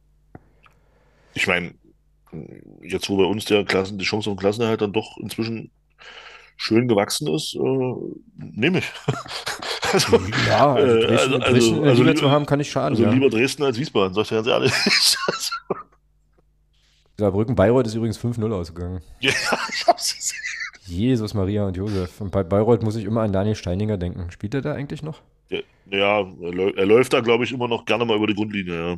Ich meine, jetzt wo bei uns der Klassen, die Chance auf den Klassenerhalt dann doch inzwischen schön gewachsen ist, äh, nehme ich. also, Ja, also äh, Dresden, also, Dresden also, in der also, Liga zu lieber, haben, kann nicht schaden. also ja. lieber Dresden als Wiesbaden, sag ich dir ganz ehrlich. Also, Saarbrücken Bayreuth ist übrigens fünf null ausgegangen. ja, ich hab's gesehen. Jesus, Maria und Josef. Und bei Bayreuth muss ich immer an Daniel Steininger denken. Spielt er da eigentlich noch? Ja, ja, er, läu- er läuft da, glaube ich, immer noch gerne mal über die Grundlinie.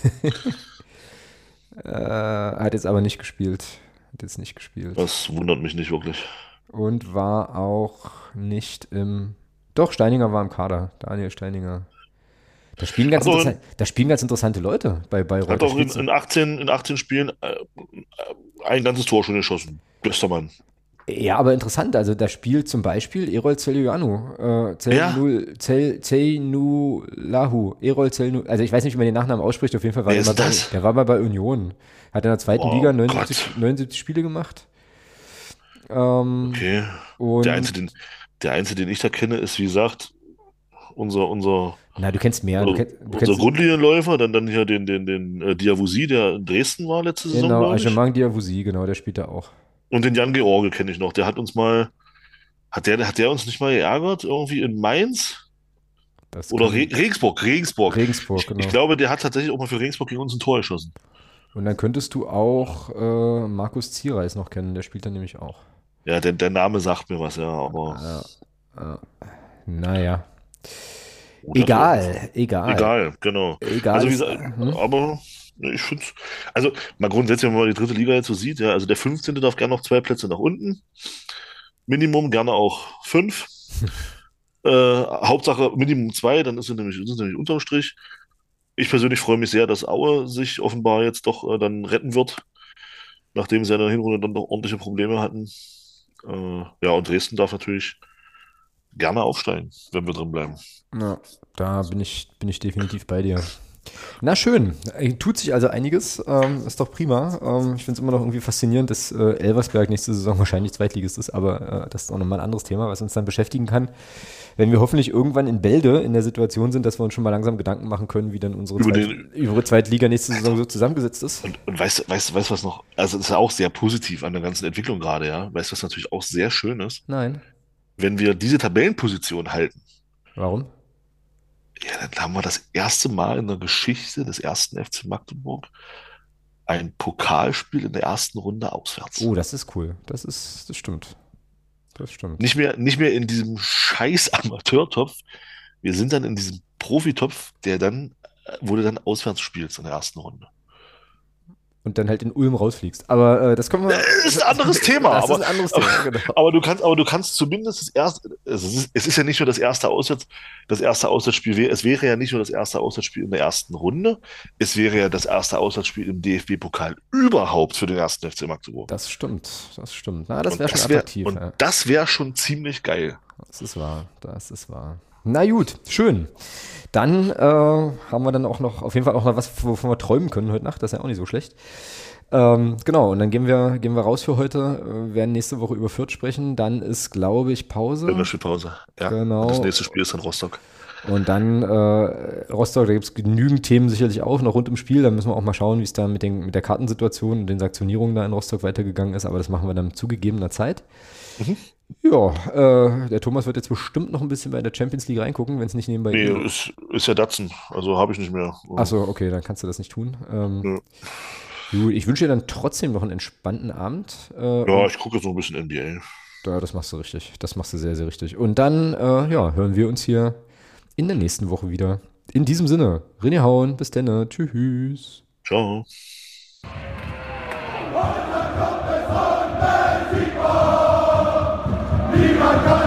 Äh, hat jetzt aber nicht gespielt. Hat jetzt nicht gespielt. Das wundert mich nicht wirklich. Und war auch nicht im. Doch, Steininger war im Kader. Daniel Steininger. Da spielen ganz, Hat auch interessa- da spielen ganz interessante Leute bei Bayreuth. Hat Da auch in, spielt's- in achtzehn, in achtzehn Spielen äh, äh, ein ganzes Tor schon geschossen. Bester Mann. Ja, aber interessant. Also da spielt zum Beispiel Erol Zelioanu. Äh, Zelnu- Zel- Zeinulahu. Erol Zelnu. Also ich weiß nicht, wie man den Nachnamen ausspricht. Auf jeden Fall war Wer der, ist mal bei, das? der war mal bei Union. Hat in der zweiten Oh Liga neunundsiebzig, Gott. neunundsiebzig Spiele gemacht. Ähm, Okay. und Der Einzige, den, der Einzige, den ich da kenne, ist, wie gesagt, unser, unser, na, du kennst mehr. Du unser, kennst, du unser kennst Grundlinienläufer, dann, dann hier den, den, den äh, Diawusi, der in Dresden war letzte Saison, genau, glaube ich. Agemang Diawusi, genau, der spielt da auch. Und den Jan George kenne ich noch. Der hat uns mal, hat der, hat der uns nicht mal geärgert, irgendwie in Mainz? Das Oder kann- Re Regensburg, Regensburg. Regensburg, Ich, genau. ich glaube, der hat tatsächlich auch mal für Regensburg gegen uns ein Tor geschossen. Und dann könntest du auch äh, Markus Ziereis noch kennen, der spielt dann nämlich auch. Ja, der, der Name sagt mir was, ja, aber. Ja, äh, naja. Oder Egal, egal. Egal, genau. Egal. Also, wie ist- gesagt, hm? aber ne, ich finde also mal grundsätzlich, wenn man die dritte Liga jetzt so sieht, ja, also der fünfzehnte darf gerne noch zwei Plätze nach unten. Minimum gerne auch fünf. Äh, Hauptsache Minimum zwei, dann ist es nämlich, ist es nämlich unterm Strich. Ich persönlich freue mich sehr, dass Aue sich offenbar jetzt doch äh, dann retten wird, nachdem sie in der Hinrunde dann doch ordentliche Probleme hatten. Äh, ja, und Dresden darf natürlich gerne aufsteigen, wenn wir drin bleiben. Ja, da bin ich, bin ich definitiv bei dir. Na schön, Äh, tut sich also einiges, ähm, ist doch prima. Ähm, ich finde es immer noch irgendwie faszinierend, dass äh, Elversberg nächste Saison wahrscheinlich Zweitligist ist, aber äh, das ist auch nochmal ein anderes Thema, was uns dann beschäftigen kann, wenn wir hoffentlich irgendwann in Bälde in der Situation sind, dass wir uns schon mal langsam Gedanken machen können, wie dann unsere, Über Zweit den- unsere Zweitliga nächste Saison so zusammengesetzt ist. Und, und weißt, weißt, weißt du was noch? Also, das ist ja auch sehr positiv an der ganzen Entwicklung gerade, ja. Weißt du, was natürlich auch sehr schön ist? Nein. Wenn wir diese Tabellenposition halten, Warum? ja, dann haben wir das erste Mal in der Geschichte des ersten F C Magdeburg ein Pokalspiel in der ersten Runde auswärts. Oh, das ist cool. Das ist, das stimmt. Das stimmt. Nicht mehr, nicht mehr in diesem scheiß Amateurtopf. Wir sind dann in diesem Profitopf, der dann, äh, wo du dann auswärts spielst in der ersten Runde. Und dann halt in Ulm rausfliegst. Aber äh, das kommen wir. Das ist ein anderes Thema, Das aber, ist ein anderes Thema, genau. aber du kannst, aber du kannst zumindest das erste, also es ist, es ist ja nicht nur das erste Auswärts, das erste Auswärtsspiel, wär- es wäre ja nicht nur das erste Auswärtsspiel in der ersten Runde, es wäre ja das erste Auswärtsspiel im D F B-Pokal überhaupt für den ersten F C Magdeburg. Das stimmt, das stimmt. Na, das Und wäre schon wär- attraktiv. Und ja. das wäre schon ziemlich geil. Das ist wahr, das ist wahr. Na gut, schön. Dann äh, haben wir dann auch noch, auf jeden Fall auch noch was, wovon wir träumen können heute Nacht. Das ist ja auch nicht so schlecht. Ähm, genau, und dann gehen wir, gehen wir raus für heute, äh, werden nächste Woche über Fürth sprechen. Dann ist, glaube ich, Pause. Länderspielpause. Ja. Genau. Und das nächste Spiel ist dann Rostock. Und dann äh, Rostock, da gibt es genügend Themen sicherlich auch noch rund im Spiel. Da müssen wir auch mal schauen, wie es da mit, den, mit der Kartensituation und den Sanktionierungen da in Rostock weitergegangen ist. Aber das machen wir dann zu gegebener Zeit. Mhm. Ja, äh, der Thomas wird jetzt bestimmt noch ein bisschen bei der Champions League reingucken, wenn es nicht nebenbei Nee, geht. ist, ist ja Datsen. Also habe ich nicht mehr. Achso, okay, dann kannst du das nicht tun. Ähm, gut, ich wünsche dir dann trotzdem noch einen entspannten Abend. Äh, Ja, und- ich gucke jetzt noch ein bisschen N B A. Ja, das machst du richtig. Das machst du sehr, sehr richtig. Und dann, äh, ja, hören wir uns hier in der nächsten Woche wieder. In diesem Sinne, René Hauen, bis dann, tschüss. Ciao. Niemand kann